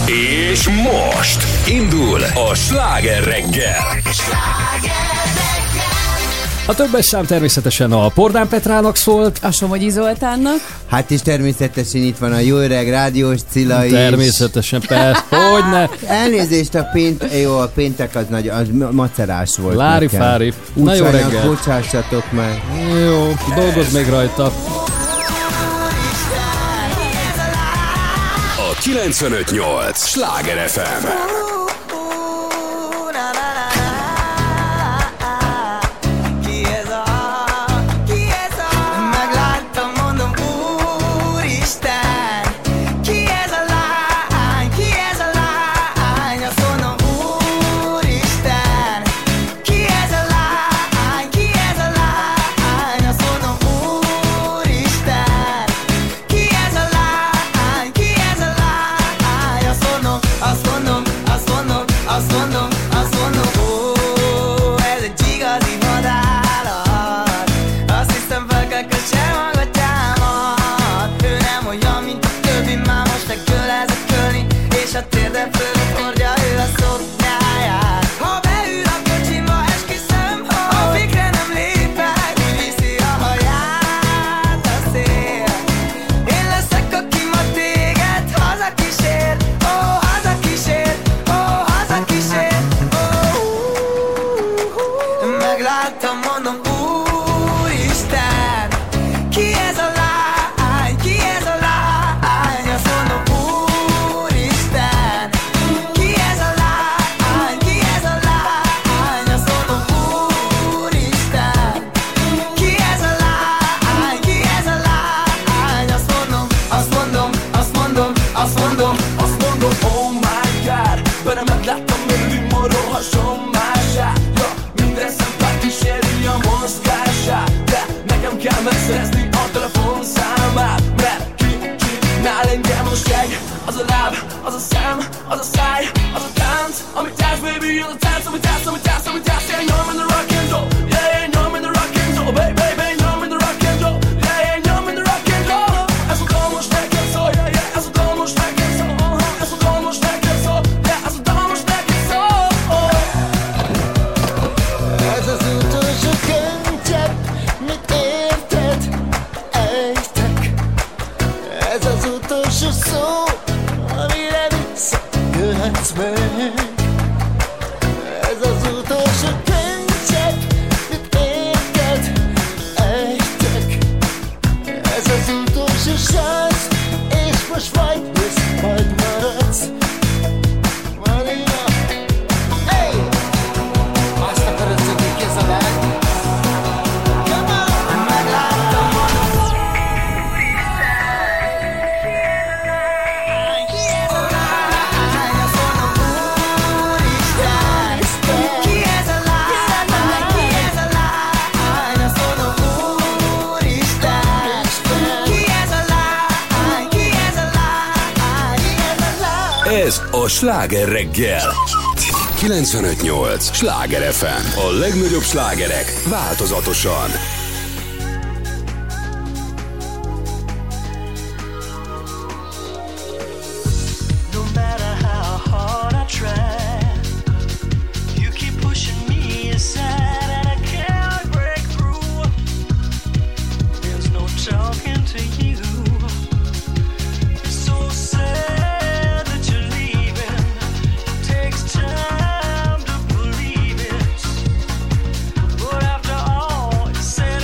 És most indul a Sláger reggel. A többes szám természetesen a Pordán Petrának szólt. A Somogyi Zoltánnak. Hát is természetesen itt van a jó öreg rádiós Cilla is. Természetesen, persze, hogyne. Elnézést a péntek az nagy, az macerás volt. Lári-fári. Na jó reggel. Bocsássatok meg. Jó, dolgozz még rajta. A 95.8 Sláger FM. Sláger reggel. 95.8 Sláger FM. A legnagyobb slágerek változatosan. But after all is said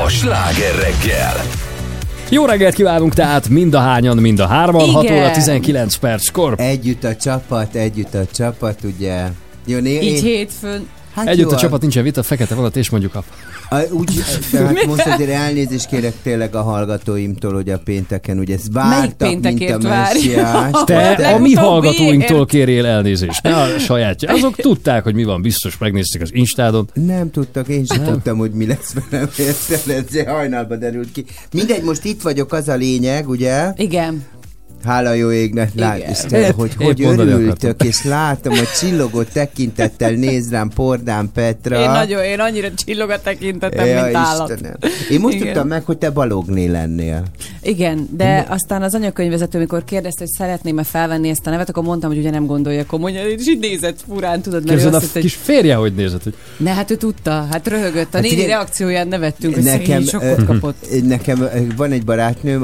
a Sláger reggel. Jó reggelt kívánunk tehát mind a hányan, mind a hárman, 6 óra 19 perckor. Együtt a csapat, ugye. Jó, így hétfőn. Hát Együtt jó, a csapat nincsen vita, fekete vonat és mondjuk hát most azért elnézést kérek tényleg a hallgatóimtól, hogy a pénteken ugye ezt vártak, mint a messiás. Te a mi hallgatóinktól kérjél elnézést, ne a sajátja. Azok tudták, hogy mi van, biztos megnézték az Instádon. Nem tudtak, én sem tudtam, hogy mi lesz velem, ez hajnalba derült ki. Mindegy, most itt vagyok, az a lényeg, ugye? Igen. Hála jó égnek, Isten, hogy örültök, és látom, hogy csillogó tekintettel néz rám Pordán Petra. Én annyira csillog a tekintetem, mint állat. Istenem. Én most tudtam meg, hogy te Balogné lennél. Igen, de aztán az anyakönyvvezető, amikor kérdezte, hogy szeretném-e felvenni ezt a nevet, akkor mondtam, hogy ugye nem gondolja komolyan, és így nézett furán, tudod, mert Képzeld, ő a azt hitt, kis férje, hogy nézett, hogy... Ne, hát ő tudta, hát röhögött. A Hát néni igen, reakcióján nevettünk, hogy nekem, szegény sokkot kapott. Nekem van egy barátnőm,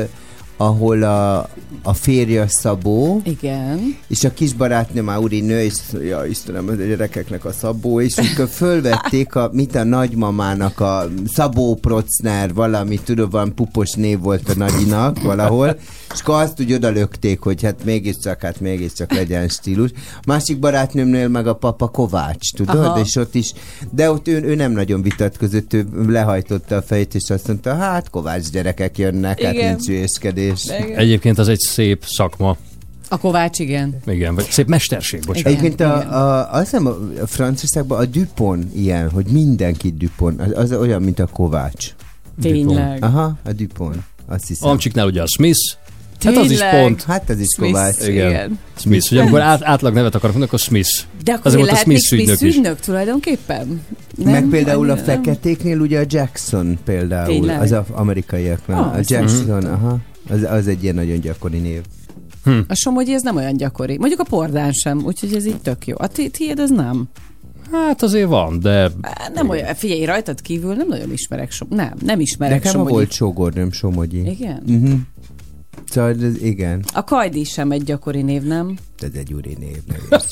ahol a férje Szabó, Igen. és a kis barátnő már úrinő, és ja, Istenem, a gyerekeknek a Szabó, és amikor fölvették a nagymamának a Szabó Procner, valami, tudod, valami pupos név volt a nagyinak valahol, és akkor azt úgy odalökték, hogy hát mégiscsak legyen stílus. Másik barátnőmnél meg a papa Kovács, tudod, aha. És ott is, de ott ő nem nagyon vitatkozott, ő lehajtotta a fejét, és azt mondta, hát Kovács gyerekek jönnek, igen. Hát nincs hülyéskedés. Egyébként az egy szép szakma. A Kovács, igen. Igen, vagy szép mesterség, bocsánat. Egyébként azt hiszem a Franciaországban a Dupont ilyen, hogy mindenki Dupont, az olyan, mint a Kovács. Tényleg. Aha, a Dupont. Azt hiszem. Amcsiknál ugye a Smith. Tényleg? Hát az is pont. Hát az is Smith, Kovács. Igen. Smith. Ugye amikor átlag nevet akarok mondani, akkor Smith. De akkor azért lehet még Smith ügynök tulajdonképpen? Nem? Meg például a nem. feketéknél ugye a Jackson például. Tényleg? Az amerikaiaknál. A Jackson, aha. Az egy ilyen nagyon gyakori név. A Somogyi ez nem olyan gyakori. Mondjuk a Pordán sem, úgyhogy ez így tök jó. A tiéd ez nem? Hát azért van, de... Nem olyan, figyelj, rajtad kívül nem nagyon ismerek nem ismerek Nekem Somogyi. volt sógornőm Somogyi. Igen? Uh-huh. Szóval igen. A Kajdi sem egy gyakori név, nem? Ez egy úri név.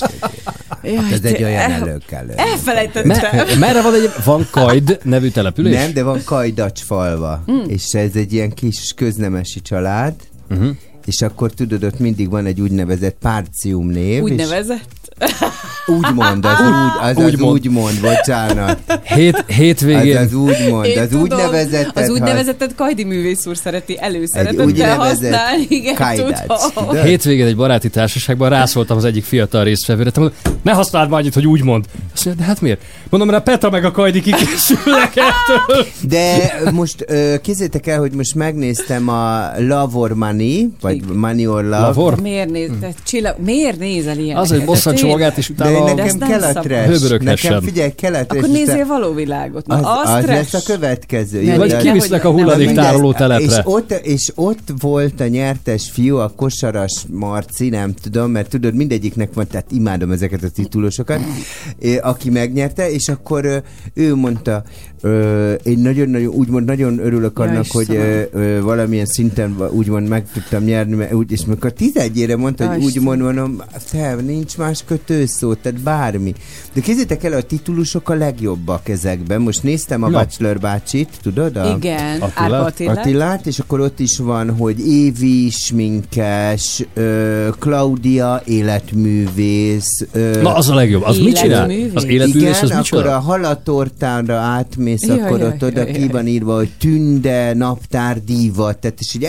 Ez egy olyan előkelő. Elfelejtettem. Merre van Kajd nevű település? Nem, de van Kajdacsfalva. És ez egy ilyen kis köznemesi család. És akkor tudod, ott mindig van egy úgynevezett Párcium név. Úgynevezett? Úgymond, úgymond, bocsánat. Hétvégén. Az úgymond, az úgynevezettet. Az úgynevezettet Kajdi művész úr szereti előszeretettel használni. Igen, tudom. Hétvégén egy baráti társaságban rászóltam az egyik fiatal résztvevőre, te mondom, ne használd már annyit, hogy úgymond. Azt mondja, de hát miért? Mondom, mert a Petra meg a Kajdi kikészülnek ettől. De most kézzétek el, hogy most megnéztem a Love or Money, vagy Money or Love. Miért nézel ilyen? Az egy bosszant magát, és utána nekem keletre. Nekem figyelj, keletre. Akkor nézzél való világot. Az lesz a következő. Vagy kivisznek a hulladéktároló telepre. És ott volt a nyertes fiú, a Kosaras Marci, nem tudom, mert tudod, mindegyiknek van, tehát imádom ezeket a titulusokat, aki megnyerte, és akkor ő mondta, én nagyon örülök annak, hogy valamilyen szinten úgymond meg tudtam nyerni, és mikor 11-ére mondta, hogy úgymond mondom, nincs más kötőszó, tehát bármi. De képzeljétek el, a titulusok a legjobbak ezekben. Most néztem a Bachelor bácsit, tudod? Igen, Attilát, és akkor ott is van, hogy Évi, sminkes, Klaudia, életművész. Na, az a legjobb. Az mit csinál? Az életművész, az mit csinál? Akkor a halatortánra átmész, akkor ott oda ki van írva, hogy Tünde, naptár, dívat. Tehát, és így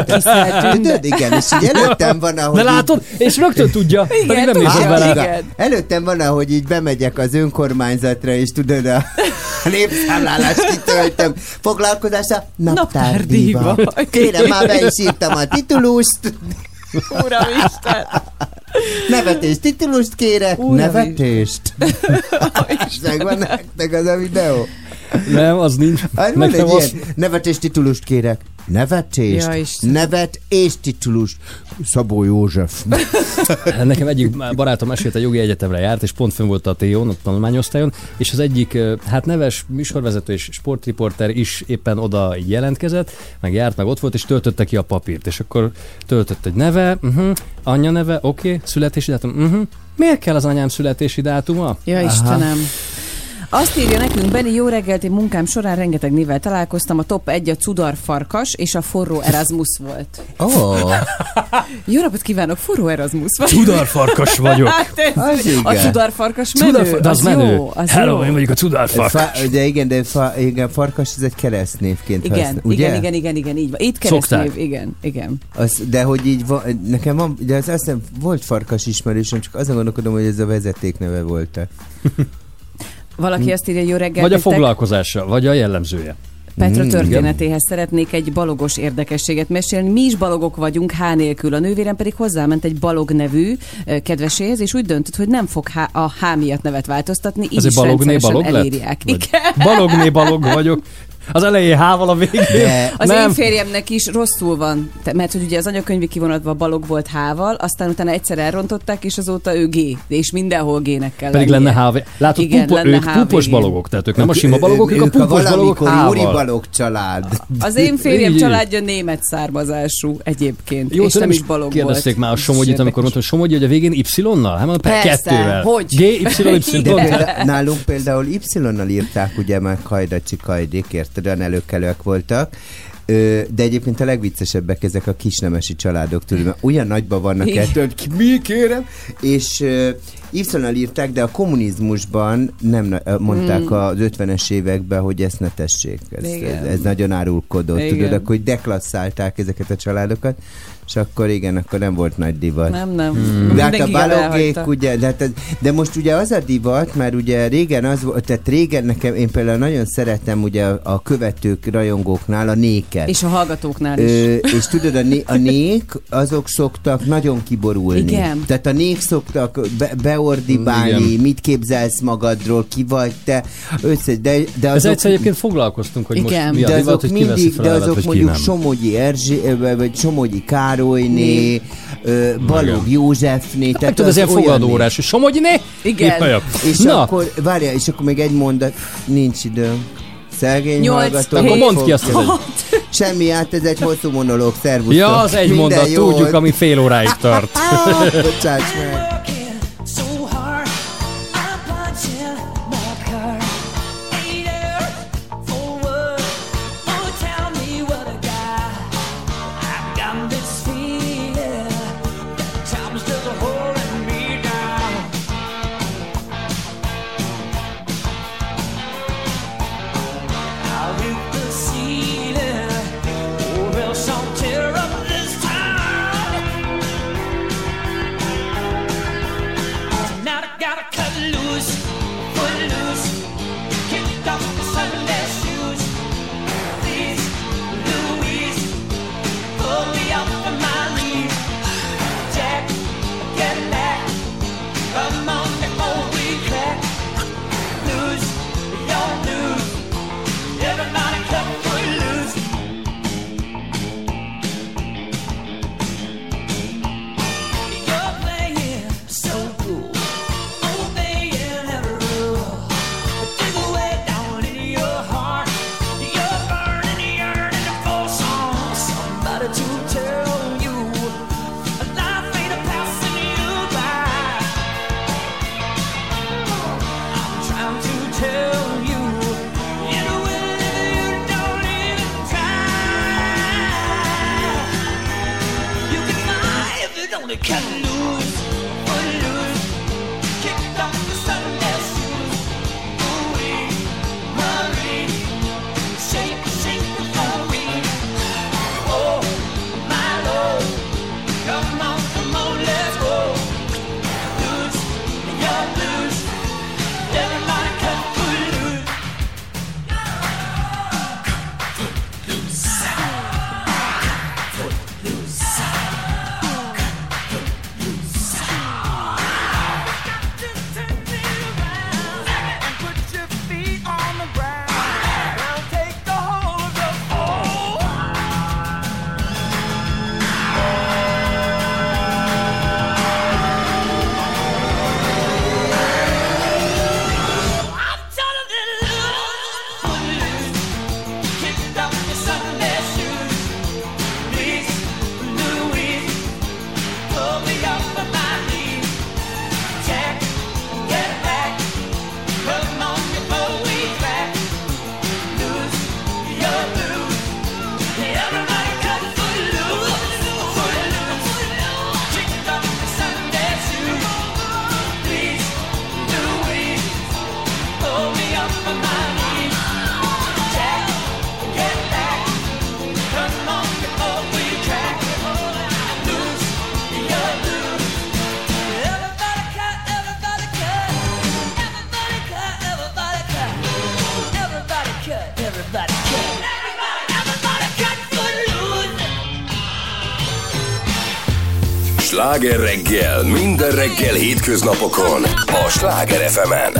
előttem van, ahogy... De látod? És rögtön tudja. Igen, előttem van, ahogy így bemegyek az önkormányzatra, és tudod, a népszámlálást kitöltöm. Foglalkozása naptárdíva. Kérem, már be is írtam a titulust. Uramisten! Nevetést, titulust kérek. Nevetést. Megvan nektek az a videó? Nem, az nincs. Van egy ilyen, nevetés, titulust kérek. Nevetés, nevet és titulust. Szabó József. Nekem egyik barátom mesélte, jogi egyetemre járt, és pont fönn volt a TO-n, a tanulmányosztályon, és az egyik, neves műsorvezető és sportriporter is éppen oda jelentkezett, meg járt, meg ott volt, és töltötte ki a papírt, és akkor töltött egy neve, anyja neve, oké, születési dátum, miért kell az anyám születési dátuma? Ja, Istenem. Azt írja nekünk Benni, jó reggelt, én munkám során rengeteg névvel találkoztam, a top 1 a Cudarfarkas és a Forró Erasmus volt. Jó napot kívánok, Forró Erasmus vagy. Cudarfarkas vagyok. A Cudarfarkas menő, az menő. Jó, az Hello, jó. én vagyok a Cudarfarkas. De igen, farkas ez egy keresztnévként Igen, használ, ugye? igen, így van. Itt keresztnév, igen. De hogy így van, nekem van, de azt hiszem volt farkas ismerősöm, csak azon gondolkodom, hogy ez a vezetékneve volt. Valaki azt írja, jó reggelt. Vagy a foglalkozása, vagy a jellemzője. Petra történetéhez szeretnék egy balogos érdekességet mesélni. Mi is balogok vagyunk, H nélkül. A nővérem pedig hozzáment egy balog nevű kedveséhez, és úgy döntött, hogy nem fog a H miatt nevet változtatni, így is rendszeresen elírják. Balogné balog vagyok. Az elején H-val, a végén. Az én férjemnek is rosszul van, mert hogy ugye az anyakönyvi kivonatban balog volt H-val, aztán utána egyszer elrontották, és azóta ő G, és mindenhol G-nek kell pedig lennie. lenne H. Látod, ők púpos balogok, tehát ők nem a sima balogok, ők a púpos balogok H-val. Úri balog család. Az én férjem családja német származású egyébként, jó, és nem is balog kérdezték volt. már a Somogyit, amikor mondtam, hogy Somogyi, hogy a végén Y-nal? Hát mondom, kettővel. Hogy? G, Y. De nálunk például Y-nal írták, ugye már Kajdacsi Kajdék, érted, olyan előkelőek voltak, de egyébként a legviccesebbek ezek a kisnemesi családok tőle, mert olyan nagyban vannak ettől, hogy mi kérem, és Y-nal írták, de a kommunizmusban nem mondták az 50-es években, hogy ezt ne tessék. Ez nagyon árulkodott, tudod, akkor hogy deklasszálták ezeket a családokat, és akkor igen, akkor nem volt nagy divat. Nem. De hát a balogék, ugye, de most ugye az a divat, mert ugye régen az volt, tehát régen nekem, én például nagyon szeretem ugye a követők, rajongóknál a néket. És a hallgatóknál is. És tudod, a nék, azok szoktak nagyon kiborulni. Igen. Tehát a nék szoktak beordibálni, mit képzelsz magadról, ki vagy te, de azok... Ez egyszer egyébként foglalkoztunk, hogy igen. most mi a divat, hogy kiveszi fel de azok vagy mondjuk ki nem. Somogyi Erzsé, vagy Somogyi Károlyné, Balogh Józsefné. Nem tudod, ez ilyen fogadórás, Somogyiné? Igen. És akkor, várjál, és akkor még egy mondat, nincs időm. Szegény hallgatók. Akkor mondd ki azt. Semmi át, ez egy hosszú monológ, szervusztok. Ja, az egy mondat, tudjuk, ami fél óráig tart. Bocsáss meg. Sláger reggel, minden reggel hétköznapokon a Sláger FM-en.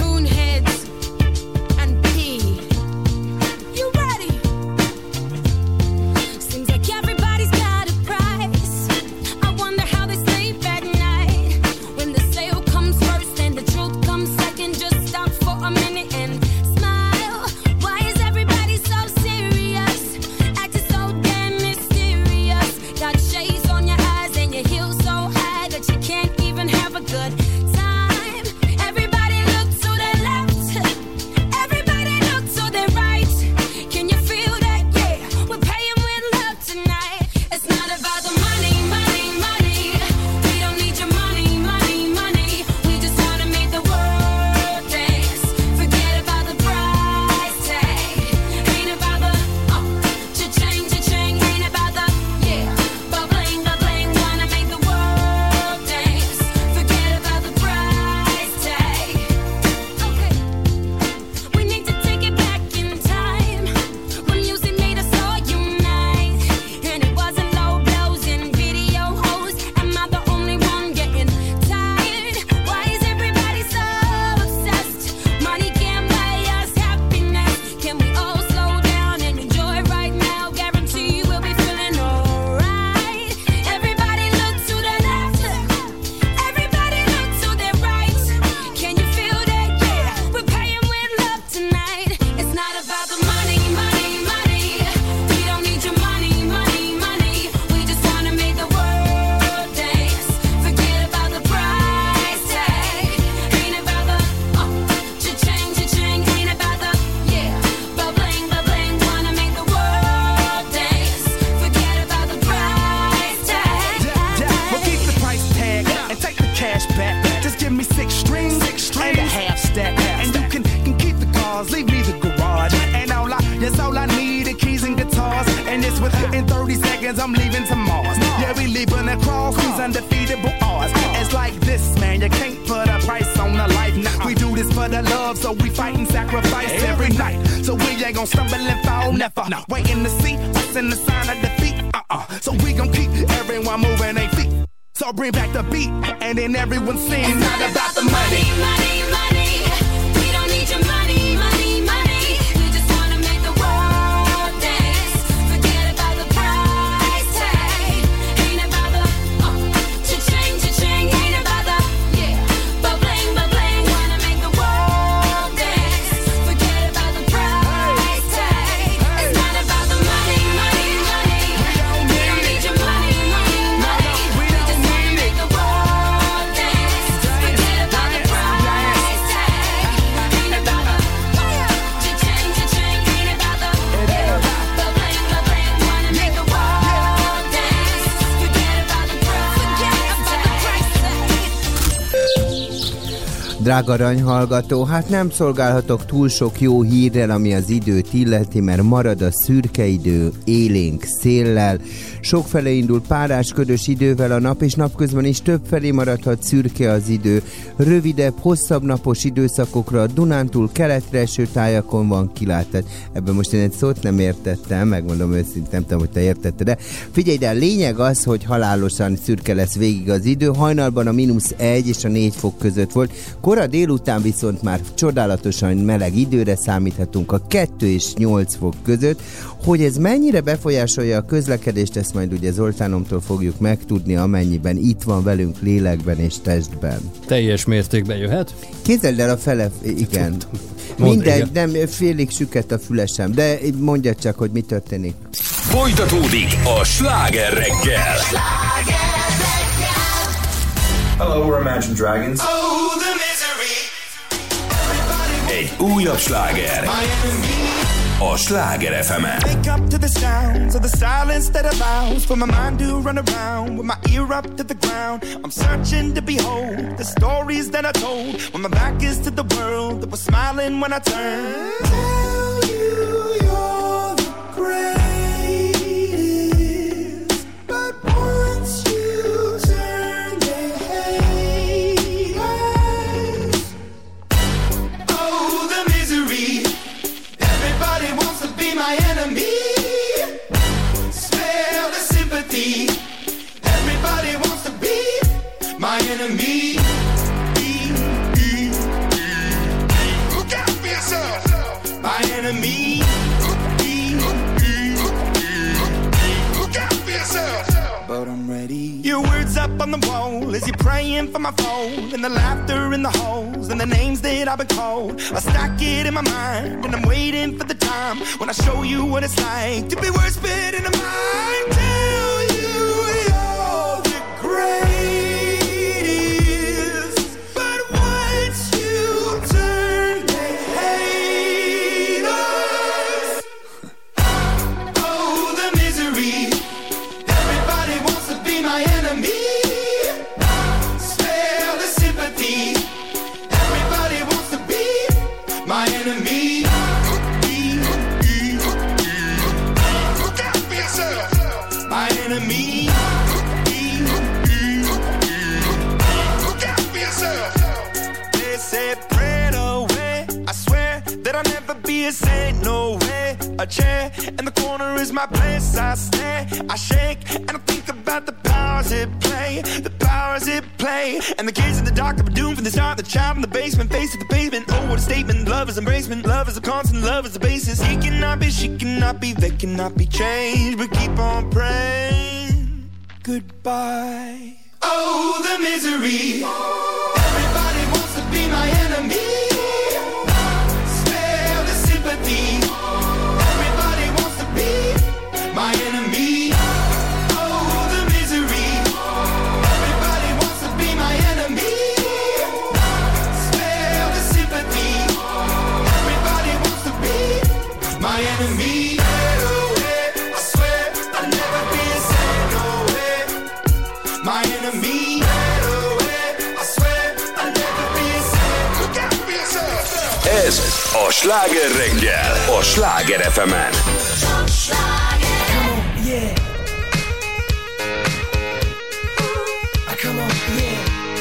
Everyone sings. It's not about the money, money, money. We don't need your money, money, money. We just wanna make the world dance. Forget about the price tag. Ain't about the cha-ching, cha-ching. Ain't about the ba-bling, ba-bling. Wanna make the world dance. Forget about the price tag. It's not about the money, money, money. We don't need your money, money, money. We just wanna make the world. Drága aranyhallgató, hát nem szolgálhatok túl sok jó hírrel, ami az időt illeti, mert marad a szürke idő, élénk széllel, sokfelé indul párás, ködös idővel a nap, és napközben is többfelé maradhat szürke az idő. Rövidebb, hosszabb napos időszakokra a Dunántúl keletre eső tájakon van kilátás. Ebben most én egy szót nem értettem, megmondom őszintén, nem tudom, hogy te értetted, de figyelj, de a lényeg az, hogy halálosan szürke lesz végig az idő. Hajnalban a -1 és a 4 fok között volt. Kora délután viszont már csodálatosan meleg időre számíthatunk a 2 és 8 fok között. Hogy ez mennyire befolyásolja a közlekedést, ezt majd ugye Zoltánomtól fogjuk megtudni, amennyiben itt van velünk lélekben és testben. Teljes mértékben jöhet? Képzeld el a fele, igen. Minden, nem, félig süket a fülesem, de mondja csak, hogy mi történik. Folytatódik a Sláger reggel. Hello, we're Imagine Dragons. Oh, the misery. Egy újabb sláger a Sláger FM-en. Wake up to the sounds of the silence that allows for my mind to run around with my ear up to the ground. I'm searching to behold the stories that I told when my back is to the world that was smiling when I turned. Tell you you're the greatest, but once you turn they hate us. Oh, the misery. Everybody wants to be my enemy. Smell the sympathy. Everybody wants to be enemy. Look out for yourself. My enemy. Look out for yourself. But I'm ready. Your words up on the wall as you're praying for my phone, and the laughter in the halls and the names that I've been called. I stack it in my mind and I'm waiting for the time when I show you what it's like to be worse fit in a mind. Tell you you're the greatest, but once you turn they hate us. Oh, the misery. Everybody wants to be my enemy. Spare the sympathy. Everybody wants to be my enemy. Look out for yourself. My enemy. Look out for yourself. They said pray away. I swear that I'll never be a saint. No way. A chair in the corner is my place. I stare, I shake, and I think about the powers at play. The powers at play. And the kids in the dark that were doomed from the start. The child in the basement, face to the pavement. Oh, what a statement. Love is embracement. Love is a constant. Love is the basis. He cannot be, she cannot be, they cannot be changed. But keep on praying. Goodbye. Oh, the misery. Everybody wants to be my enemy. Spare the sympathy. Everybody wants to be my enemy. Oh, the misery. Everybody wants to be my enemy. Spare the sympathy. Everybody wants to be my enemy. I swear I'll never be a saint. No way. My enemy. I swear I'll never be a saint. Look out for yourself. Ez a Sláger reggel, a Sláger FM-en. Yeah. Come on, yeah.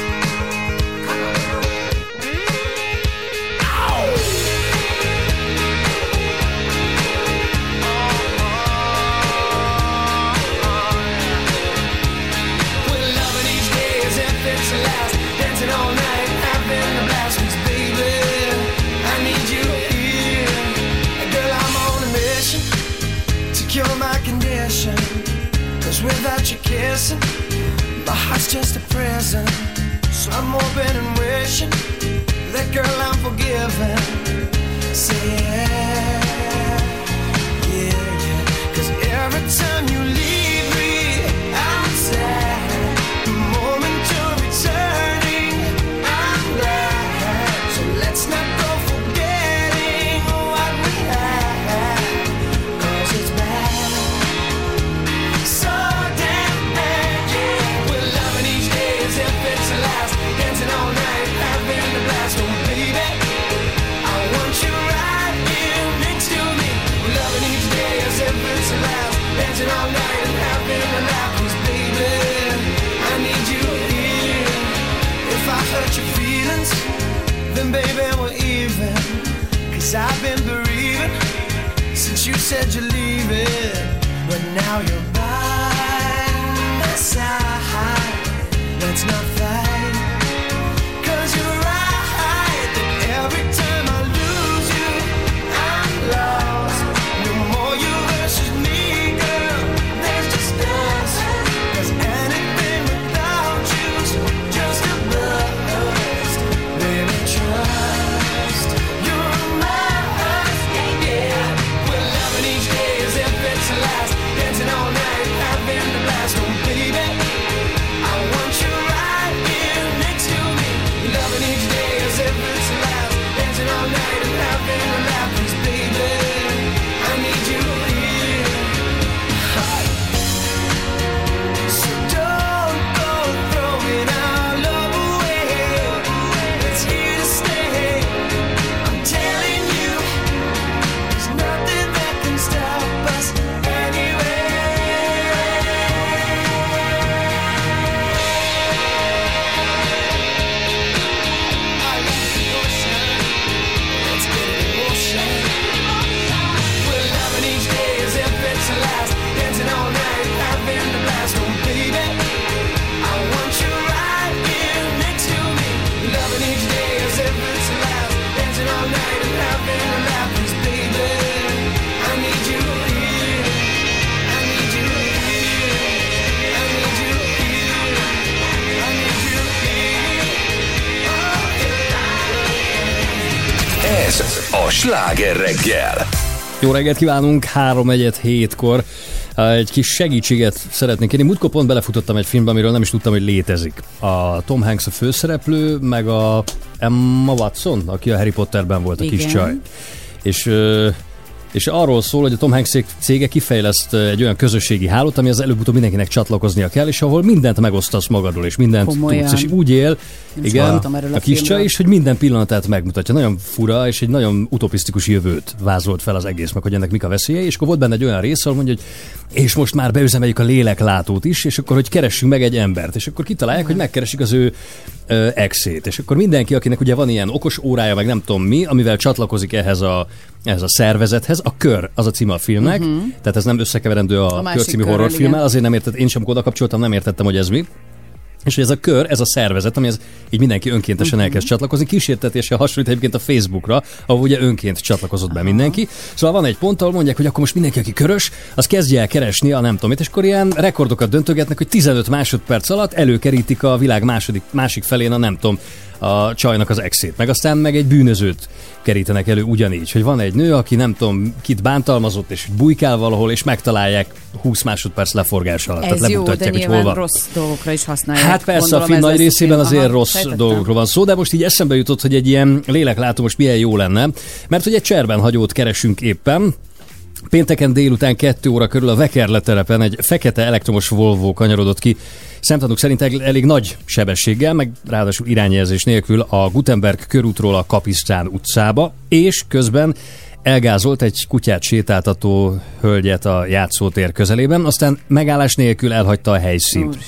We're loving each day as if it's the last. Dancing all night, having a blast. 'Cause baby, I need you here. Girl, I'm on a mission to cure my condition. 'Cause without you kissing, my heart's just a prison. So I'm hoping and wishing that girl I'm forgiven. Say yeah, yeah, yeah. 'Cause every time you leave me, I'm sad. The moment you're returning, I'm glad. So let's not go forgetting what we had. 'Cause it's bad. So damn bad, yeah. We're loving each day as if it's the last. Dancing all night, having a blast. Oh baby, I want you right here next to me. We're loving each day as if it's the last. Dancing all night and having a laugh. 'Cause baby, I need you here. If I hurt your feelings, then baby we're even. 'Cause I've been bereaving since you said you're leaving. But now you're by my side. Let's not fight. 'Cause you're right that every time I lose you, I'm lost. No more you versus me, girl. There's just us. 'Cause anything without you's just a bust. Baby, trust. You're mine, yeah. We're loving each day as if it's the last. Dancing all night. a Sláger reggel. Jó reggelt kívánunk, 3:47-kor. Egy kis segítséget szeretnék kérni. Múltkor pont belefutottam egy filmbe, amiről nem is tudtam, hogy létezik. A Tom Hanks a főszereplő, meg a Emma Watson, aki a Harry Potterben volt, a kis csaj. És arról szól, hogy a Tom Hanks cége kifejleszt egy olyan közösségi hálót, ami az előbb-utóbb mindenkinek csatlakoznia kell, és ahol mindent megosztasz magadról, és mindent tudsz. És úgy él, igen, a kis csaj is, hogy minden pillanatát megmutatja. Nagyon fura, és egy nagyon utopisztikus jövőt vázolt fel az egész, meg hogy ennek mik a veszélye, és akkor volt benne egy olyan rész, ahol mondja, hogy és most már beüzemeljük a léleklátót is, és akkor, hogy keressünk meg egy embert, és akkor kitalálják, hogy megkeresik az ő exét, és akkor mindenki, akinek ugye van ilyen okos órája, meg nem tudom mi, amivel csatlakozik ehhez a szervezethez, a Kör, az a címe a filmnek, tehát ez nem összekeverendő a Kör című horrorfilmmel, azért nem értettem, én sem oda kapcsoltam, nem értettem, hogy ez mi. És hogy ez a Kör, ez a szervezet, ami így mindenki önkéntesen elkezd csatlakozni, kísértetéssel hasonlít egyébként a Facebookra, ahol ugye önként csatlakozott be mindenki. Szóval van egy pont, ahol mondják, hogy akkor most mindenki, aki körös, az kezdje el keresni a nem tudom mit, és akkor ilyen rekordokat döntögetnek, hogy 15 másodperc alatt előkerítik a világ másik felén a nem tudom, a csajnak az exét, meg aztán meg egy bűnözőt kerítenek elő ugyanígy, hogy van egy nő, aki nem tudom, kit bántalmazott, és bujkál valahol, és megtalálják 20 másodperc leforgás alatt. Ez tehát jó, de hogy hol van. rossz dolgokra is használják. Hát persze, a film nagy részében azért rossz dolgokról van szó, de most így eszembe jutott, hogy egy ilyen léleklátó most milyen jó lenne, mert hogy egy cserben hagyót keresünk éppen. Pénteken délután 2 óra körül a Vekerle terepen egy fekete elektromos Volvo kanyarodott ki, szemtanúk szerint elég nagy sebességgel, meg ráadásul irányjelzés nélkül a Gutenberg körútról a Kapisztrán utcába, és közben elgázolt egy kutyát sétáltató hölgyet a játszótér közelében, aztán megállás nélkül elhagyta a helyszínt.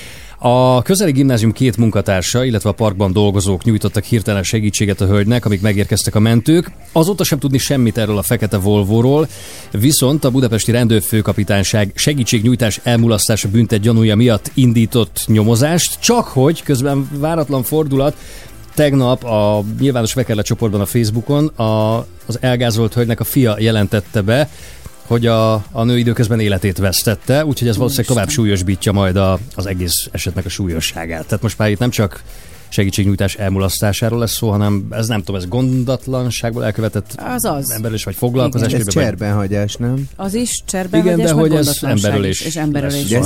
A közeli gimnázium 2 munkatársa, illetve a parkban dolgozók nyújtottak hirtelen segítséget a hölgynek, amíg megérkeztek a mentők. Azóta sem tudni semmit erről a fekete Volvóról, viszont a budapesti rendőrfőkapitányság segítségnyújtás elmulasztása büntet gyanúja miatt indított nyomozást, csak hogy közben váratlan fordulat, tegnap a nyilvános Vekerle csoportban a Facebookon az elgázolt hölgynek a fia jelentette be, hogy a nő időközben életét vesztette, úgyhogy ez valószínűleg tovább súlyosbítja majd az egész esetnek a súlyosságát. Tehát most már itt nem csak segítségnyújtás elmulasztásáról lesz szó, hanem ez nem tudom, ez gondatlanságból elkövetett emberölés vagy foglalkozás. Ez cserbenhagyás, nem? Az is cserbenhagyás, igen, de meg hogy ez emberölés. És emberölés. De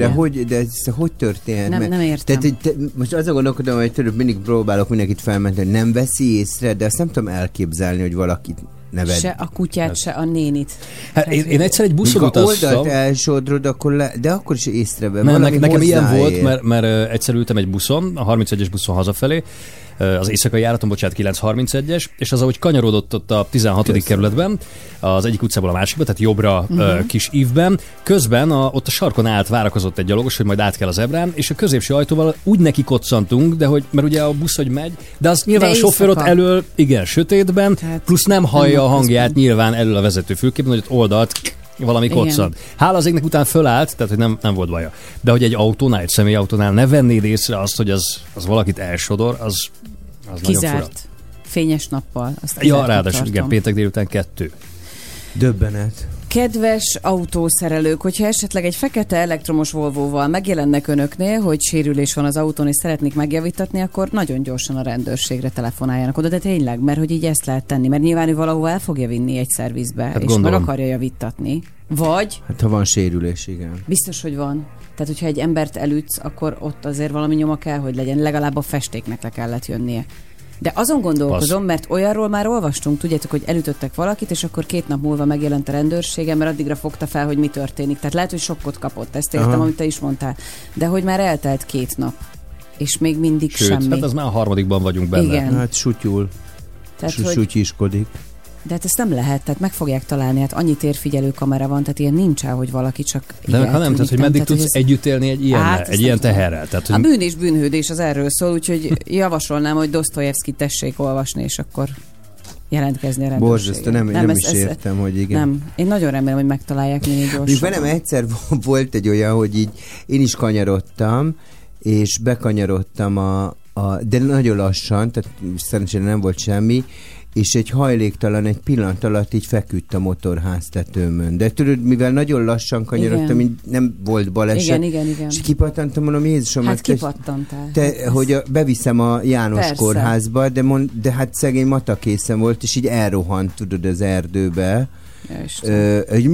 ez hogy történt? Nem értem. Tehát most azon gondolkodom, hogy tudod, mindig próbálok mindenkit felmenteni, hogy nem veszi észre, de azt nem tudom elképzelni, hogy valakit neved. Se a kutyát, se a nénit. Hát én egyszer egy buszon utaztam. Ha oldalt elsodrod, de akkor is észrevem. Nekem ilyen volt, mert egyszer ültem egy buszon, a 31-es buszon hazafelé, az éjszakai járaton, 931-es, és az, ahogy kanyarodott ott a 16. kerületben, az egyik utcából a másikba, tehát jobbra kis ívben, közben ott a sarkon állt, várakozott egy gyalogos, hogy majd át kell az zebrán, és a középső ajtóval úgy neki koccantunk, de hogy, mert ugye a busz, hogy megy, de az nyilván a sofőr ott elől, igen, sötétben, tehát plusz nem hallja a hangját nyilván elől a vezető fülkében, hogy ott oldalt valami koccant. Hála az égnek után fölállt, tehát hogy nem volt baja. De hogy egy autónál, egy személyautónál ne vennéd észre azt, hogy az valakit elsodor, az nagyon fura. Fényes nappal. Ja, ráadásul igen, péntek délután 2. Döbbenet. Kedves autószerelők, hogyha esetleg egy fekete elektromos Volvóval megjelennek önöknél, hogy sérülés van az autón és szeretnék megjavítatni, akkor nagyon gyorsan a rendőrségre telefonáljanak oda, de tényleg, mert hogy így ezt lehet tenni, mert nyilván ő valahol el fogja vinni egy szervizbe, hát és meg akarja javítatni. Vagy... Hát ha van sérülés, igen. Biztos, hogy van. Tehát, hogyha egy embert elütsz, akkor ott azért valami nyoma kell, hogy legyen. Legalább a festéknek le kellett jönnie. De azon gondolkozom, mert olyanról már olvastunk, tudjátok, hogy elütöttek valakit, és akkor 2 nap múlva megjelent a rendőrsége, mert addigra fogta fel, hogy mi történik. Tehát lehet, hogy sokkot kapott, ezt értem, amit te is mondtál. De hogy már eltelt 2 nap, és még mindig semmi. Hát az már a 3. vagyunk benne. Igen. Hát sutyul. Sutyiskodik. De hát ezt nem lehet, tehát meg fogják találni, hát annyi térfigyelő kamera van, tehát ilyen nincs el, hogy valaki csak... De ha nem, tehát hogy meddig tudsz együtt élni egy ilyen teherrel. Tehát, hogy... A bűn és bűnhődés az erről szól, úgyhogy javasolnám, hogy Dosztojevszkit tessék olvasni, és akkor jelentkezni a rendőrségen. Borzasztó, nem is értem, hogy igen. Nem, én nagyon remélem, hogy megtalálják minél gyorsan. Velem egyszer volt egy olyan, hogy így én is kanyarodtam, és bekanyarodtam de nagyon lassan, tehát szerencsére nem volt semmi, és egy hajléktalan egy pillanat alatt így feküdt a motorháztetőmön. De tudod, mivel nagyon lassan kanyarodtam, így nem volt baleset. Igen. És kipattantam, mondom, Jézusom, Hát kipattantál. hogy beviszem a János Persze. kórházba, de hát szegény matakészen volt, és így elrohant, tudod, az erdőbe. Egy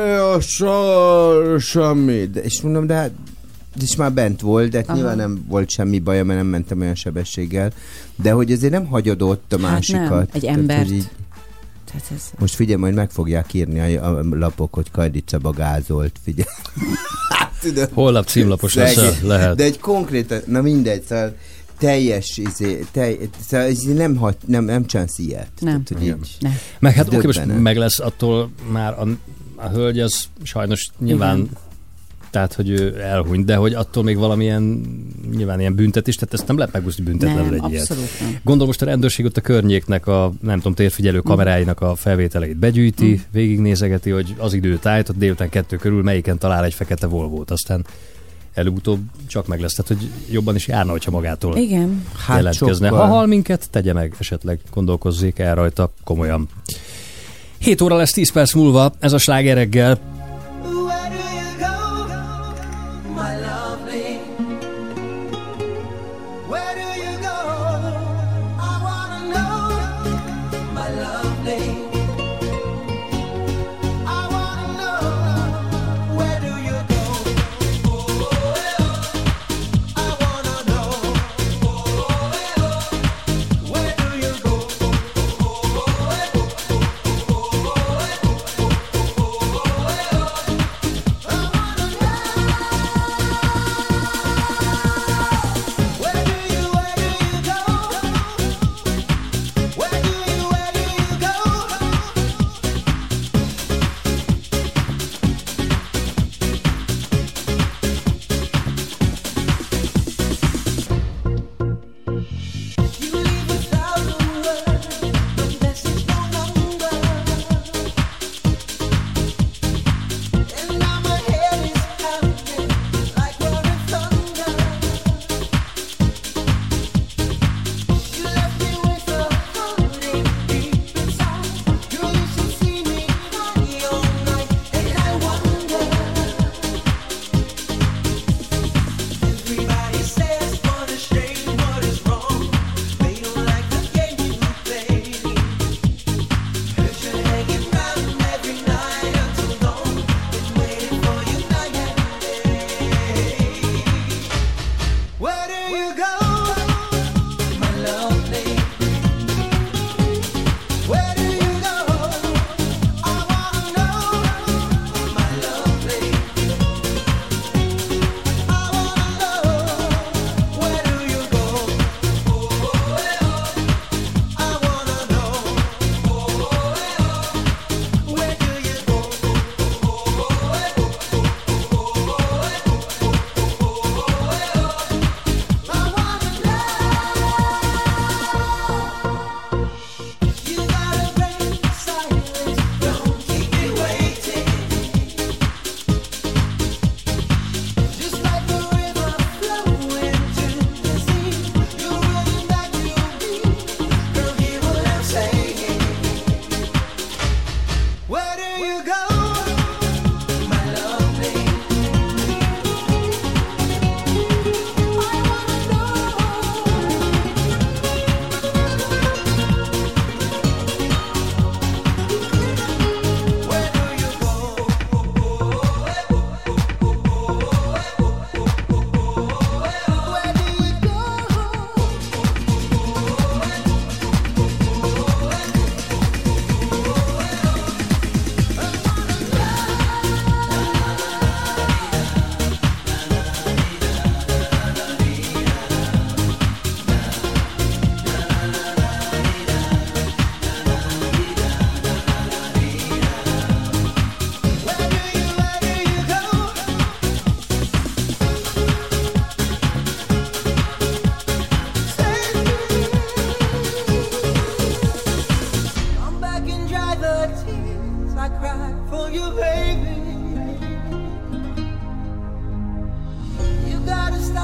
semmi. És mondom, de hát és már bent volt, de nyilván nem volt semmi baja, mert nem mentem olyan sebességgel. De hogy azért nem hagyod ott a másikat. Nem, egy embert. Most figyelj, majd meg fogják írni a lapok, hogy Kajdicaba gázolt, figyelj. Holnap címlapos lesz, lehet. De egy konkrét, na mindegy, szóval teljes, szóval nem csinálsz ilyet. Nem. Tehát, nem. Meg hát oké, most meg lesz attól már a hölgy, az sajnos nyilván tehát, hogy ő elhunyt, de hogy attól még valamilyen nyilván ilyen büntetés, tehát ezt nem lehet megúszni büntetlenül egy ilyet. Nem. Gondolom most a rendőrség ott a környéknek a, nem tudom, térfigyelő kameráinak a felvételeit begyűjti, végignézegeti, hogy az időtájt, ott délután 2 körül melyiken talál egy fekete Volvót, aztán előbb-utóbb csak meg lesz, tehát hogy jobban is járna, hogyha magától jelentkezne. Ha hal minket, tegye meg, esetleg gondolkozzék el rajta komolyan. 7 óra lesz 10 perc múlva, ez a Sláger reggel.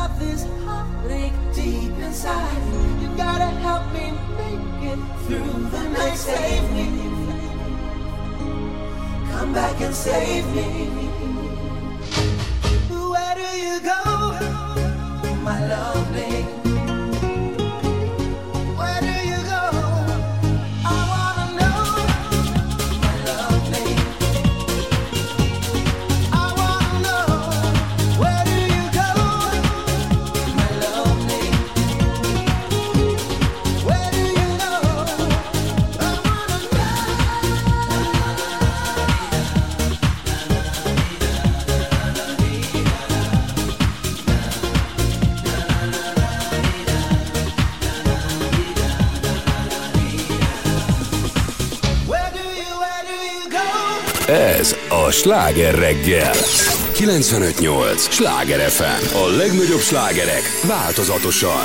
felt this heartache deep inside. You gotta help me make it through the night. Save me. Come back and save me. Where do you go, my lovely? Where do you go? I wanna know, my lovely. I wanna know, where do you go, my lovely? Where do you go? I wanna Ez a Sláger reggel. 95.8 Sláger FM. A legnagyobb slágerek változatosan.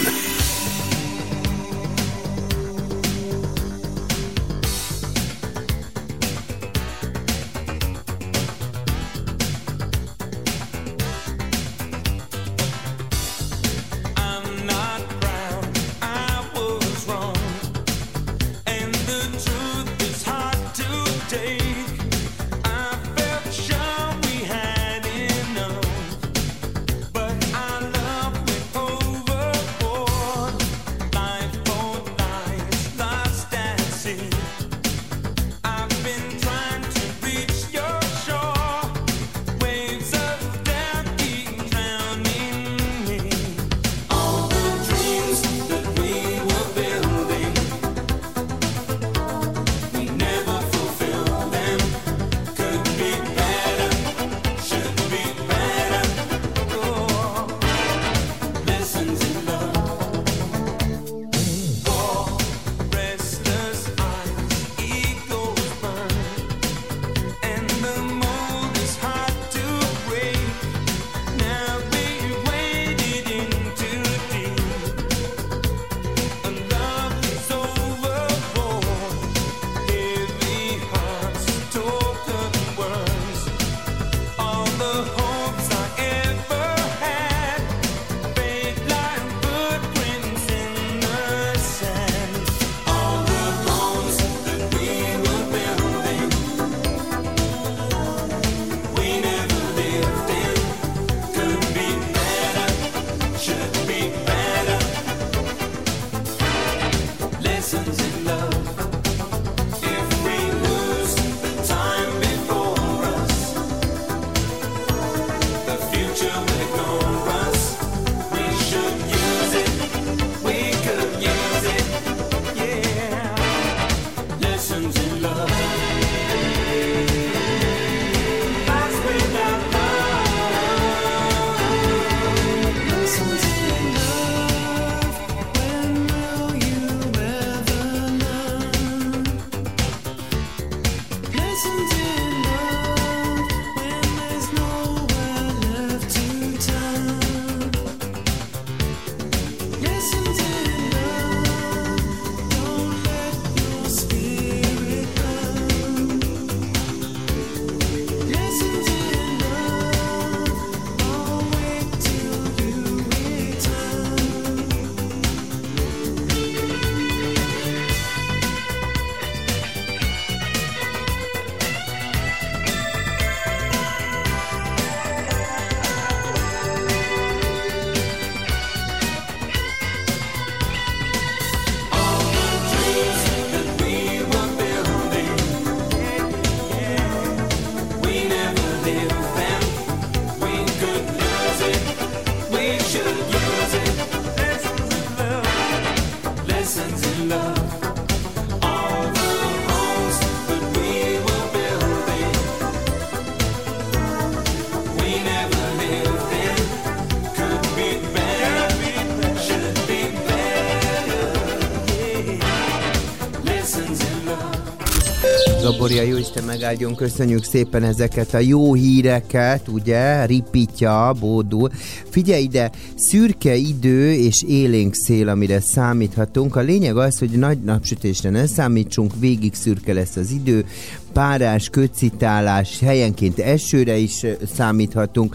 Gaboria, jóisten megáldjon, köszönjük szépen ezeket a jó híreket, ugye, ripítja, bódul. Figyelj ide, szürke idő és élénk szél, amire számíthatunk. A lényeg az, hogy nagy napsütésre ne számítsunk, végig szürke lesz az idő, párás, ködcitálás, helyenként esőre is számíthatunk.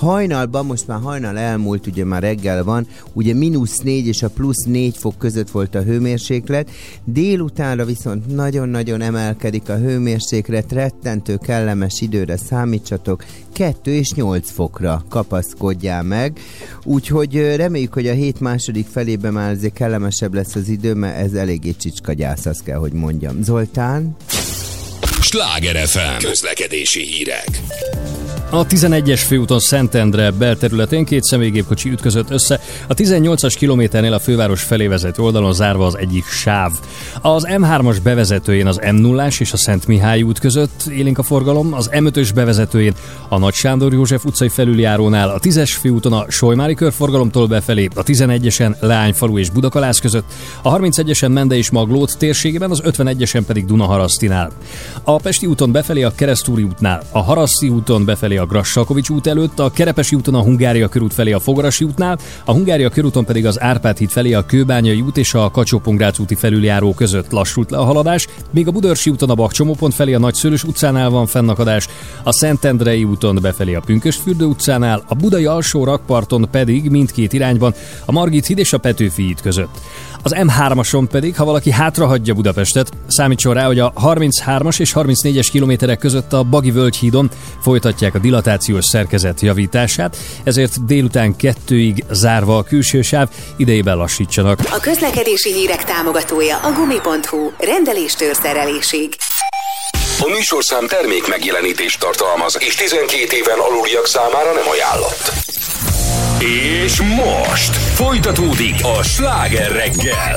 Hajnalban, most már hajnal elmúlt, ugye már reggel van, ugye -4 és a +4 fok között volt a hőmérséklet, délutánra viszont nagyon-nagyon emelkedik a hőmérséklet, rettentő kellemes időre számítsatok, 2 és 8 fokra kapaszkodjál meg, úgyhogy reméljük, hogy a hét második felében már azért kellemesebb lesz az idő, mert ez eléggé csicskagyász, azt kell, hogy mondjam. Zoltán? Sláger FM. Közlekedési hírek. A 11-es főúton Szentendre belterületén 2 személygépkocsi ütközött össze, a 18-as kilométernél a főváros felé vezető oldalon zárva az egyik sáv. Az M3-as bevezetőjén az M0-as és a Szent Mihály út között élénk a forgalom, az M5-ös bevezetőjén a Nagy Sándor József utcai felüljárónál, a 10-es főúton a Solymári körforgalomtól befelé, a 11-esen Leányfalu és Budakalász között, a 31-esen Mende és Maglód térségében, az 51-esen pedig Dunaharasztinál. A Pesti úton befelé a Keresztúri útnál, a Haraszti úton befelé a Grassalkovics út előtt, a Kerepesi úton a Hungária körút felé a Fogarasi útnál, a Hungária körúton pedig az Árpád híd felé a Kőbányai út és a Kacsó-Pongrác úti felüljáró között lassult le a haladás, míg a Budaörsi úton a Bakcsomópont felé a Nagyszőlős utcánál van fennakadás, a Szentendrei úton befelé a Pünkösdfürdő utcánál, a Budai alsó rakparton pedig mindkét irányban a Margit híd és a Petőfi híd között. Az M3-ason pedig, ha valaki hátrahagyja Budapestet, számítson rá, hogy a 33-as és 34-es kilométerek között a Bagi-völgy hídon folytatják a dilatációs szerkezet javítását, ezért délután 2-ig zárva a külső sáv, idejében lassítsanak. A közlekedési hírek támogatója a Gumi.hu. Rendeléstől szerelésig. A műsorszám termék megjelenítést tartalmaz, és 12 éven aluliak számára nem ajánlott. És most folytatódik a Sláger reggel.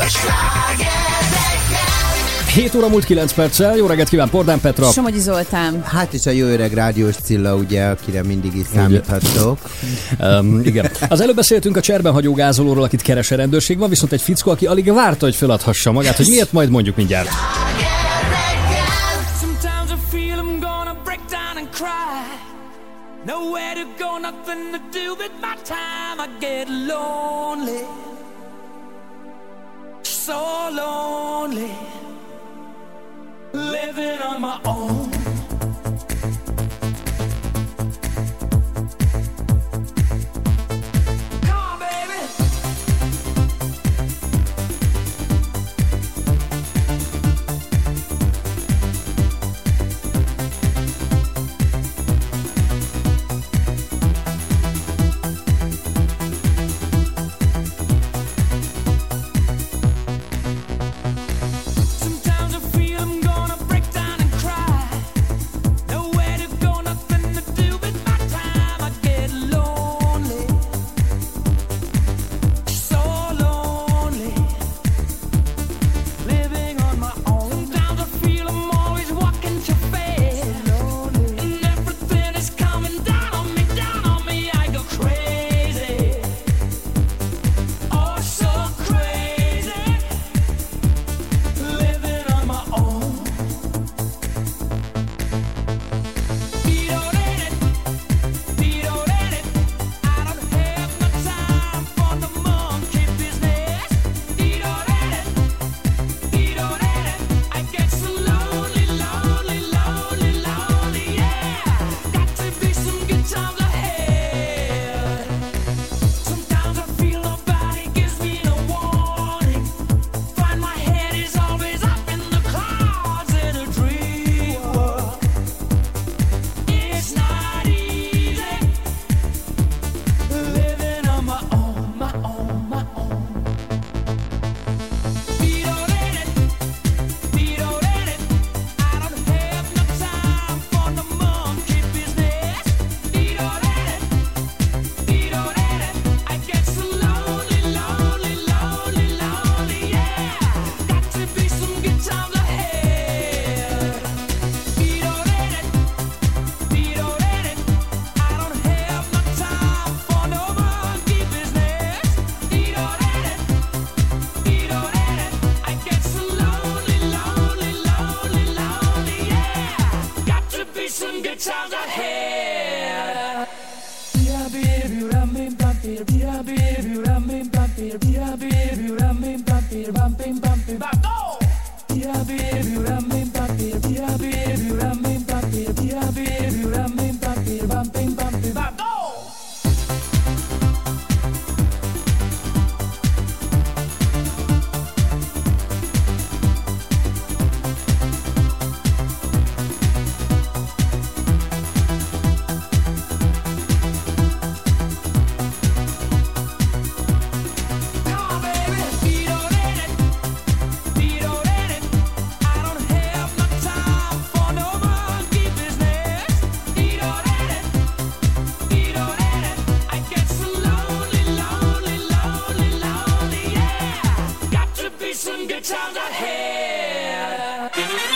7 óra múlt 9 perccel, jó reggelt kíván, Pordán Petra. Somogyi Zoltán. Hát és a jó öreg rádiós Cilla, ugye, akire mindig is számíthatok. Igen. Az előbb beszéltünk a cserben hagyó gázolóról, akit keres a rendőrség, van viszont egy fickó, aki alig várta, hogy feladhassa magát, hogy miért, majd mondjuk mindjárt. Sometimes I feel I'm gonna break down and cry. Nowhere to go, nothing to do with my time. I get lonely, so lonely, living on my own. Come on, baby. Sometimes I feel I'm gonna break down and cry.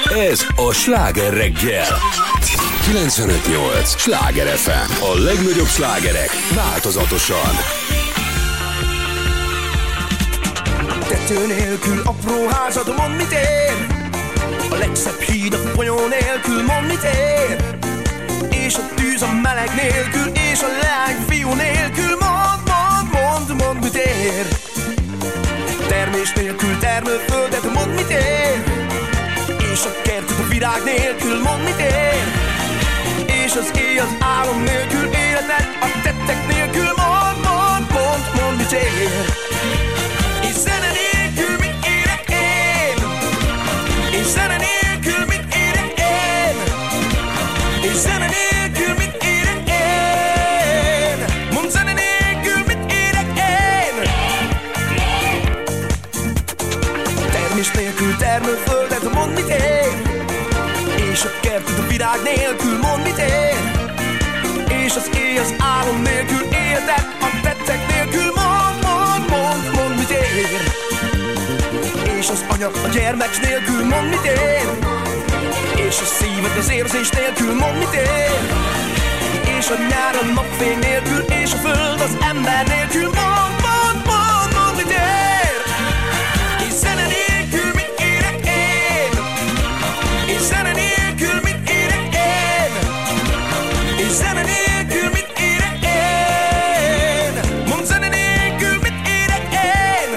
Ez a Sláger reggel. 95.8 Sláger FM. A legnagyobb slágerek változatosan. Tető nélkül apró házad, mondd mit ér? A legszebb híd a folyó nélkül, mondd mit ér? És a tűz a meleg nélkül, és a leány fiú nélkül, mondd mit ér? Termés nélkül termőföldet, mondd mit ér? És a kertet a virág nélkül, mondd mit ér? És az éj az álom nélkül, életed a tettek nélkül, mondd mit ér? És zene nélkül mit érek én? És zene nélkül mit érek én? És zene nélkül mit érek én? Mondd zene nélkül mit érek én? Termés nélkül termőföldet, mondd mit ér? És a kertet a virág nélkül, mondd mit ér? És az éj az álom nélkül, életed a tettek nélkül, mondd mit ér? És az anya a gyermek nélkül, mondd mit ér? És a szíved az érzés nélkül, mondd mit ér? És a nyár a napfény nélkül, és a föld az ember nélkül, mondd mit ér? És zene nélkül mit érek én? És zene nélkül mit érek én? És zene nélkül mit érek én? Mondd zene nélkül mit érek én?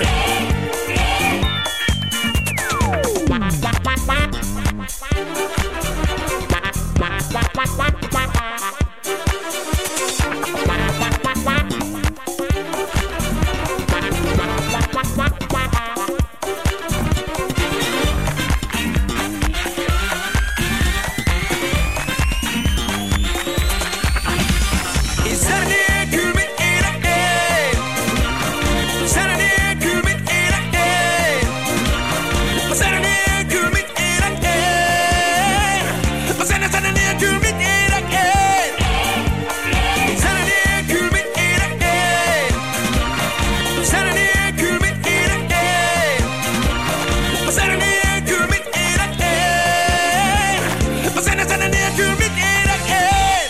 És zene nélkül mit érek én? Zene nélkül mit érek én? A zene nélkül mit érek én? A zene nélkül mit érek én? Zene nélkül mit érek én? Zene nélkül mit érek én? A zene nélkül mit érek én? A zene nélkül mit érek én?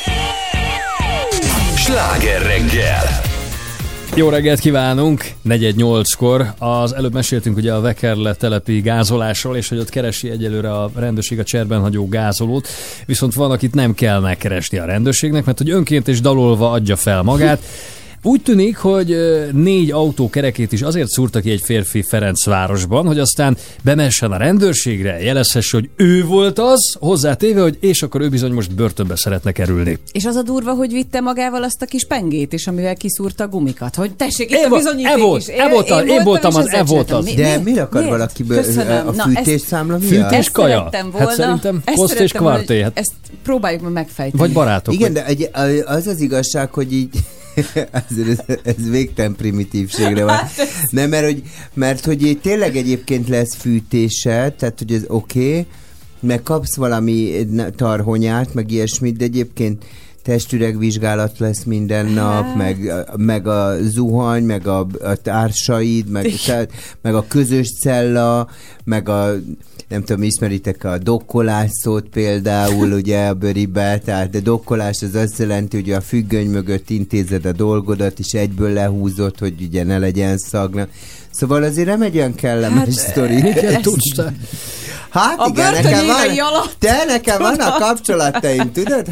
Sláger reggel. Jó reggelt kívánunk! 4:08-kor. Az előbb meséltünk ugye a Vekerle telepi gázolásról, és hogy ott keresi egyelőre a rendőrség a cserben hagyó gázolót. Viszont van, akit nem kell megkeresni a rendőrségnek, mert hogy önként és dalolva adja fel magát. Úgy tűnik, hogy 4 autó kerekét is azért szúrta ki egy férfi Ferencvárosban, hogy aztán bemessen a rendőrségre, jelezhesse, hogy ő volt az, hozzátéve, hogy és akkor ő bizony most börtönbe szeretne kerülni. És az a durva, hogy vitte magával azt a kis pengét is, amivel kiszúrta a gumikat. Hogy tessék, itt a bizonyíték is. Én voltam az, e volt az. De miért akar valakiből a fűtésszámla miatt? Fűtés kaja? Hát szerintem Koszt és Kvarté. Ezt próbáljuk meg megfejteni. Vagy barátok. Igen, de az az igazság, hogy így ez végtelen primitívségre van. Nem, mert hogy tényleg egyébként lesz fűtése, tehát hogy ez oké, meg kapsz valami tarhonyát, meg ilyesmit, de egyébként testüregvizsgálat lesz minden nap, meg a zuhany, meg a társaid, meg a közös cella, meg a nem tudom, ismeritek a dokkolás szót például, ugye a bőribe, tehát de dokkolás az azt jelenti, hogy a függöny mögött intézed a dolgodat, és egyből lehúzod, hogy ugye ne legyen szagnak. Szóval azért nem egy olyan kellemes sztori. Miket tudsz te? Hát a igen, nekem vannak kapcsolataim, tudod?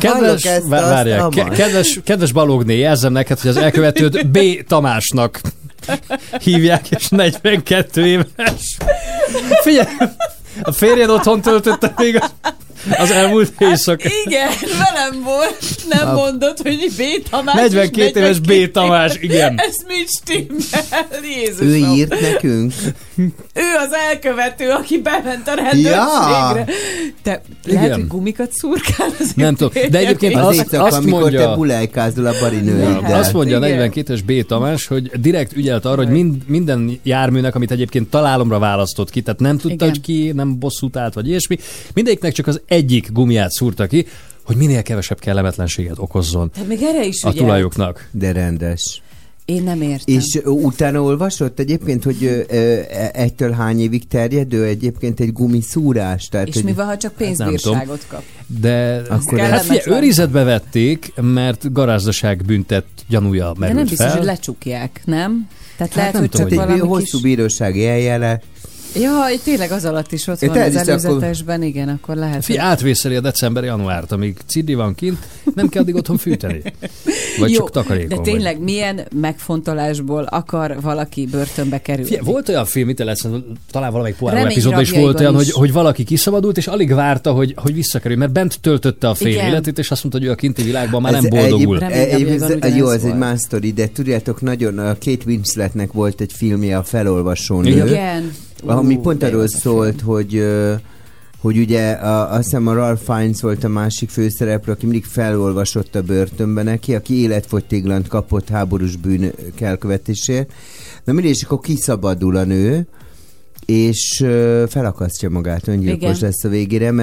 Kedves Balogné, jelzem neked, hogy az elkövetőt B. Tamásnak hívják, és 42 éves. Figyelj, a férjed otthon töltötte még az elmúlt éjszaka. Igen, velem volt. Nem mondod, hogy B. Tamás. 42 éves B. Tamás, igen. Ez mit stimmel? Jézusom. Ő írt nekünk. Ő az elkövető, aki bement a rendőrségre. Te lehet, hogy gumikat szurkál? Nem tudom, de egyébként azt amikor mondja, te bulejkázol a barinőiddel. Azt mondja a 42-es B. Tamás, hogy direkt ügyelt arra, hogy minden járműnek, amit egyébként találomra választott ki, tehát nem tudta, hogy ki, nem bosszút állt, vagy ilyesmi, mindegyiknek csak az egyik gumiját szúrta ki, hogy minél kevesebb kellemetlenséget okozzon még erre is a tulajoknak. De rendes. Én nem értem. És utána olvasott egyébként, hogy egytől hány évig terjedő egyébként egy gumiszúrás? Tehát, És hogy... mi van, ha csak pénzbírságot kap? De Akkor hát figyelj, őrizetbe vették, mert garázdaság büntet gyanúja De merült nem biztos, fel. hogy lecsukják, nem? Tehát Hát lehet, nem hogy tudom, csak hogy- egy valami hosszú kis... bírósági eljárás. Ja, tényleg az alatt is ott van Tehát az is akkor- előzetesben, igen, akkor lehet. Figyelj, átvészeli a december-januárt, amíg Cidi van kint, nem kell addig otthon fűteni. Vagy Jó, csak takarékon de vagy. tényleg milyen megfontolásból akar valaki börtönbe kerülni? Figyelj, volt olyan film, itt lesz, talán valamelyik Poirot Remény epizódban is rabjaiban volt olyan, is. hogy valaki kiszabadult, és alig várta, hogy visszakerül, mert bent töltötte a fél Igen. életét, és azt mondta, hogy ő a kinti világban már Ez nem boldogul. Reményrabjaiban ugyanez jó, ez egy volt. más sztori, de tudjátok, nagyon a Kate Winsletnek volt egy filmje, a Felolvasó nő. Igen. Ami Ú, pont de jó arról az a szólt, hogy ugye azt hiszem a Ralph Fiennes volt a másik főszereplő, aki mindig felolvasott a börtönben neki, aki életfogytiglant kapott háborús bűnök elkövetésért. Na mindig, és akkor kiszabadul a nő, és felakasztja magát, öngyilkos Igen. lesz a végére,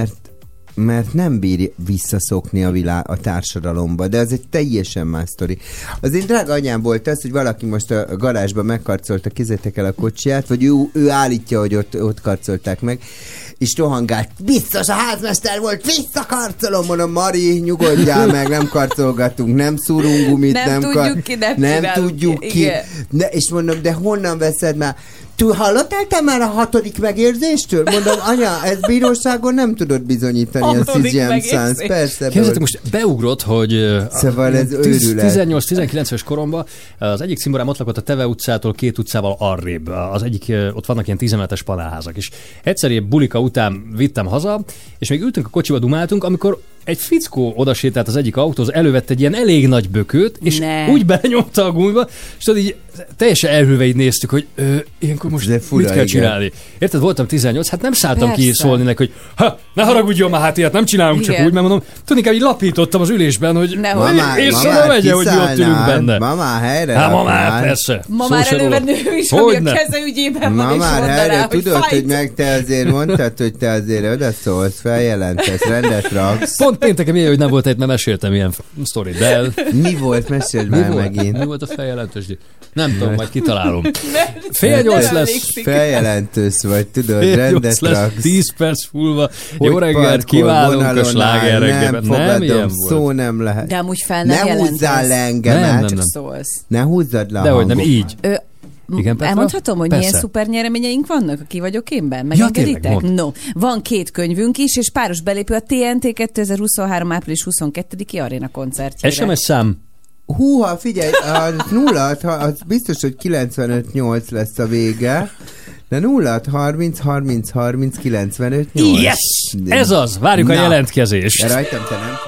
mert nem bír visszaszokni a társadalomba, de az egy teljesen más sztori. Az én drága anyám volt az, hogy valaki most a garázsban megkarcolta, kézzétek el a kocsiját, vagy ő állítja, hogy ott karcolták meg, és rohangált, biztos a házmester volt, visszakarcolom, mondom, Mari, nyugodjál meg, nem karcolgatunk, nem szúrunk gumit, Nem tudjuk ki, nem nem csinálunk tudjuk ki, ki. igen. És mondom, de honnan veszed már? Hallottál te már a 6. megérzéstől? Mondom, anya, ez bíróságon nem tudod bizonyítani a 6. CGM megérzés. Sans. Persze. Képzeljétek, most beugrott, hogy Szóval ez őrület. 18-19 éves koromban az egyik cimborám ott lakott a Teve utcától 2 utcával arrébb. Az egyik, ott vannak ilyen 10 emeletes panelházak, és egyszer ilyen bulika után vittem haza, és még ültünk a kocsiba, dumáltunk, amikor egy fickó odasétált az egyik autóhoz, elővette egy ilyen elég nagy bökőt, és Ne. úgy belenyomta a gumiba, és tudod, így teljesen elhűlve így néztük, hogy ilyenkor most De fura, mit kell igen. csinálni. Érted, voltam 18, hát nem szálltam ki Persze. szólni neki, hogy ne haragudjon már, hát ilyet nem csinálunk, csak Igen. úgy, mert mondom, tudni kell, hogy lapítottam az ülésben, hogy Nehogy. és szóval megye, hogy mi ott ülünk benne. Ma már helyre Hát ma raknál. már, persze. Ma Szó már se róla. elővennő is, ami a Hogyne. keze ügyében Ma van, és már mondaná, helyre, hogy tudod, fájt. hogy meg te azért mondtad, hogy te azért odaszólsz, feljelentesz, rendet raksz. Pont pénteken milyen, hogy nem volt egy, mert meséltem ilyen sztorit, de Mi volt? Meséld mi már volt? megint. Mi volt a feljelentős? Nem tudom, majd kitalálom. Ne- Fél nyolc nem lesz. emlékszik. Feljelentős vagy, tudod, Fél rendet nyolc lesz, raksz. 10 perc múlva. Hogy Jó reggelt, parkol, kívánunk a vonalon Sláger áll, reggelben. Nem Nem fogadom, ilyen szó volt. nem lehet. De amúgy fel Ne nem jelentesz. húzzál le engemet. Nem, Csak nem. szólsz. Ne húzzad le a Dehogy nem, hangot. így. Igen, Petra? Elmondhatom, hogy Persze. milyen szuper nyereményeink vannak, aki vagyok énben? tényleg, Megengeditek? mondd. No, van 2 könyvünk is, és páros belépő a TNT 2023. április 22-i aréna koncertjére. SMS szám. Húha, figyelj, a 0, az biztos, hogy 95-8 lesz a vége, de 0 30 30 30 95 8. Yes! Ez az! Várjuk a Na. jelentkezést. De rajtam te nem.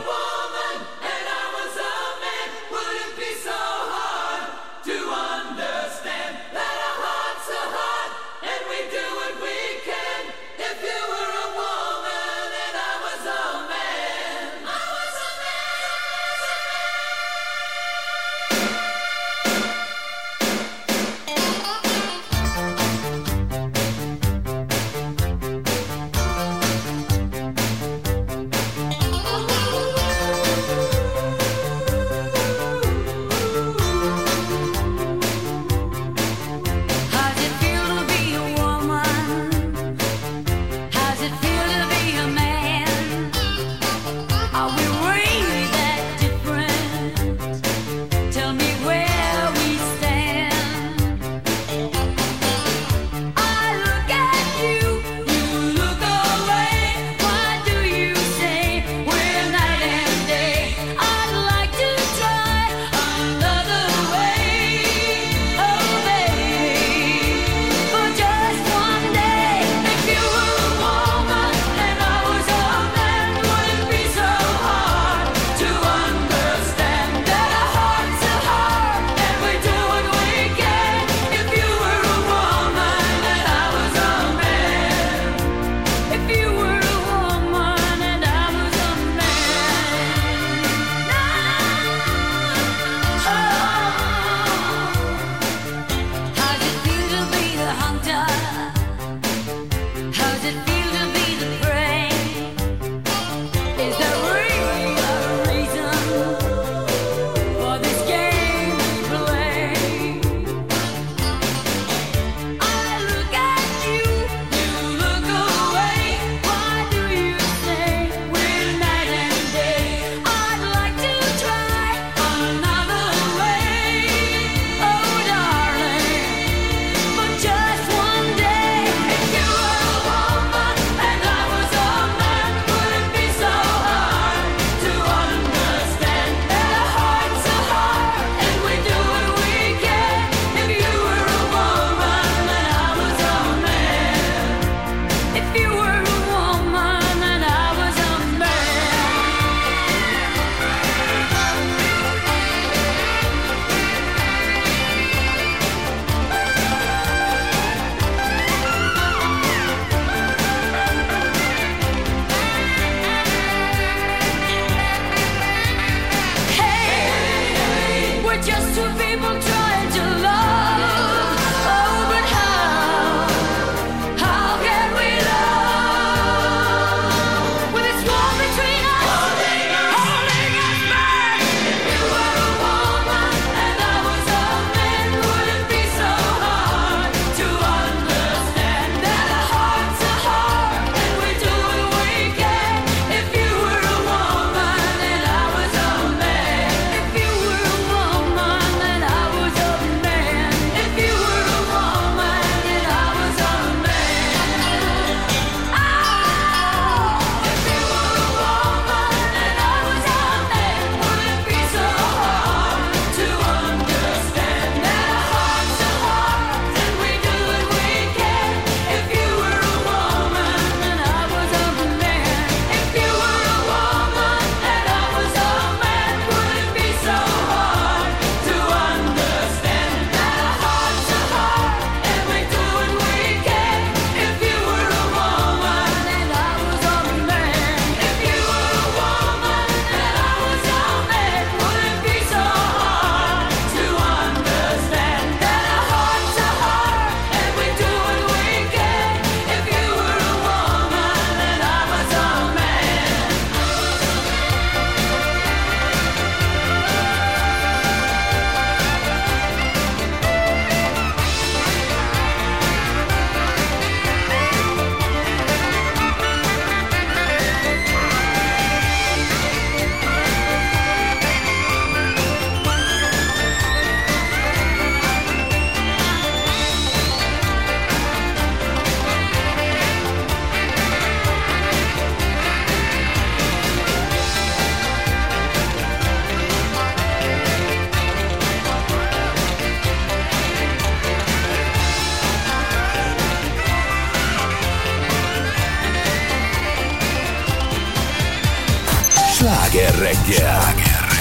Sláger reggel.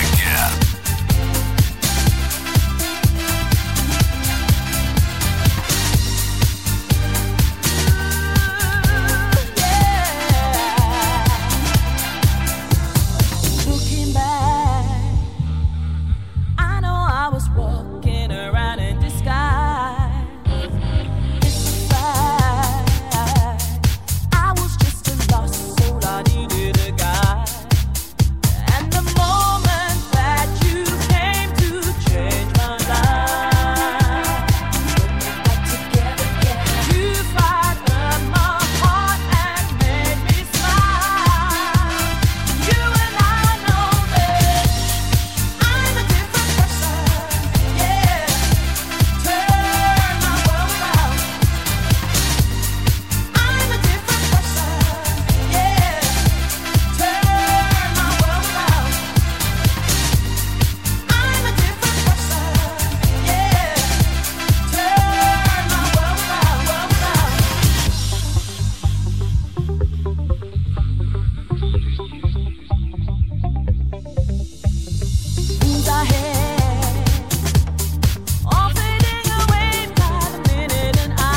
Looking back, I know I was walking around in disguise. It's a fact, I was just a lost soul, I needed a guide. And the moment that you came to change my life, when we got together, you frightened my heart and made me smile. You and I know that I'm a different person, yeah. Turn my world around. I'm a different person, yeah. Turn my world around. I'm a different person, yeah. Turn my world around, world around. Wounds I had, all fading away by the minute, and I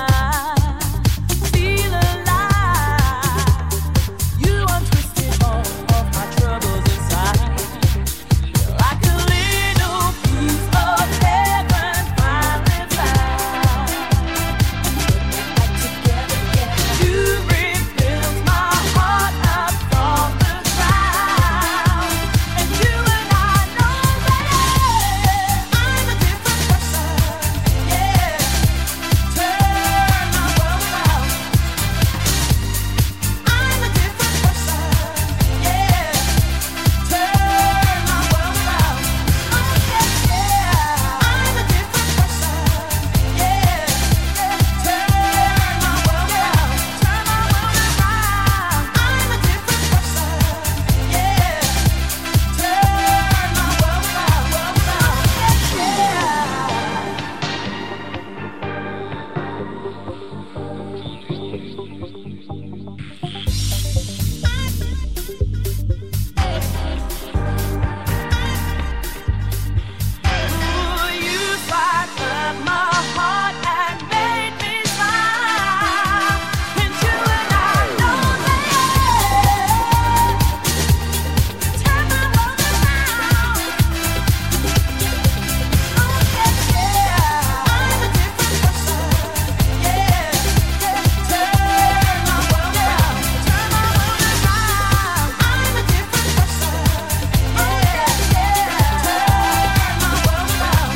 feel alive. You untwisted all of my troubles inside, like a little piece of heaven finally found. Back together, you rebuilt my heart up from the ground, and you and I know that I'm a different person, yeah. Turn my world around. I'm a different person, yeah. Turn my world around. Oh yeah, yeah. I'm a different person, yeah. Turn my world around. Turn my world around. I'm a different person, yeah. Turn my world around, world around. Ooh, you frightened my heart and made me smile. And you and I know that. Turn my world around. Oh yeah, yeah. I'm a different person, yeah. Turn my world around. Turn my world around. I'm a different person, yeah, yeah. Turn my world around.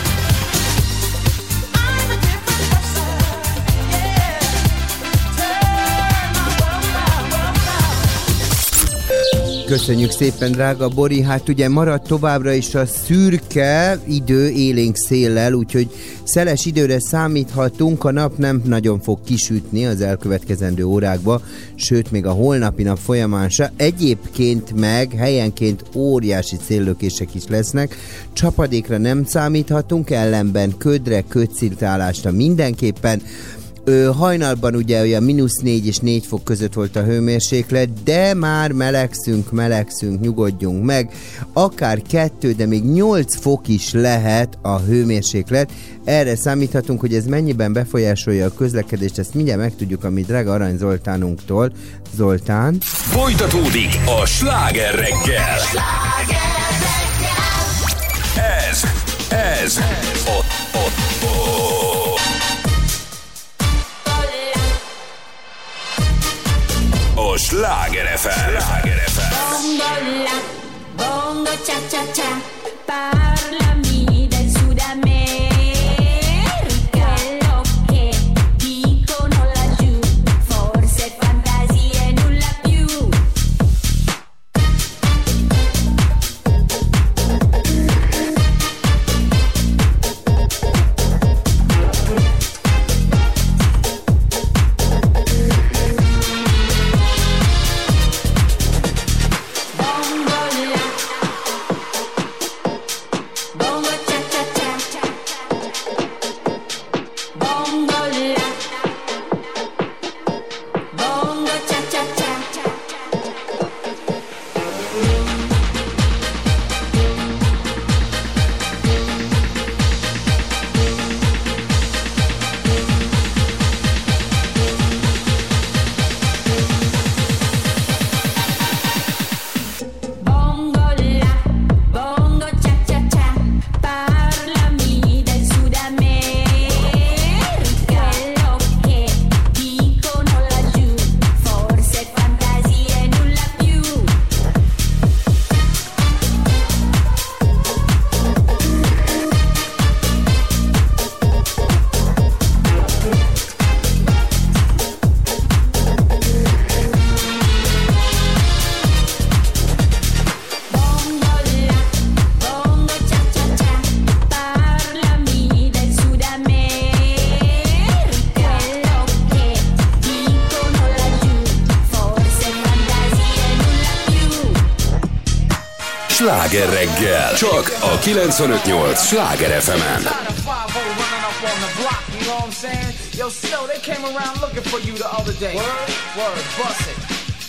I'm a different person, yeah. Turn my world around, world around. Köszönjük szépen, drága Bori. Hát ugye maradt továbbra is a szürke idő élénk széllel, úgyhogy szeles időre számíthatunk. A nap nem nagyon fog kisütni az elkövetkezendő órákba, sőt még a holnapi nap folyamán se. Egyébként meg helyenként óriási széllökések is lesznek. Csapadékra nem számíthatunk, ellenben ködre, ködszirtálásra mindenképpen. Hajnalban ugye olyan -4 és 4 fok között volt a hőmérséklet, de már melegszünk, nyugodjunk meg. Akár 2, de még 8 fok is lehet a hőmérséklet. Erre számíthatunk, hogy ez mennyiben befolyásolja a közlekedést, ezt mindjárt megtudjuk a mi drága Arany Zoltánunktól. Zoltán. Folytatódik a Sláger reggel. Ez a Sláger FM. Bongo la, bongo cha cha cha, parlami del Sud America. Quello che dicono laggiù, forse fantasia e nulla più. Bongo la, Sláger reggel. Csak a 95.8 Sláger FM-en. Yo, Snow, they came around looking for you the other day. Word, bust it.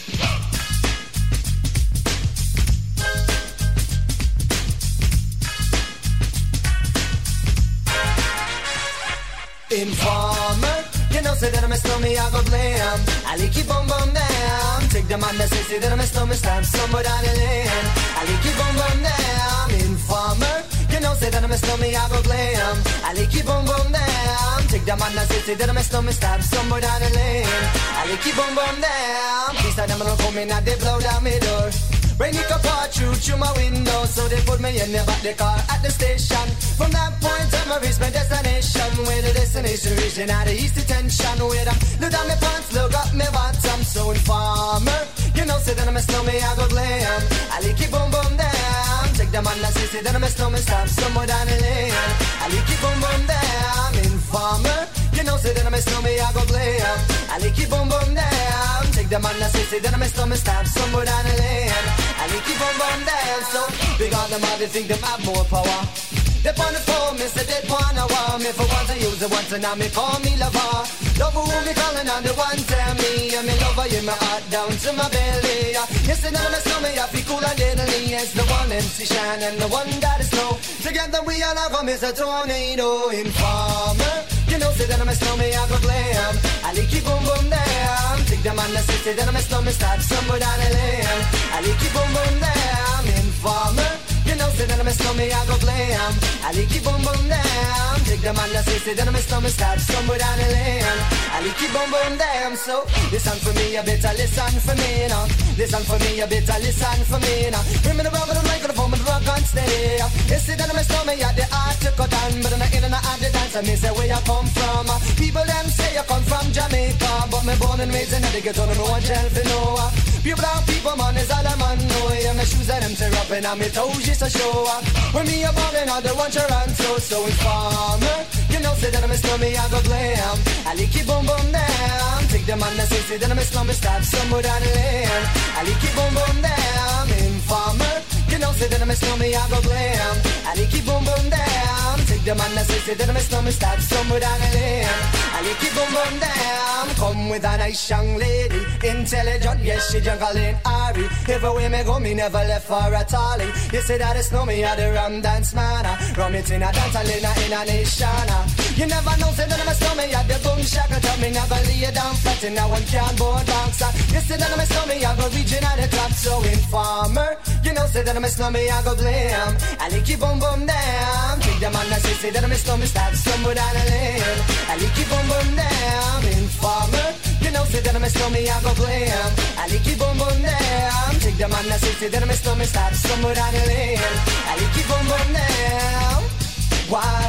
Informer, you know, say that I'm a snowman, I go blam. I like it, boom, boom, down. Take the man that say that I'm a snowman, stamp somewhere down the lane. I like it, boom, boom, down. Informer, you know, say that I'm a snowman, I go glam. I like it, boom, boom, down. Take the man that say that I'm a snowman, stamp somewhere down the lane. I like it, boom, boom, down. Please tell them I don't come in and they blow down my door. Rain it up all through my window, so they put me in the back the car at the station. From that point on, I reached my destination. Where the destination region at the east detention. Where I look down my pants, look up my bottom. So informer, you know, say that I'm a snowman, I go glam. I like it, boom, boom, down. Take the man that say that I'm a snowman, stop somewhere down the lane. I like it, boom, boom, down. Informer, you know, say that I'm a snowman, I go glam. I like it, boom, boom, down. Take the man that say that I'm a snowman, stop somewhere down the lane. I like it, boom, boom, down. So big on them, all they think them have more power. They on the phone, me say they wanna want me. For once I use it once and now me call me lover. Lover who me calling on the one tell me. And me lover in my heart down to my belly. Yes, and I'm a snowman, I feel cool and deadly. It's the one MC Shine and the one that is snow. Together we all have come as a tornado. Informer, you know, say that I'm a snowman, I go glam. I like it, boom, boom, down. Take the man that say that I'm a snowman, start somewhere down the lane. I like it, boom, boom, down. Informer, you know, say that I'm a snowman, I go glam. I like it, boom, boom, down. Take the man that say that I'm a snowman, start somewhere down the lane. I like it, boom, boom, down. So listen for me, you better listen for me now. Listen for me, you better listen for me now. Bring me the rubber, the microphone, the rock and stay. You say that I'm a snowman, yeah, the art to cut down. But I'm not in and out of the dance, and me say where you come from. People them say you come from Jamaica, but me born and raised in the ghetto, no one tell for no. Pure brown people, man, is all a man know. Yeah, my shoes and them tear up and I'm toes just a show. When me a ballin', all the one Toronto, so informer. You know, say that I'm a snowman, I go glam. I like it, boom, boom, down. Take the man that say that I'm a snowman, start somewhere down the lane. I like it, boom, boom, down. Informer. You know, say that I'm a snowman, I go glam. I like it, boom, boom, down. Take the man that say that I'm a snowman, start somewhere down the lane. I like it, boom, boom, down. Come with a nice young lady, intelligent, yes, she jungle in Ari. Everywhere me go, me never left for a tally. You say that it's snowman, you're the rum dance man. Rum it in a dance, I in a nation. You never know, say that I'm a snowman, you're the boom shaka. Tell me never lay you down flat, and now one can't board bounce. You say that I'm a snowman, I go reaching at the top, so informer. You know, say that I'm a snowman, I go glam. I like it, boom, boom, down. Take the man that say that I'm a snowman, start somewhere down the lane. I like it, boom, boom, down. Informer. You know, say that I'm a snowman, I go glam. I like it, boom, boom, down. Take the man that say that I'm a snowman, start somewhere down the lane. I like it, boom, boom, down. Why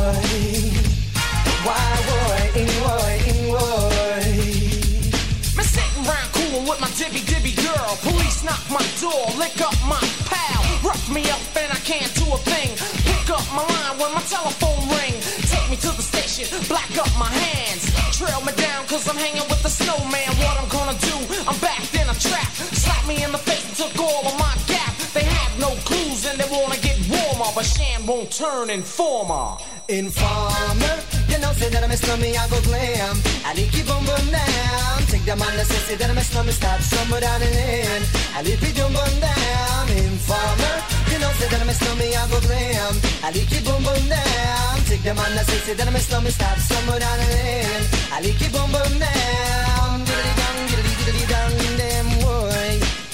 me sitting round coolin' with my dibby girl. Police knock my door, lick up my pal. Rough me up and I can't do a thing. Pick up my line when my telephone ring. Take me to the station, black up my hands. Trail me down cause I'm hanging with the snowman. What I'm gonna do, I'm backed in a trap. Slap me in the face and took all of my gap. They have no clues and they wanna get warmer, but Sham won't turn informer. Informer, you know, say that I'm a snowman, I go glam. I like it, boom, boom, down. Take the man that say that I'm a snowman, start somewhere down the lane. I like it, boom, boom, down. Informer, you know, say that I'm a snowman, I go glam. I like it, boom, boom, down. Take the man that say that I'm a snowman, start somewhere down the lane. I like it, boom, boom, down. Diddly dong, diddly dong, damn boy.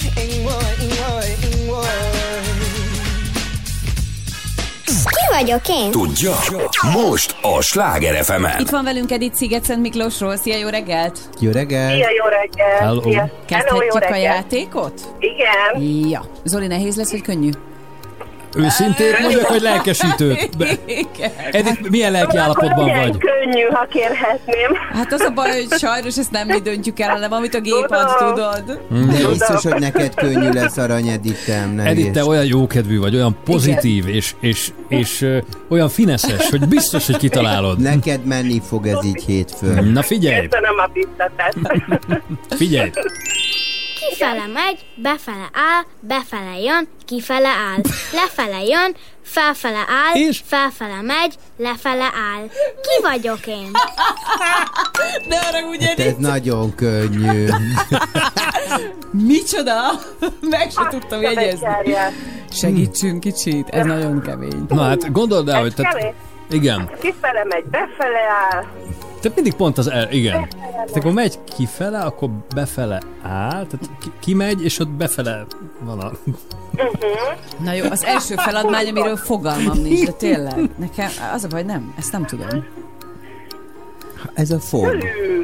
Ki vagyok én? Tudja? Most a Sláger FM-en. Itt van velünk Edith Sziget-Szent Miklósról. Szia, jó reggelt! Jó reggel! Szia, jó reggel! Hello. Szia. Kezdhetjük Hello, a játékot? Igen. Ja. Zoli, nehéz lesz, vagy könnyű? Őszintén mondjak, hogy lelkesítőt. Edith, milyen lelki állapotban Akkor vagy? könnyű, ha kérhetném. Hát az a baj, hogy sajnos ezt nem mi döntjük el, hanem amit a gép ad, tudod. De biztos, hogy neked könnyű lesz, Arany Editem. Edith, te olyan jókedvű vagy, olyan pozitív, és olyan fineszes, hogy biztos, hogy kitalálod. Neked menni fog ez így hétfőn. Na figyelj! Köszönöm a biztatást. Figyelj! Kifele megy, befele áll, befele jön, kifele áll. Lefele jön, felfele áll, És? felfele megy, lefele áll. Ki vagyok én? De arra ugye Ez nagyon könnyű. Micsoda? Meg se tudtam jegyezni. Segítsünk kicsit, ez nagyon kemény. Na hát gondold el, hogy... Kemény. Tehát, igen. Kifele megy, befele áll. Tehát mindig pont az igen. Tehát akkor megy kifele, akkor befele áll, tehát kimegy, és ott befele van a... Na jó, az első feladmány, amiről fogalmam nincs, de tényleg. Nekem az a baj, nem, ezt nem tudom. Ez a fog.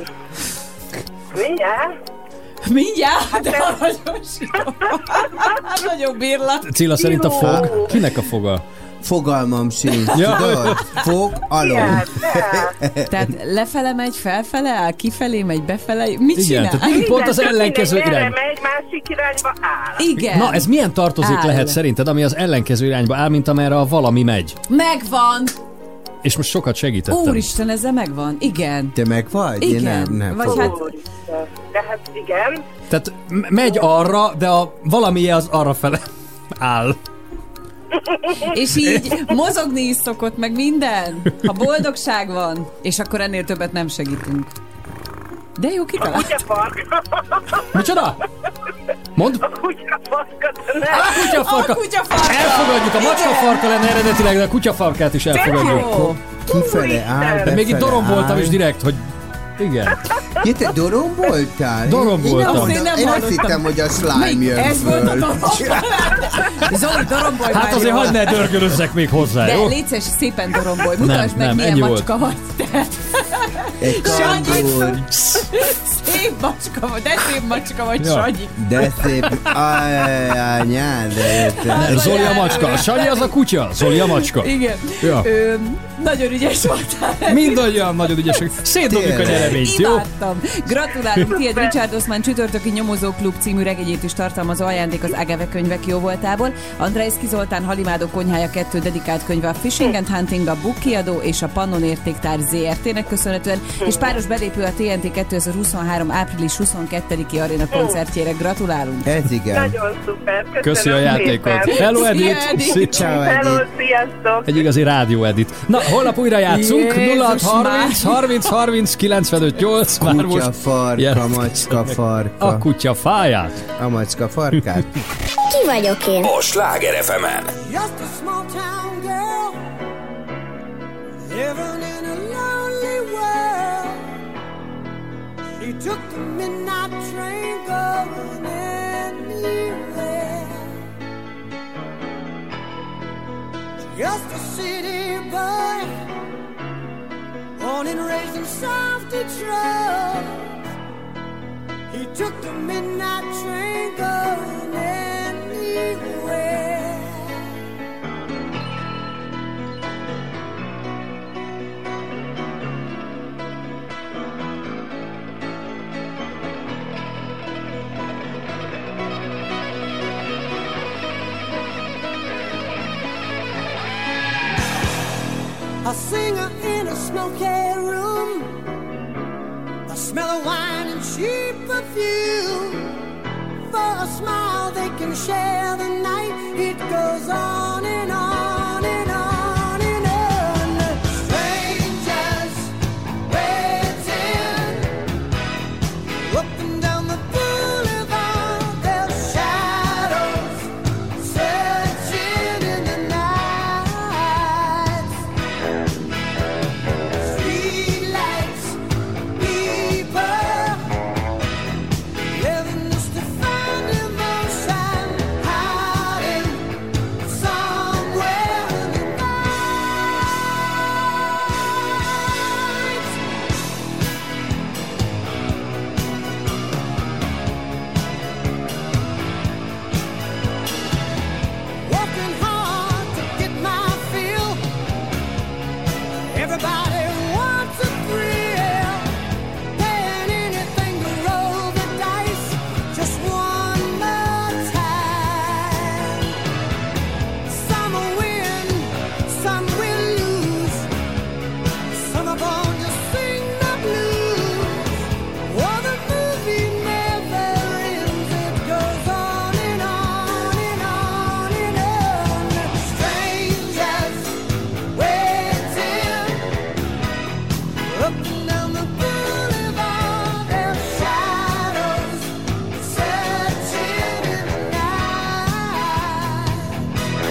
Mindjárt? Mindjárt? De nagyon sírom. Nagyon bírlak. Cilla szerint a fog. Kinek a foga? Fogalmam sincs, Ja. tudod? Fog, alom. Tehát lefele megy, felfele áll, kifelé megy, befele, mit Igen, csinál? tehát mindig pont az ellenkező Erre irány. megy, másik irányba áll. Igen. Na, ez milyen tartozék Áll. lehet szerinted, ami az ellenkező irányba áll, mint amerre a valami megy? Megvan! És most sokat segítettem. Úristen, ezzel megvan. Igen. Te meg vagy? Igen. Nem Vagy fogok. hát De hát igen. Tehát megy arra, de a valami az arra fele áll. és így mozogni is szokott, meg minden. Ha boldogság van, és akkor ennél többet nem segítünk. De jó, kitalált. Kutyafarka. Micsoda? Mondd. A kutyafarka, de nem. Kutyafarka. A kutyafarka. Elfogadjuk, a macskafarka lenne eredetileg, de a kutyafarkát is elfogadjuk. Jó. Kifele áll, De még itt befele doromboltam áll. is direkt, hogy igen. Ja, te doromboltál? Doromboltam. Én nem Én azt hallottam. hittem, hogy a slime jön Ez volt a föl. doromból. Zoli, dorombolj Hát már azért jól. hagyd ne dörgölözzek még hozzá, De jó? légy szíves, szépen dorombolj. Mutasd meg, nem, milyen ennyi volt. macska vagy. Egy Sanyi. kandúr. Szép macska vagy, de szép macska vagy, Ja. Sanyi. De szép. Anyád, de Zoli a macska, Sanyi az a kutya, Zoli a macska. Igen. Ja. Nagyon ügyes voltál. Mindannyian nagyon ügyesek. Szétdobjuk a Tényleg. nyereményt, jó? Imádtam. Gratulálunk, tiéd Richard Osman csütörtöki nyomozóklub című regényét is tartalmazó ajándék az Agave könyvek jóvoltából. Andrejszki Zoltán Halimádó konyhája 2 dedikált könyve a Fishing and Hunting, a Book kiadó és a Pannon Értéktár ZRT-nek köszönhetően, és páros belépő a TNT 2023. április 22-i aréna koncertjére. Gratulálunk. ez igen. Nagyon szuper. Köszönöm Köszi a játékot. szépen. Hello, Szia, Edith. Edith. Ciao, Hello, Edith. sziasztok. Egy igazi rádió edit. Na, holnap újra játszunk. Jézus 0630 30 30 95 8. Már Kutya most farka, jelent- macska farka. a kutya fáját. A macska farkát. Ki vagyok én? A Sláger FM-en. Just a small town girl living in a lonely world. She took the midnight train going anywhere. Just a city boy, born and raised in South Detroit. He took the midnight train going anywhere. A singer in a smoky room, a smell of wine and cheap perfume. For a smile they can share the night. It goes on and on and on and on. Strangers waiting up and down the boulevard. Their shadows searching in the night. Streetlights, people living just to find emotion, hiding walking down the boulevard and shadows searching in the night.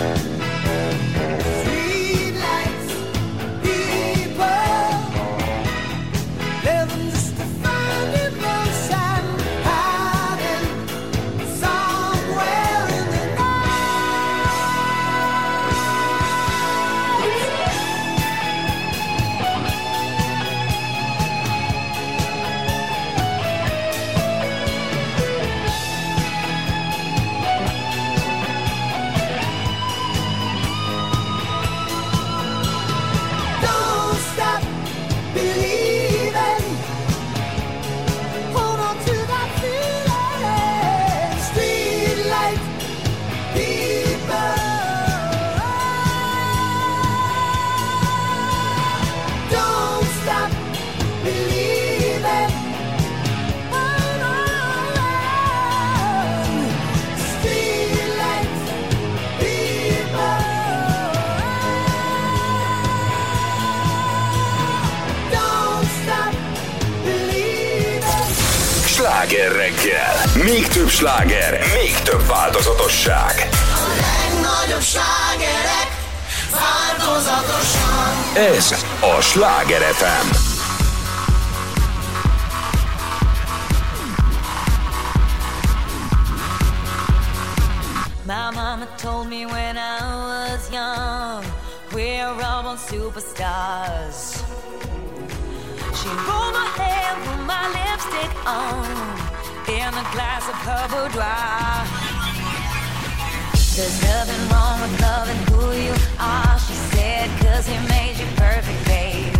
Street lights, people living just to find emotion, hiding somewhere in the Don't stop believing. Hold on to that feeling. Street light people. Don't stop believing. Hold on. Street light people. Don't stop believing. Sláger reggel. Még több sláger, még több változatosság. A legnagyobb slágerek változatosan. Ez a Sláger FM. My mama told me when I was young, we're all born superstars. She rolled my hair, put my lipstick on, in a glass of her boudoir. There's nothing wrong with loving who you are, she said, 'cause he made you perfect, babe.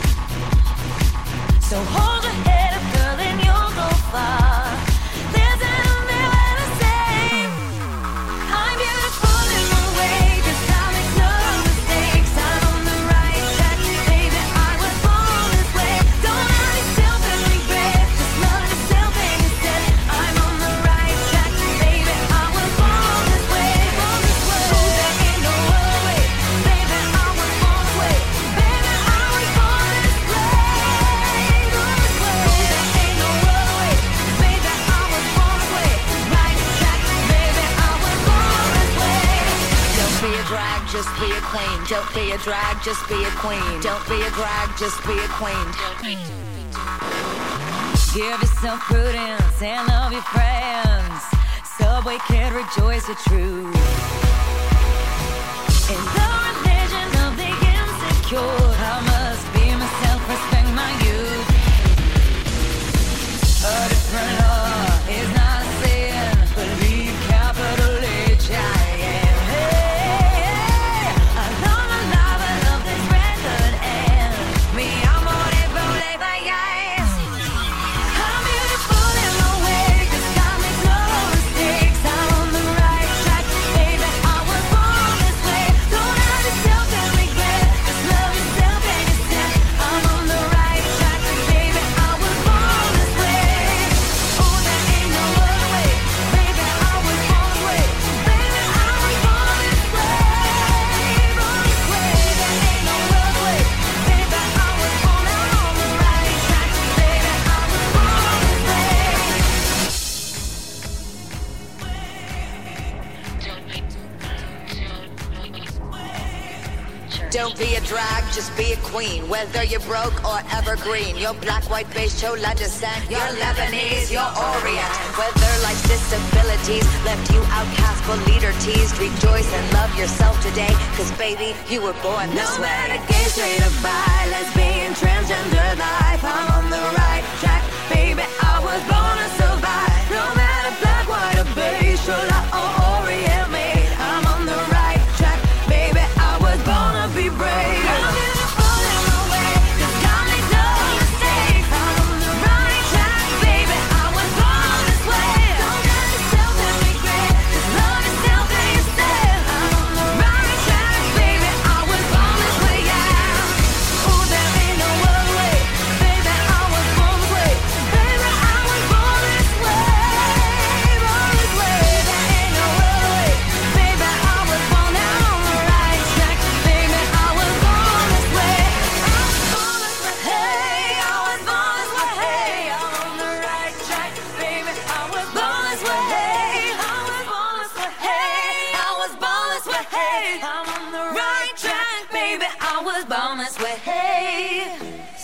So hold your head up, girl, and you'll go far. There's only way to say I'm beautiful in my way, 'cause I make no mistakes. I'm on the right track, baby, I was born this way. Don't hurt yourself and regret, just love yourself instead. I'm on the right track, baby, I was born this way. Oh, there ain't no other way, baby, I was born this way. Baby, I was born this way. There ain't no other way, baby, I was born this way. Right track, baby, I was born this way. Don't be a drag, just be a queen. Don't be a drag, just be a queen. Don't be a drag, just be a queen. Give yourself prudence and love your friends. Subway kid, rejoice the truth. In the religion of the insecure, I must be myself, respect my youth. A different law is not a sin. Believe capital H-I-M. Hey, I love my life, I love this record, and me, I'm on it, rolling my eyes. I'm beautiful in my way, 'cause God makes no mistakes. I'm on the right track, baby, I was born this way. Don't hurt yourself and regret, just love yourself and yourself. I'm on the right track, baby, I was born this way. Oh, there ain't no other way, baby, I was born this way. Baby, I was born this way. Born this way, there ain't no other way, baby, I was born. I'm on the right track, baby, I was born this way. Don't be a drag, just be a queen. Whether you're broke or evergreen, your black, white, beige, chola descent, your Lebanese, your Orient. Whether life's disabilities left you outcast but leader teased, rejoice and love yourself today, 'cause baby, you were born this No way. matter gay, straight or bi, lesbian, transgender life, I'm on the right track, baby, I was born to survive. No matter black, white or beige, chola or Orient made, I'm on the right track, baby, I was born to be brave. I'm beautiful in my way, 'cause God makes no mistakes. I'm on the right track, baby, I was born this way. Don't hurt yourself and regret, just love yourself and yourself. I'm on the right track, baby, I was born this way, yeah. Oh, there ain't no other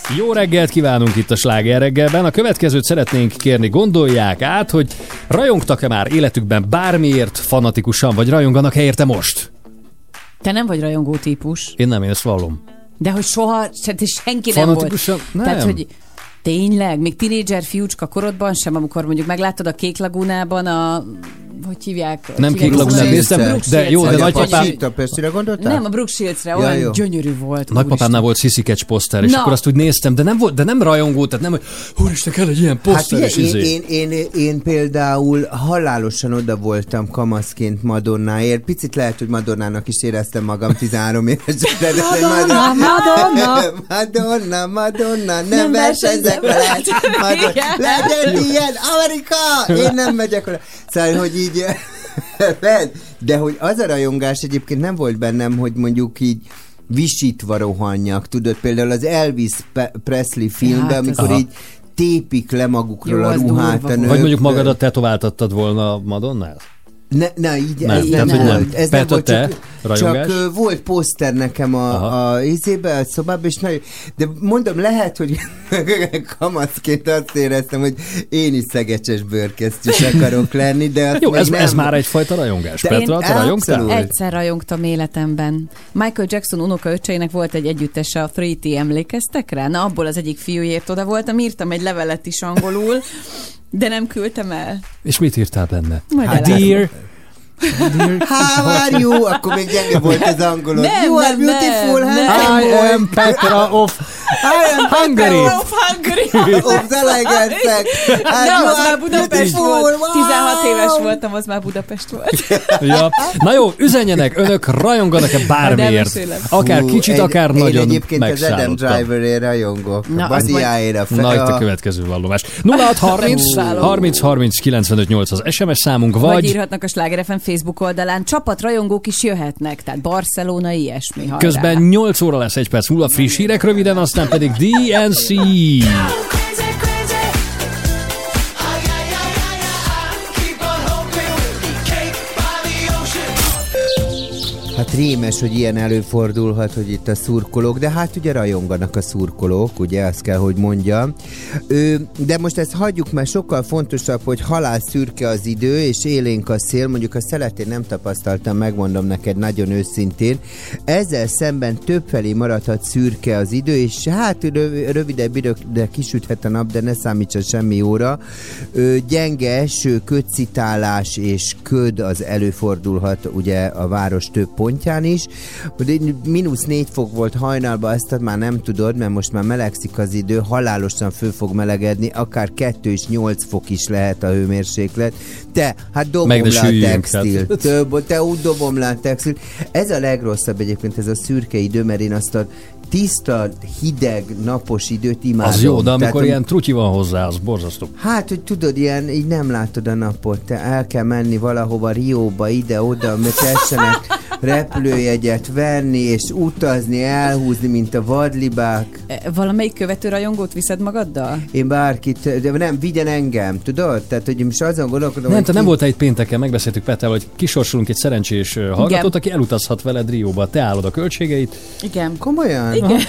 Jó reggelt kívánunk itt a Sláger reggelben. A következőt szeretnénk kérni, gondolják át, hogy rajongtak-e már életükben bármiért fanatikusan, vagy rajonganak-e érte most? Te nem vagy rajongó típus. Én nem, én ezt vallom. De hogy soha senki nem volt. Fanatikusan? Nem. Tehát, hogy tényleg, még tinédzser fiúcska korodban sem, amikor mondjuk megláttad a Kék Lagúnában a... Hogy hívják? Nem Kék Lagúnát néztem, de jó, de nagypapám... A Pestire gondoltál? Nem, a Brooke Shieldsre, olyan jó. gyönyörű volt. Nagypapámnál volt Sissy Catch poszter, és Na. akkor azt úgy néztem, de nem rajongó, tehát nem, hogy úristen, kell egy ilyen poszter, és én például halálosan oda voltam kamaszként Madonnáért. Picit lehet, hogy Madonnának is éreztem magam 13 éves. Madonna, nem versenyzek veled. Legyen ilyen, Amerika! Én nem megyek vele. Szóval, hogy így... De hogy az a rajongás egyébként nem volt bennem, hogy mondjuk így visítva rohanjak. Tudod, például az Elvis Presley filmben, Hát, amikor aha. így tépik le magukról Jó, a az ruhát durva a nők. Vagy mondjuk magadat tetováltattad volna a Madonnál? Na, így Nem, ez tehát, nem hogy nem. volt. Ez Petra, nem volt, te? csak Rajongás? volt poszter nekem a izébe, a szobában, és nagyon... De mondom, lehet, hogy kamaszként azt éreztem, hogy én is szegecses bőrkesztyűs akarok lenni, de azt Jó, még ez nem... már egyfajta rajongás. De Petra, én te rajongtál? abszolút. Egyszer rajongtam életemben. Michael Jackson unokaöccseinek volt egy együttese, a 3T, emlékeztek rá? Na, abból az egyik fiúért oda voltam, írtam egy levelet is angolul, de nem küldtem el. És mit írtál benne? Majd Hát, ellátom. dear, How are you? Akkor még gyenge volt az angolod. Nem, You are nem, beautiful, nem, handsome I boy. am Petra of I am Hungary. Of Hungary! Of Zalaegerszeg. Nem, az már Budapest volt. Wow. 16 éves voltam, az már Budapest volt. Ja. Na jó, üzenjenek, önök rajonganak-e bármiért? mesélem. Akár kicsit, akár én nagyon egyébként az Adam megszállottam. Driverért rajongok. Na, A az Badiáért, Na, itt a következő vallomás. 0630 30 30 95 8 az SMS számunk, Vagy vagy írhatnak a Sláger FM Facebook oldalán, csapatrajongók is jöhetnek, tehát Barcelona, ilyesmi. Hajrá. közben 8 óra lesz 1 perc múlva, friss hírek röviden, aztán pedig DNC. Hát rémes, hogy ilyen előfordulhat, hogy itt a szurkolók, de hát ugye rajonganak a szurkolók, ugye azt kell, hogy mondjam. De most ezt hagyjuk, mert sokkal fontosabb, hogy halálszürke az idő, és élénk a szél, mondjuk a szeletén nem tapasztaltam, megmondom neked nagyon őszintén. Ezzel szemben többfelé maradhat szürke az idő, és hát rövidebb idő, de kisüthet a nap, de ne számítsa semmi óra. Gyenge eső, ködcitálás és köd az előfordulhat ugye a város több pontján is. -4 fok volt hajnalban, ezt már nem tudod, mert most már melegszik az idő, halálosan föl fog melegedni, akár 2 és 8 fok is lehet a hőmérséklet. Te, hát dobom le a textil. Te úgy dobom le a textil. Ez a legrosszabb egyébként, ez a szürke idő, mert én azt a tiszta, hideg, napos időt imádom. Az jó, de amikor Tehát, ilyen trutyi van hozzá, az borzasztó. hát, hogy tudod, ilyen, így nem látod a napot, te el kell menni valahova, Rióba, ide-oda, mert tessenek repülőjegyet venni, és utazni, elhúzni, mint a vadlibák. Valamelyik követő rajongót viszed magaddal? Én bárkit, de nem, vigyen engem, tudod? Tehát, hogy most azon gondolkodom, Nem, hogy te nem voltál itt pénteken, megbeszéltük Petával, hogy kisorsolunk egy szerencsés hallgatót, aki elutazhat veled Rióba. Te állod a költségeit. Igen. Komolyan? Igen.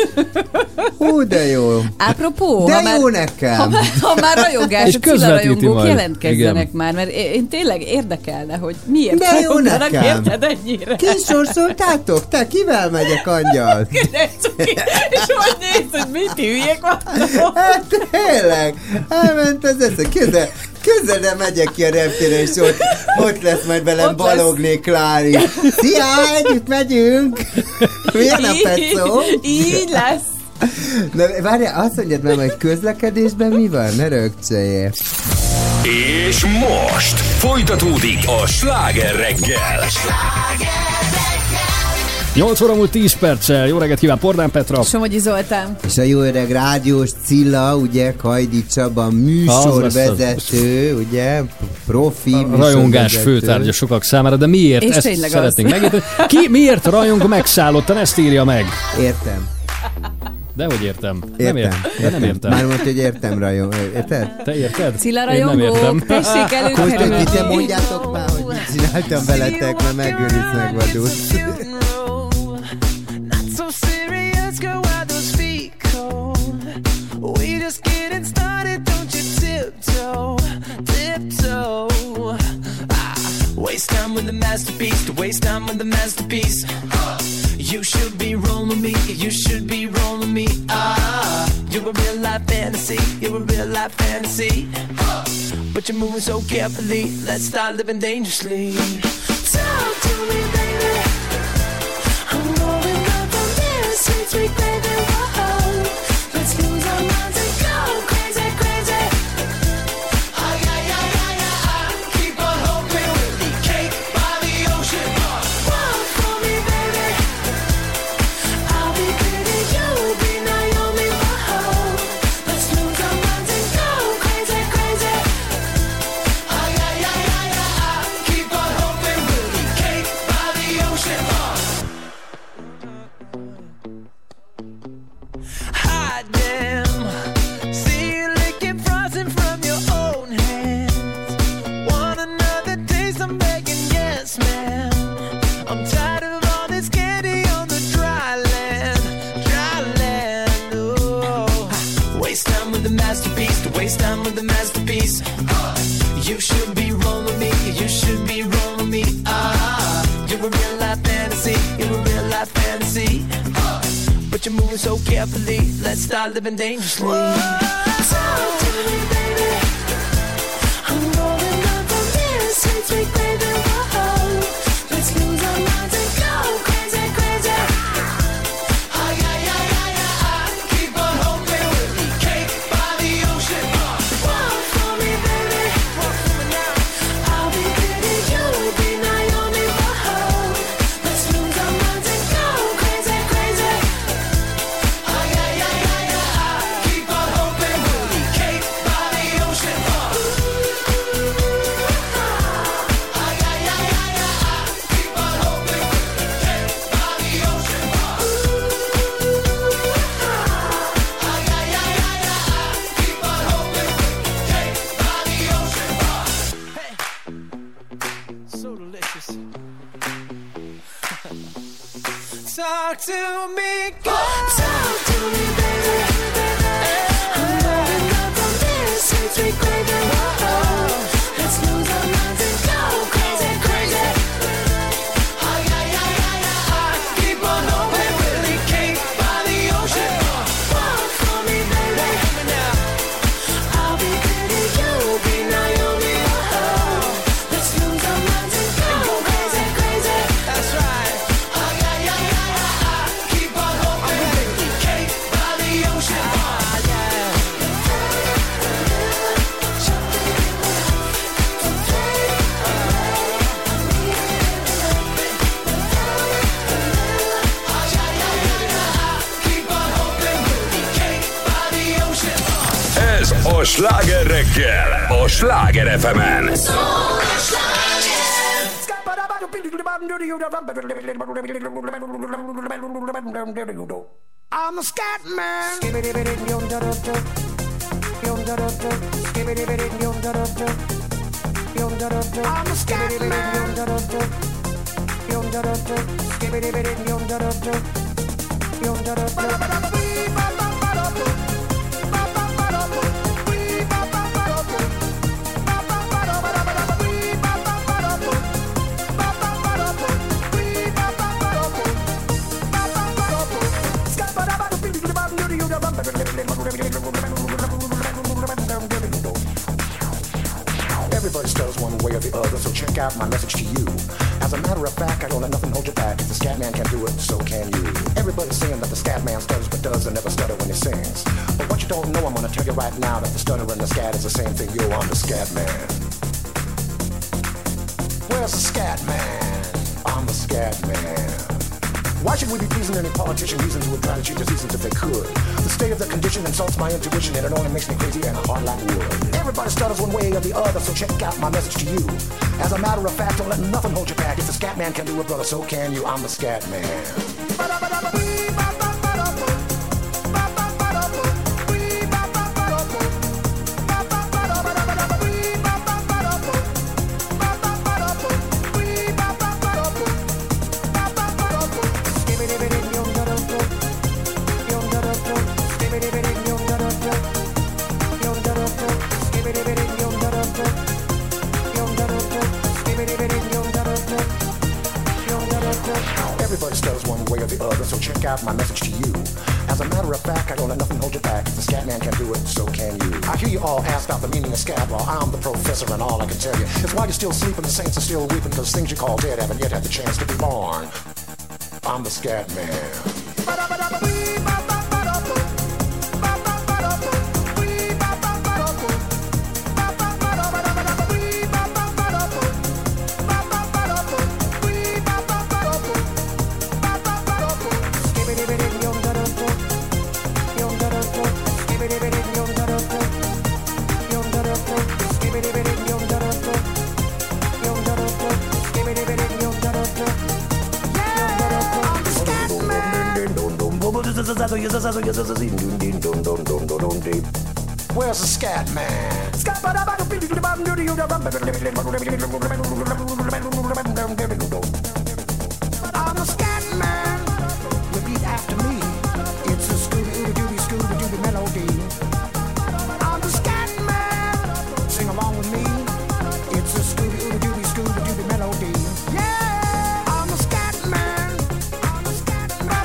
Hú, de jó. Apropó, De ha jó már, nekem. ha már rajongás, És a Cilla közvetíti rajongók majd. jelentkezzenek Igen. már, mert én tényleg érdekelne, hogy miért De jó rajonganak nekem. érted ennyire. Kisorsoltátok? Te kivel megyek, angyal? És hogy nézd, hogy mit hülyék vannak. Hát tényleg, elment az esze. Közel megyek ki a reptére, és ott lesz majd velem Ott lesz. Balogné Klári. Szia, együtt megyünk. Milyen a Petszó? Így lesz. Na, várjál, azt mondjad már, hogy közlekedésben mi van? Ne rögcsöljél. És most folytatódik a Sláger reggel. 8 óra múlt 10 perccel. Jó reggelt kíván, Pordán Petra. Somogyi Zoltán. És a jó öreg rádiós Cilla, ugye, Kajdi Csaba műsorvezető, ugye, profi A műsorvezető. rajongás főtárgya sokak számára, de miért? És Ezt tényleg szeretnénk az. megérteni. Ki miért rajong megszállottan? Ezt írja meg. Értem. Dehogy értem. Nem Értem. értem. Már mondta, hogy értem rajong. Érted? Te érted? Cilla Én nem értem. rajongók, tessék Kostya, előkerülni. te mondjátok már, hogy mit csináltam veletek, mert megőriz megvadult. Not so serious, girl, why those feet cold? time with a masterpiece, to waste time with a masterpiece. You should be rolling me, you should be rolling me. You're a real life fantasy, you're a real life fantasy. But you're moving so carefully, let's start living dangerously. Talk to me, baby. I'm going up on this sweet, sweet baby. Whoa. Let's lose our minds and go crazy, crazy. Ay, ay, ay, ay, ay. Keep on hoping we'll be cake by the ocean. Walk for me, baby. I'll be pretty, you'll be Naomi. Whoa. Let's lose our minds and go crazy, crazy. Ay, ay, ay, ay, ay. Keep on hoping we'll be cake by the ocean. Hot damn. See you licking frosting from your own hands. Want another taste? I'm begging, yes, ma'am. I'm tired of all this candy on the dry land, dry land. Oh, waste time with the masterpiece, to waste time with the masterpiece. You should be rolling me, you should be rolling me. You're a real life fantasy, you're a real life fantasy. But you're moving so carefully, let's start living dangerously. Talk to me, baby. I'm rolling up on this sweet, sweet baby. Whoa. Let's lose our minds and go crazy, crazy. Ay, ay, ay, ay, ay. Keep on hoping we'll be cake by the ocean. Walk for me, baby. Walk for me now. I'll be pretty, you'll be Naomi. Whoa. Let's lose our minds and go crazy, crazy. Ay, ay, ay, ay, ay. Keep on hoping we'll be cake by the ocean. Ay, ay, ay, ay, ay. Keep on hoping we'll be cake by the ocean. Ay, ay, ay, ay, ay. Keep on hoping we'll be cake by the ocean. Hey, so delicious. Talk to me, girl. Talk to me, baby. I'm rolling up on this sweet, sweet baby. Whoa. Let's lose our minds and go crazy, crazy. Ay, ay, ay, ay, ay. Keep on hoping we'll be cake by the ocean. Walk for me, baby. I'll be pretty, you'll be Naomi. Whoa. Let's lose our minds and go crazy, crazy. That's right. Ay, ay, ay, ay, ay. Keep on hoping we'll be cake by the ocean. Keep on hoping we'll be cake by the ocean. Ez a Sláger reggel, a Sláger FM-en. I'm a scat man. I'm a scat Everybody stutters one way or the other, so check out my message to you. As a matter of fact, I don't let nothing hold you back. If the scat man can do it, so can you. Everybody's saying that the scat man stutters but does and never stutter when he sings. But what you don't know, I'm gonna tell you right now that the stutter and the scat is the same thing. Yo, I'm the scat man. Where's the scat man? I'm the scat man. Why should we be pleasing any politician reasons who would try to cheat the seasons if they could? The state of the condition insults my intuition and it only makes me crazy and hard like wood. Everybody stutters one way or the other, so check out my message to you. As a matter of fact, don't let nothing hold you back. If the scat man can do it, brother, so can you. I'm the scat man. scout my message to you. As a matter of fact, I don't let nothing hold you back. If the scat man can do it, so can you. I hear you all ask about the meaning of scat law. I'm the professor and all I can tell you is why you're still sleeping, the saints are still weeping, because things you call dead haven't yet had the chance to be born. I'm the scat man. Where's the scat man? I'm the scat man. Repeat after me. It's a Scooby-Dooby, Scooby-Dooby melody. I'm the scat man. Sing along with me. It's a Scooby-Dooby, Scooby-Dooby melody. Yeah, I'm the scat man. I'm the scat man.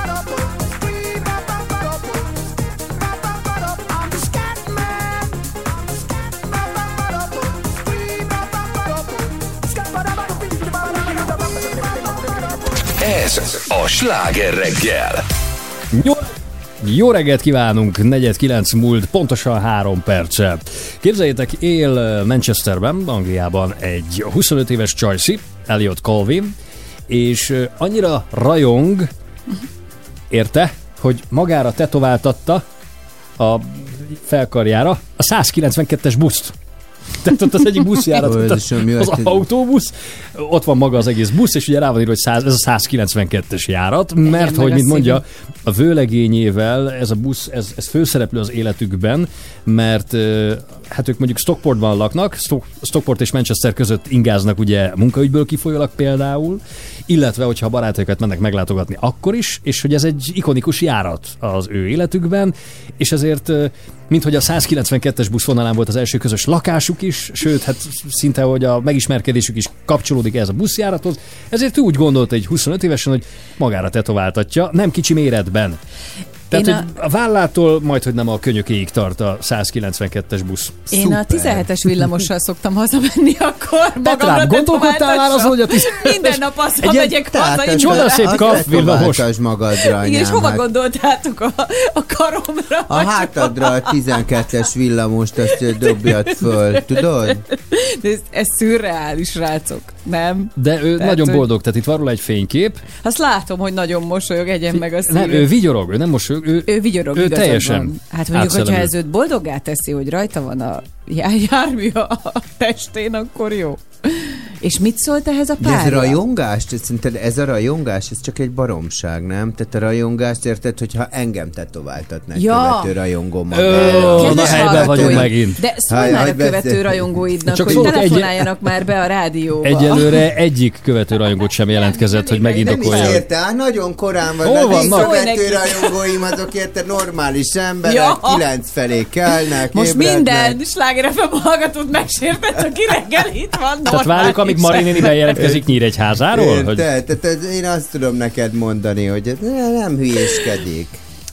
I'm the scat man. Ez a Sláger reggel. Jó reggelt kívánunk, 4:09 múlt, pontosan 3 perccel. Képzeljétek, él Manchesterben, Angliában egy 25 éves csajszi, Elliot Colvin, és annyira rajong érte, hogy magára tetováltatta a felkarjára a 192-es buszt. Tehát ott az egyik buszjárat, az autóbusz, ott van maga az egész busz, és ugye rá van írva, hogy ez a 192-es járat, mert hogy, mint mondja, a vőlegényével ez a busz, ez főszereplő az életükben, mert hát ők mondjuk Stockportban laknak, Stockport és Manchester között ingáznak ugye munkaügyből kifolyólag például, illetve hogyha a barátaikat mennek meglátogatni akkor is, és hogy ez egy ikonikus járat az ő életükben, és ezért minthogy a 192-es buszvonalán volt az első közös lakásuk is, sőt, hát szinte, hogy a megismerkedésük is kapcsolódik ehhez a buszjárathoz, ezért ő úgy gondolta egy 25 évesen, hogy magára tetováltatja, nem kicsi méretben. Tehát, hogy a vállától majd, hogy nem a könyökéig tart a 192-es busz. Én Szuper. a 17-es villamossal szoktam hazamenni, akkor Petrám, magamra gondolkodtál már azon, hogy a minden nap azt megyek haza. egy csodaszép kafvillamos. magadra, Igen, és hova gondoltátok a karomra? A hátadra a 12-es villamost, azt dobjad föl, tudod? De ez szürreális, srácok, nem? De ő Tehát, nagyon hogy- boldog, tehát itt van róla egy fénykép. Azt látom, hogy nagyon mosolyog, egyen meg a szívét. Nem, ő vigyorog, ő nem mosolyog, Ő vigyorog, ő igazad teljesen van. Hát mondjuk, hogyha átszellemült. ez őt boldoggá teszi, hogy rajta van a jármű a testén, akkor jó. És mit szólt ehhez a De ez párja? rajongás? Szerinted ez a rajongás, ez csak egy baromság, nem? Tehát a rajongást érted, hogyha engem tetováltatnak Ja. követő rajongó magára. Kedves helyben hallgatóim, vagyunk megint. De szólj már a Hagyd követő beszélni. rajongóidnak, Csak hogy szólok, telefonáljanak már be a rádióba. Egyelőre egyik követő rajongót sem jelentkezett, hogy Nem is megindokolja. érte, hát nagyon korán van. Hol Hol vannak? vannak? Szólj Követő neki. rajongóim, azok érted normális emberek, Ja. 9 felé kelnek, Most ébrednek. minden Sláger FM hallgatót megsértett, aki reggel itt van. Tehát várjuk, amíg Mari néni bejelentkezik Nyíregyházáról? Hogy... Érted? Tehát én azt tudom neked mondani, hogy ez nem hülyéskedik.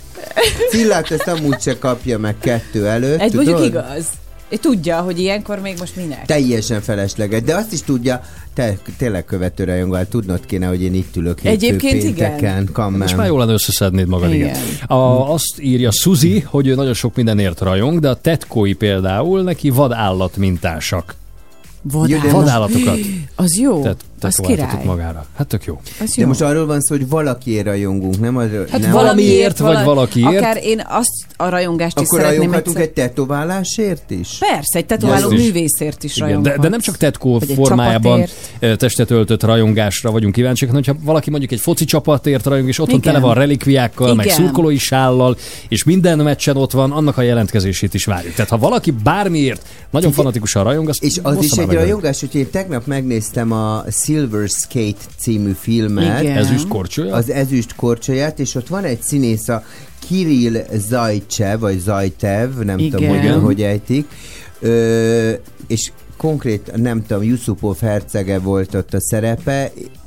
Cillát ezt amúgy se kapja meg 2 előtt, Egy tudod? mondjuk igaz. Ő tudja, hogy ilyenkor még most minek. Teljesen felesleges, de azt is tudja, te tényleg követő rajongóval tudnod kéne, hogy én itt ülök Egyébként pénteken, És már jól lenne összeszednéd magad, igen. Igen. Azt írja Suzy, hogy ő nagyon sok mindenért rajong, de a tetkói például neki vadállat mintásak. Vadállatokat. Az jó, Tehát az tetováltatott király. magára. Hát tök jó. Az De jó. most arról van szó, hogy valakiért rajongunk, nem arról, Hát nem valamiért, vagy valakiért. Akár én azt a rajongást is Akkor szeretném rajonghatunk egyszer. egy tetoválásért is? Persze, egy tetováló Azt is. művészért is Igen, rajonghat. de nem csak tetkó Vagy egy formájában csapatért. testet öltött rajongásra vagyunk kíváncsiak, hanem hogyha valaki mondjuk egy foci csapatért rajong, és otthon Igen. tele van relikviákkal, meg Igen. szurkolói sállal, és minden meccsen ott van, annak a jelentkezését is várjuk. Tehát ha valaki bármiért nagyon fanatikusan rajong, azt És az ossza is már egy meg velünk. rajongás, hogy én tegnap megnéztem a Silver Skate című filmet. Igen. Ezüst korcsolya? Az ezüst korcsolyát, és ott van egy színész, a Kirill Zajcev, vagy Zajtev, nem tudom, Igen. hogy ejtik, és konkrét, nem tudom, Yusupov hercege volt ott a szerepe,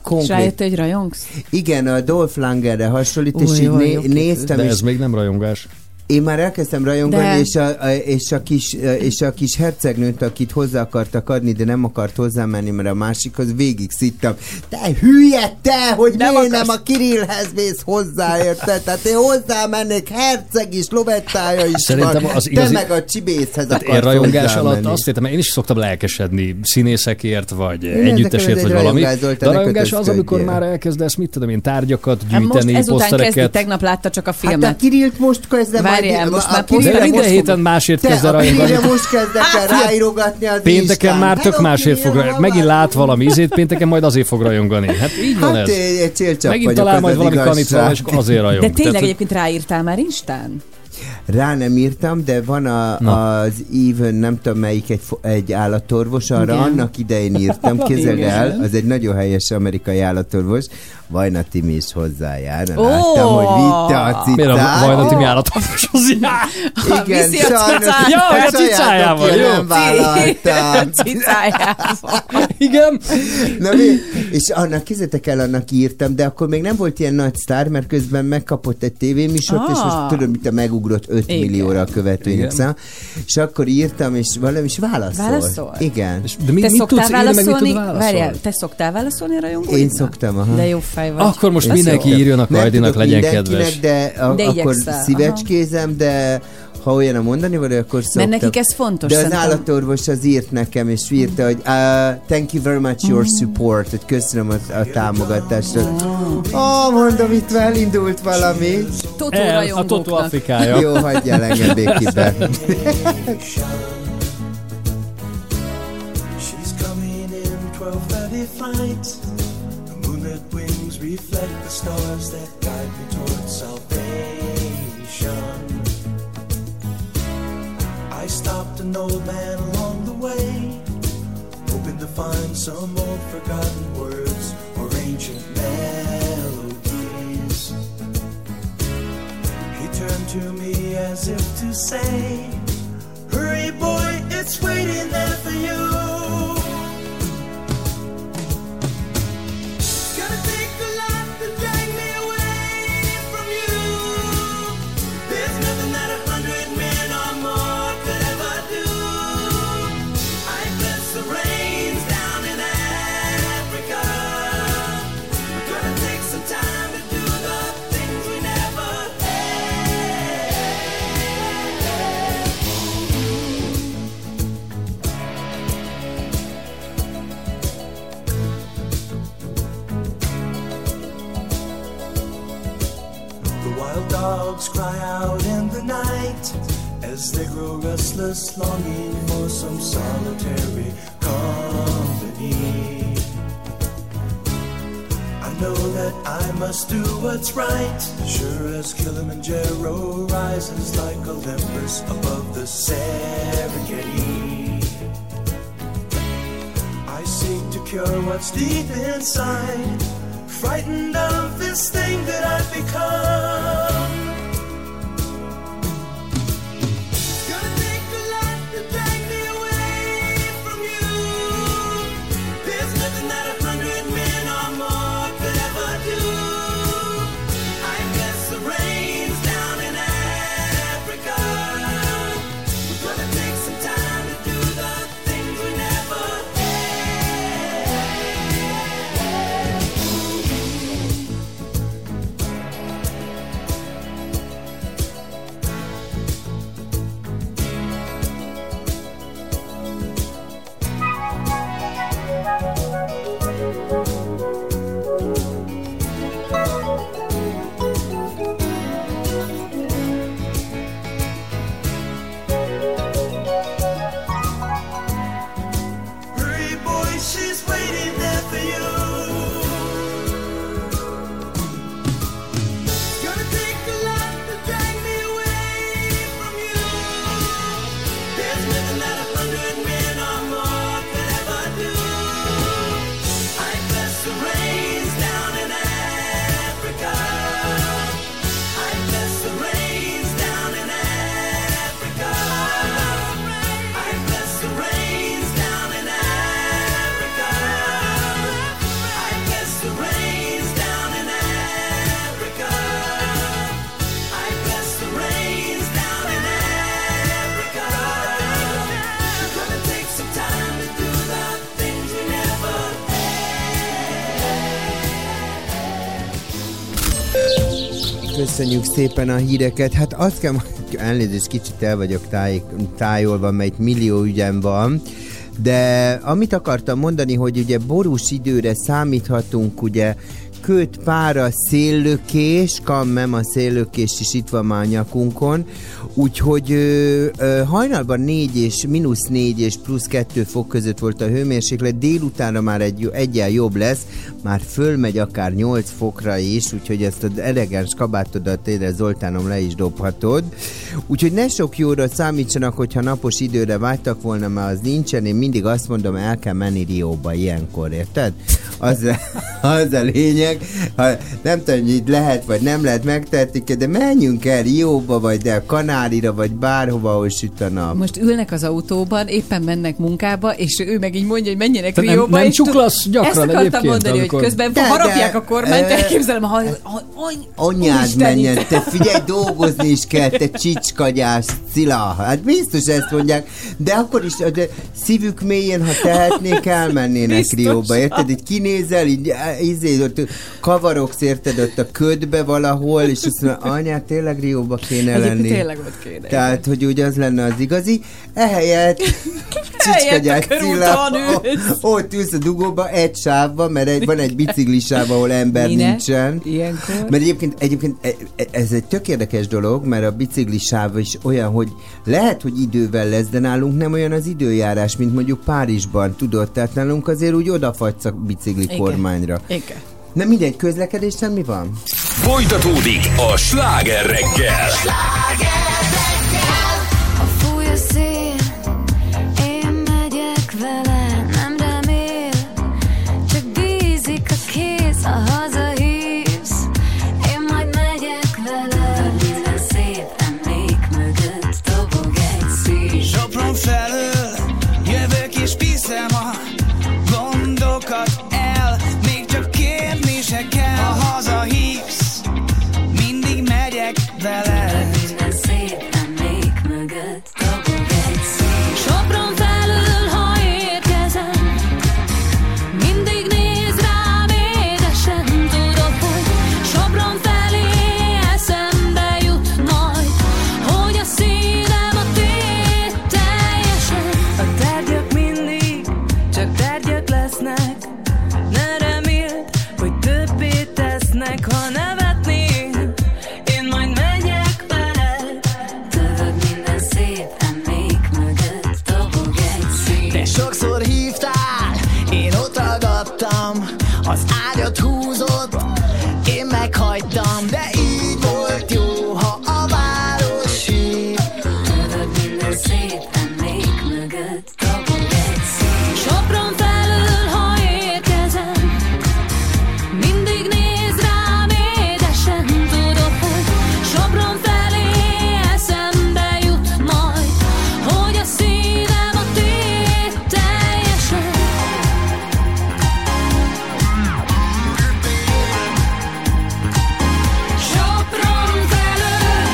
És rájöttél, hogy rajongsz? Igen, a Dolph Lundgrenre hasonlít, és így néztem, De és ez még nem rajongás. én már elkezdtem rajongani, De- és a kis hercegnőt, akit hozzá akartak adni, de nem akart hozzámenni, mert a másikhoz végig szittam. Te hülye te, hogy miért nem a Kirillhez mész hozzá, érted? Tehát én hozzámennék, herceg is, lovettája is Szerintem van. az Te igazi- meg a csibészhez Tehát én akarsz rajongás hozzámenni. alatt azt értem, mert én is szoktam lelkesedni színészekért, vagy nekem együttesért, ez vagy egy valami. rajongás, Zoltán, De a ne rajongás az, amikor kötözködjél. már elkezdesz, mit tudom én, tárgyakat Hát most gyűjteni, ezután kezdi, posztereket. tegnap látta csak a Hát filmet. a Kirillt most kezdem Várjál, most már De Kirillre minden most héten másért Te, kezd el a rajongani. Kirillre most kezdek el ráírogatni az Pénteken Instán. már tök Hello, másért fog Kirill, rajongani. Megint lát valami ízét, pénteken majd azért fog rajongani. Hát így van Hát ez. egy csélcsap Megint vagyok, talál az majd az valami igazság. kanitval, és akkor azért rajong. De tényleg Tehát, egyébként ráírtál már Instán? Rá nem írtam, de van az Even, nem tudom melyik, egy állatorvos, arra Igen. annak idején írtam, képzeld Igen. el, az egy nagyon helyes amerikai állatorvos, Vajna Timi is hozzájár. Ó! Láttam, hogy vitte a cicát. miért a Vajna Timi állatorvoshoz jár? Igen, Viszi a sajnos cicát. Ja, hogy a sajátok cicájával, én jó. nem vállaltam. Cicájával. Igen. Na mi? És annak, kézzétek el, annak írtam, de akkor még nem volt ilyen nagy sztár, mert közben megkapott egy tévéműsort, és most tudod, mit megugrott 5 Igen. millióra a követőinek Igen. szám. És akkor írtam, és valami is válaszol. Válaszol? Igen. De Te szoktál válaszolni? válaszolni? Várjál, te szoktál válaszolni a rajongóidnak? Én szoktam, aha. De jó fej vagy. Akkor most Ez mindenki jó. írjon a Nem Kajdinak, tudok legyen mindenkinek, kedves. de, De akkor igyekszel, szívecskézem, de ha olyan a mondani való, akkor szoktam. Mert nekik ez fontos, De az szerintem. állatorvos az írt nekem, és írta, hogy thank you very much your support, hogy köszönöm a támogatást. Mondom, itt elindult valami. Totó A rajongóknak. Totó Afrikája. Jó, hagyjál engem békében. She's coming in 12:30 flight. The moonlit wings reflect the stars that guide me towards salvation. I stopped an old man along the way, hoping to find some old forgotten words or ancient melodies. He turned to me as if to say, hurry boy, it's waiting there for you. Gonna take a lot to drag me away from you. There's nothing that 100 men or more could ever do. I bless the rains down in Africa. We're gonna take some time to do the things we never The wild dogs cry out in the night as they grow restless, longing for some solitary company. I know that I must do what's right, sure as Kilimanjaro rises like Olympus above the Serengeti. I seek to cure what's deep inside, frightened of this thing that I've become. It's gonna take a lot to drag me away from you. There's nothing that 100 men or more could ever do. I bless the rains down in Africa. We're gonna take some time to do the things we never had. Köszönjük szépen a híreket. Hát azt kell, elnézést, kicsit el vagyok tájolva, mert itt millió ügyem van. De amit akartam mondani, hogy ugye borús időre számíthatunk, ugye köt, pára, széllökés, kammem, a széllökés is itt van már a nyakunkon, úgyhogy hajnalban 4 és -4 és +2 fok között volt a hőmérséklet, délutánra már egyel jobb lesz, már fölmegy akár 8 fokra is, úgyhogy ezt az elegáns kabátodat tényleg Zoltánom le is dobhatod. Úgyhogy ne sok jóra számítsanak, hogyha napos időre vágytak volna, mert az nincsen, én mindig azt mondom, el kell menni Rióba ilyenkor, érted? Az a lényeg. Ha nem tudom, hogy itt lehet, vagy nem lehet, megtehetik, de menjünk el Rióba, vagy el Kanárira, vagy bárhova, ahol süt a nap. Most ülnek az autóban, éppen mennek munkába, és ő meg így mondja, hogy menjenek Rióba. Nem csuklasz gyakran ezt akartam mondani, amikor... hogy közben harapják a kormányt, elképzelem, anyád menjen, te figyelj, dolgozni is kell, te csicskagyás, Cilla. Hát biztos ezt mondják, de akkor is de szívük mélyén, ha tehetnék, elmennének Rióba, érted? Így kinézel, így ott kavarogsz, érted, ott a ködbe valahol, és azt mondja, anyád, tényleg Rióba kéne lenni. Tényleg ott kéne. Tehát, hogy úgy az lenne az igazi. Ehelyett csicskagyás, Cilla, ott ülsz a dugóba, egy sávban, mert van egy biciklisáv, ahol ember nincsen. Ilyenkor? Mert egyébként ez egy tök érdekes dolog, mert a biciklisáv is olyan, hogy lehet, hogy idővel lesz, de nálunk nem olyan az időjárás, mint mondjuk Párizsban, tudod? Tehát nálunk azért úgy odafagysz a bicikli kormányra. Igen. Na mindegy, közlekedésen mi van? Folytatódik a Sláger reggel. A fúj a szél, én megyek vele, nem remél, csak bízik a kéz, ha hazahívsz, én majd megyek vele. Minden szép emlék mögött dobog egy szív. Sopron felől jövök és viszem a gondokat el, még csak kérni se kell, ha hazahívsz, mindig megyek veled. Minden szép emlék mögött dobog egy szív. Sopron felül, ha érkezem, mindig néz rám édesen, tudod, hogy Sopron felé eszembe jut majd, hogy a szívem a tiéd teljesen. A tárgyak mindig csak tárgyak lesznek, ne reméld, hogy többé tesznek, ha nevetnél, én majd megyek veled. Tudod, minden szép emlék mögött dobog egy szív. Te sokszor hívtál, én ott ragadtam, az ágyat húzott, én meghagytam, de így volt jó, ha a város hív. Tudod, minden szép emlék mögött dobog egy szív. Sopron felül, ha érkezem, mindig néz rám édesen, tudod, hogy Sopron felé eszembe jut majd, hogy a szívem a tiéd teljesen. Sopron felől.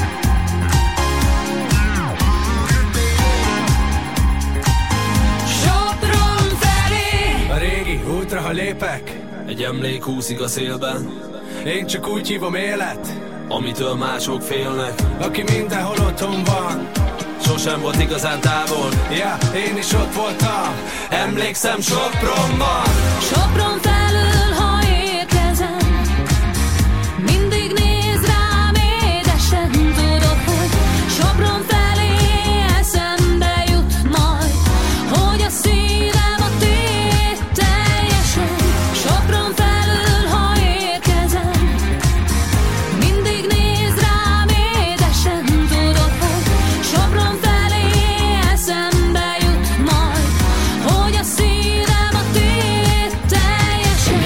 Sopron felé. A régi útra, ha lépek, egy emlék úszik a szélben. Én csak úgy hívom élet, amitől mások félnek. Aki mindenhol otthon van, sosem volt igazán távol. Ja, én is ott voltam, emlékszem Sopronban. Sopron felől, ha érkezem, mindig néz rám édesen, tudod, hogy Sopron felé eszembe jut majd, hogy a szívem a tiéd teljesen. Sopron felől, ha érkezem, mindig néz rám édesen, tudod, hogy Sopron felé eszembe jut majd, hogy a szívem a tiéd teljesen.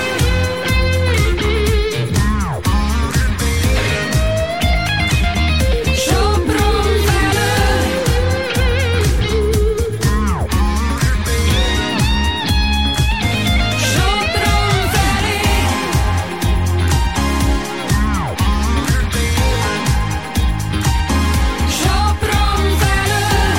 Sopron felől. Sopron felé. Sopron felől.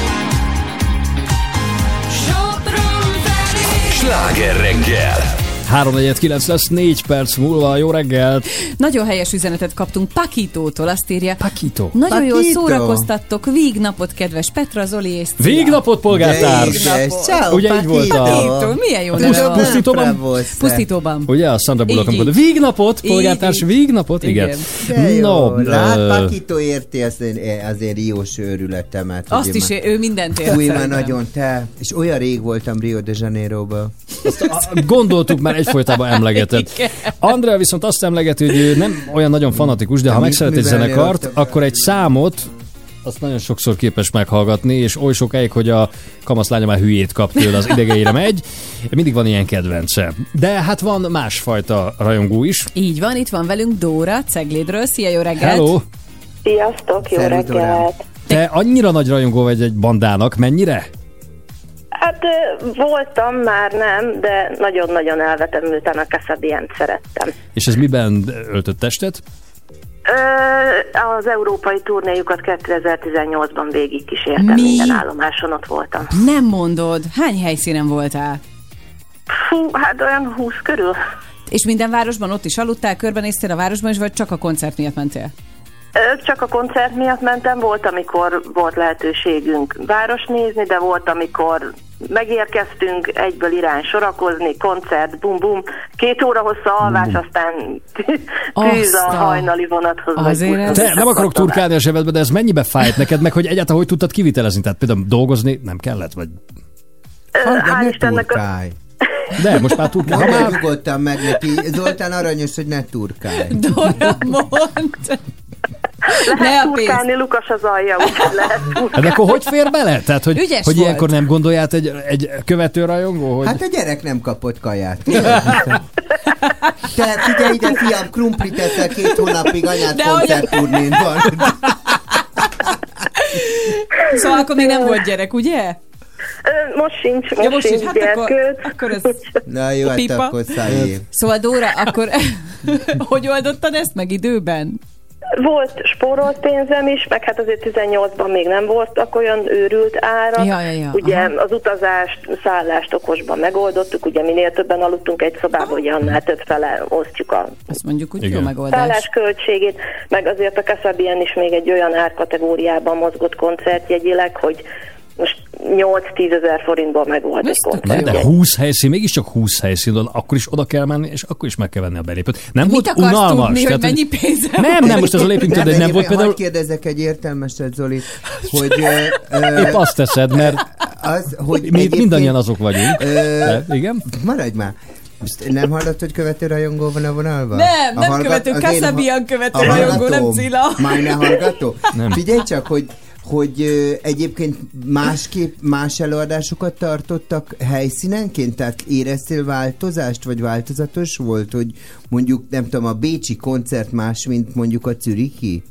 Sopron felé. Sláger reggel. 3:49 lesz, 4 perc múlva. Jó reggelt! Nagyon helyes üzenetet kaptunk Pakitótól, azt írja. Pakito. Nagyon jól Pakito. szórakoztattok, vígnapot, kedves Petra, Zoli és Cilla. Vígnapot, polgártárs! Ciao, Ugye így volt a... Pakito, milyen jó neve van. Pusztítóban? Pusztítóban. Ugye a Sandra Bullock, Így, amikor így. vígnapot, polgártárs, Így. vígnapot, igen. De jó, No, lát, Pakito érti azért Riós őrületemet. Azt ugye is, már- ő mindent ért. Fúj, már szerintem. nagyon te. És olyan rég voltam Rio de Janeiroba. Gondoltuk, már egyfolytában emlegetett. Andrea viszont azt emlegeti, hogy ő nem olyan nagyon fanatikus, de ha mit megszeret egy művelni zenekart, ott? akkor egy számot azt nagyon sokszor képes meghallgatni, és oly sokáig, hogy a kamaszlánya már hülyét kap tőle, az idegeire megy. Mindig van ilyen kedvence. De hát van másfajta rajongó is. Így van, itt van velünk Dóra Ceglédről. Szia, jó reggelt! Hello! Sziasztok, jó Szervusz, Dórám. reggelt! Te annyira nagy rajongó vagy egy bandának, mennyire? Hát voltam, már nem, de nagyon-nagyon elvetemülten a Kasabian szerettem. És ez miben öltött testet? Az európai turnéjukat 2018-ban végig kísértem, Mi? minden állomáson ott voltam. Nem mondod, hány helyszínen voltál? Fú, hát olyan 20 körül. És minden városban ott is aludtál, körbenéztél a városban is, vagy csak a koncert miatt mentél? Csak a koncert miatt mentem, volt, amikor volt lehetőségünk város nézni, de volt, amikor megérkeztünk, egyből irány sorakozni, koncert, bum-bum, 2 óra hossza alvás, aztán tűz a hajnali vonathoz. Te nem akarok turkálni a zsebedbe, de ez mennyibe fájt neked, meg hogy egyáltalán hogy tudtad kivitelezni? Tehát például dolgozni nem kellett, vagy... Hál' Istennek Turkálj. De most már turkál. Ha már... Nyugodtan meg neki. Zoltán aranyos, hogy ne turkálj. Dóra mond! Lehet turkálni, Lukas az alja, úgyhogy lehet turkálni. Hát akkor hogy fér bele? Tehát, hogy Ügyes hogy volt. ilyenkor nem gondolját egy követő rajongó? Hogy... Hát a gyerek nem kapott kaját. Tehát figyelj ide, fiam, krumplit eszel 2 hónapig, anyád De hogy- koncertturnén van. Szóval akkor még nem volt gyerek, ugye? Most sincs, Ja, most sincs sincs. Hát gyerkőd. akkor ez Na jó, hát pipa. akkor szállj. Szóval Dóra, akkor hogy oldottad ezt meg időben? Volt spórolt pénzem is, meg hát azért 18-ban még nem voltak olyan őrült árak. Ja. Ugye Aha. az utazást, szállást okosban megoldottuk, ugye minél többen aludtunk egy szobában, ugye annál több fele osztjuk a Azt mondjuk, hogy Igen. jó megoldás. szállás költségét, meg azért a Kasabian is még egy olyan árkategóriában mozgott koncertjegyileg, hogy most 8-10 ezer forintból megold egy Ez tök koncert. De 20 helyszín, mégiscsak 20 helyszín, akkor is oda kell menni, és akkor is meg kell venni a belépőt. Nem Mit volt akarsz unalmas? tudni, hogy Tehát, mennyi pénzem nem, most ez a lépünk, de nem volt például... Hadd kérdezek egy értelmeset, Zoli, hogy... Épp azt teszed, mert hogy mi egyébként- mindannyian azok vagyunk. De, igen? Maradj már. Most nem hallott, hogy követő rajongó van a vonalban? Nem követő, az én Kasabian követő a rajongó, nem hallgatóm. Cilla. Már ne hallgató? Nem. Figyelj csak, hogy egyébként másképp más előadásokat tartottak helyszínenként? Tehát éreztél változást, vagy változatos volt, hogy mondjuk, nem tudom, a bécsi koncert más, mint mondjuk a zürichi?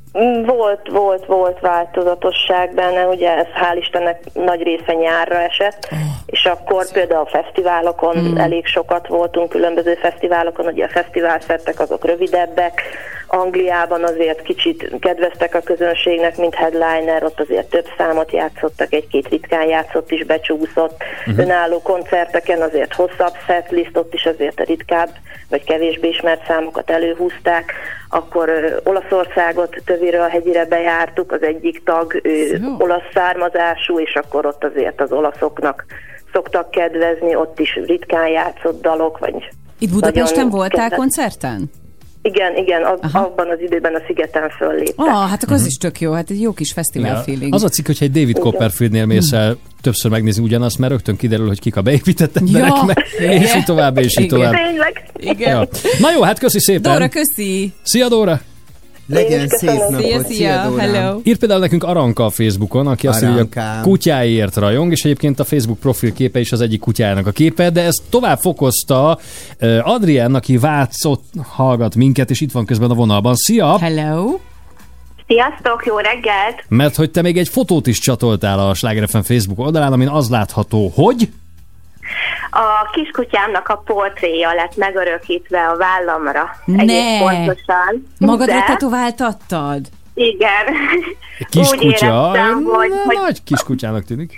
Volt változatosság benne, ugye ez hál' Istennek nagy része nyárra esett, és akkor például a fesztiválokon elég sokat voltunk, különböző fesztiválokon, ugye a fesztiválszettek azok rövidebbek, Angliában azért kicsit kedveztek a közönségnek, mint headliner, ott azért több számot játszottak, egy-két ritkán játszott is becsúszott, önálló koncerteken azért hosszabb setlist, ott is azért a ritkább, vagy kevésbé ismert számokat előhúzták, akkor Olaszországot töviről a hegyire bejártuk, az egyik tag ő olasz származású, és akkor ott azért az olaszoknak szoktak kedvezni, ott is ritkán játszott dalok, vagy Itt Budapesten nagyon voltál kedves- koncerten? Igen, abban az időben a Szigeten fölléptek. Hát akkor az is tök jó, hát egy jó kis fesztivál Ja. feeling. Az a cikk, hogyha egy David Igen. Copperfieldnél mész el többször megnézni ugyanazt, mert rögtön kiderül, hogy kik a beépített emberek, Ja. meg, és így tovább, és így Igen. tovább. Tényleg? Igen. Ja. Na jó, hát köszi szépen. Dóra, köszi! Szia, Dóra! Legyen Én is szép köszönöm. napot. Szia, Dórám. hello! Írt például nekünk Aranka a Facebookon, aki azt írja, hogy a Arankám. kutyáiért rajong, és egyébként a Facebook profilképe is az egyik kutyájának a képe, de ezt tovább fokozta Adrien, aki Vácot hallgat minket, és itt van közben a vonalban. Szia! Hello! Sziasztok, jó reggelt! Mert hogy te még egy fotót is csatoltál a Sláger FM Facebook oldalán, amin az látható, hogy... A kiskutyámnak a portréja lett megörökítve a vállamra. Ne! Egész pontosan. Magadra De- tetováltattad? Igen. Kiskutya, Úgy éreztem, hogy nagy kiskutyának tűnik.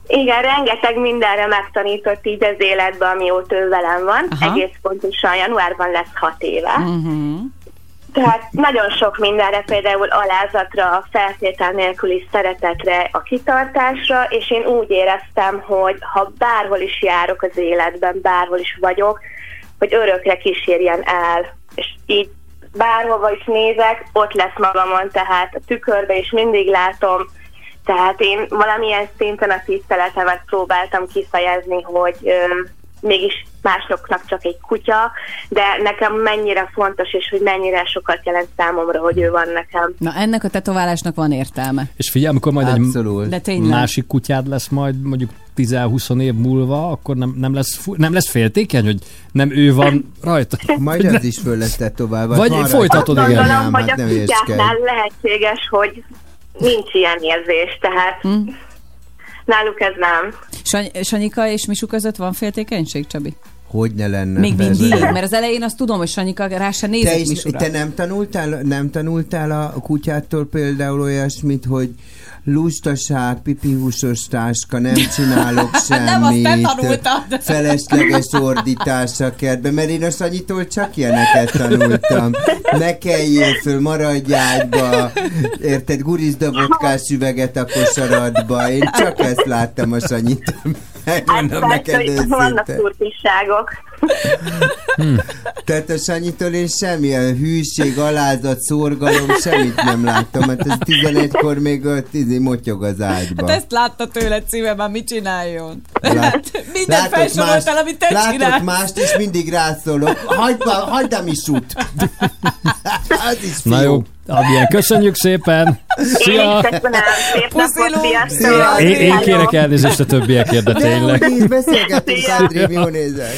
Igen, rengeteg mindenre megtanított így az életben, amióta ő velem van. Aha. Egész pontosan januárban lesz 6 éve. Uh-huh. Tehát nagyon sok mindenre, például alázatra, feltétel nélküli szeretetre, a kitartásra, és én úgy éreztem, hogy ha bárhol is járok az életben, bárhol is vagyok, hogy örökre kísérjen el. És így bárhova is nézek, ott lesz magamon, tehát a tükörbe is mindig látom. Tehát én valamilyen szinten a tiszteletemet próbáltam kifejezni, hogy mégis másoknak csak egy kutya, de nekem mennyire fontos, és hogy mennyire sokat jelent számomra, hogy ő van nekem. Na, ennek a tetoválásnak van értelme. És figyelj, amikor majd Abszolút. De egy tényleg. másik kutyád lesz majd mondjuk 10-20 év múlva, akkor nem lesz féltékeny, hogy nem ő van rajta. Majd az is föl lesz tetoválva. Vagy Van folytatod, Azt igen. gondolom, hogy Hát a nem értsd kutyáknál kell. lehetséges, hogy nincs ilyen érzés, tehát náluk ez nem. Sanyika és Misu között van féltékenység, Csabi? Hogy ne lenne? Még persze. mindig? Mert az elején azt tudom, hogy Sanyika rá se Te, nézett is, Misura. te nem tanultál a kutyától például olyasmit, hogy lustaság, pipihúsos táska, nem csinálok semmit. Nem, azt nem tanultad. Felesleges ordítás a kertben, mert én a Sanyitól csak ilyeneket tanultam. Ne kelljél föl, maradj ágyba, érted, gurizd a vodkás üveget a kosaradba. Én csak ezt láttam a Sanyitól. Megmondom neked hogy vannak őszintén. furcsiságok. Tehát a Sanyitól én semmilyen hűség, alázat, szorgalom, semmit nem láttam. Hát ez 11-kor még motyog az ágyba. Hát ezt látta tőle szívem, már mit csináljon? Mindent Látok felsoroltál, amit te látok csinálsz. mást, és mindig rászólok. Hagyd a Misut! Az is fiú. Na jó, Abilyen, köszönjük szépen! Szia! Én kérek elnézést a többiekért, de tényleg. Így beszélgetünk, Andrém, jó nézek.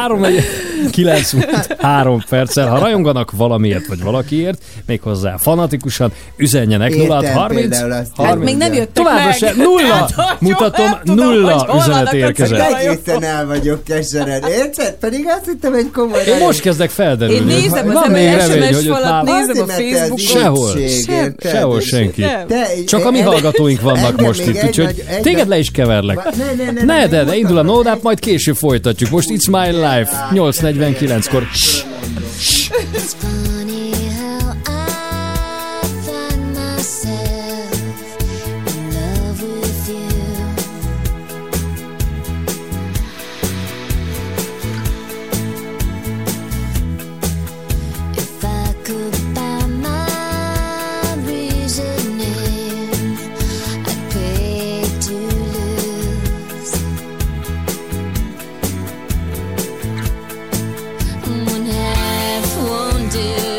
3 perccel, ha rajonganak valamiért vagy valakiért, méghozzá fanatikusan, üzenjenek 0630. Még nem jöttek Továbbra meg. se, 0! Mutatom, 0 üzenet érkezett. Egészen el vagyok kesered, érted? Pedig azt hittem, egy komoly... Én most kezdek felderülni. Én nézem az Van még remény, SMS hogy ott falat, már... nézem a Facebookon. Sehol senki. Nem. Csak a mi hallgatóink vannak most itt, úgyhogy téged le is keverlek. Ne, de indul a No Doubt, majd később folytatjuk. Most It's My Life, 8:49-kor. It's funny how I find myself in love with you. If I could buy my reasoning, I'd pay to lose. One half won't do.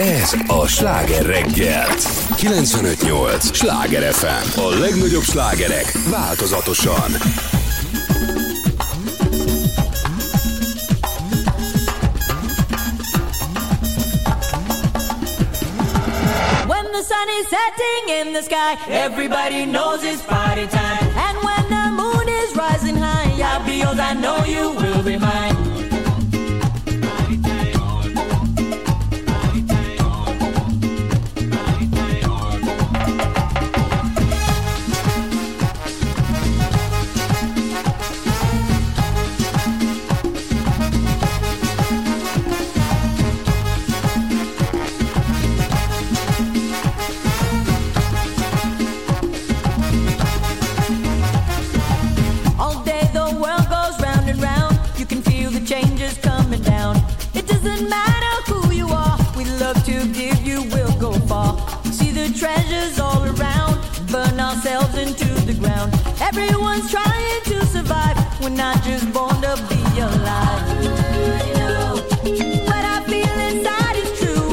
Ez a Sláger reggel. 95.8 Sláger FM. A legnagyobb slágerek változatosan. When the sun is setting in the sky, everybody knows it's party time. And when the moon is rising high, I'll be yours, I know you will be mine. All day the world goes round and round. You can feel the changes coming down. It doesn't matter who you are. We love to give you, we'll go far. See the treasures all around. Burn ourselves into the ground. Everyone's trying to survive. We're not just born to be alive. What I feel inside is true.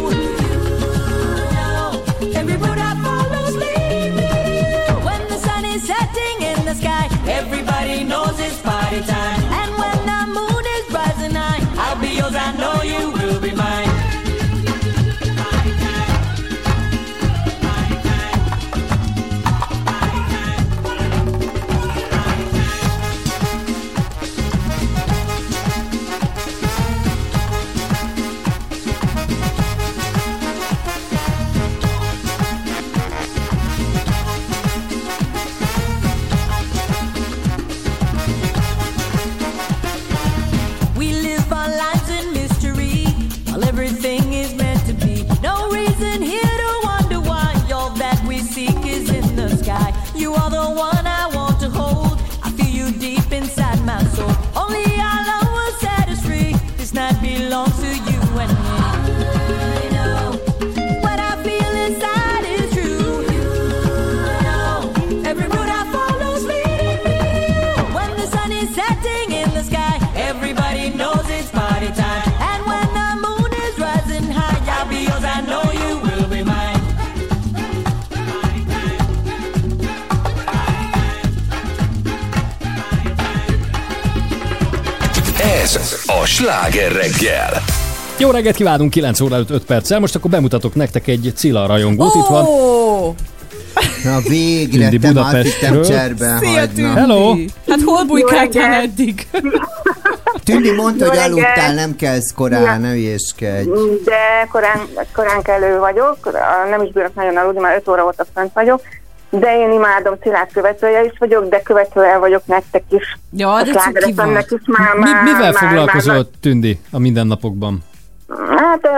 Every road I follow's leading me to you. When the sun is setting in the sky, everybody knows it's party time. And when the moon is rising high, I'll be yours, I know you will be mine. We live our lives in mystery, while everything is meant to be. No reason here to wonder why all that we seek is in the sky. You are the one I want to hold. I feel you deep inside my soul. Only our love will set us free. This night belongs to you and me. What I feel inside is true. Every road I follow's leading me to you. When the sun is setting in the sky, everybody knows it's party time. And when the moon is rising high, I'll be yours, I know you will be mine. Ez a Sláger reggel. Jó reggelt kívánunk, 9 óra 5 perccel. Most akkor bemutatok nektek egy Cilla rajongót. Itt van Na végre, Tündi te már Budapestről. cserben Szia, hagyna. Tündi! Hello! Hát hol bujkáltál eddig? Tündi mondta, Jó hogy reggelt! aludtál, nem kelsz korán, ne hülyéskedj. De korán kelő vagyok, nem is bírok nagyon aludni, már 5 óra óta fönt vagyok, de én imádom, Szilárd követője is vagyok, de követője vagyok nektek is. Ja, A de Sláger cuki FM-nek vagy. is már Mivel foglalkozol, Tündi, a mindennapokban? Hát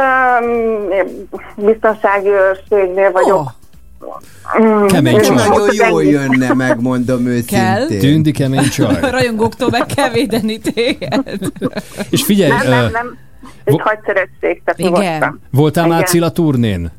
biztonsági őrségnél vagyok. Kemény Ez csaj. nagyon jól jönne, megmondom őszintén. Tündi kemény csaj. A rajongóktól meg kell védeni téged. És figyelj, Nem. Egy hagyszeresség, tehát Igen. nyugodtan. voltál már Igen. Cilla turnén?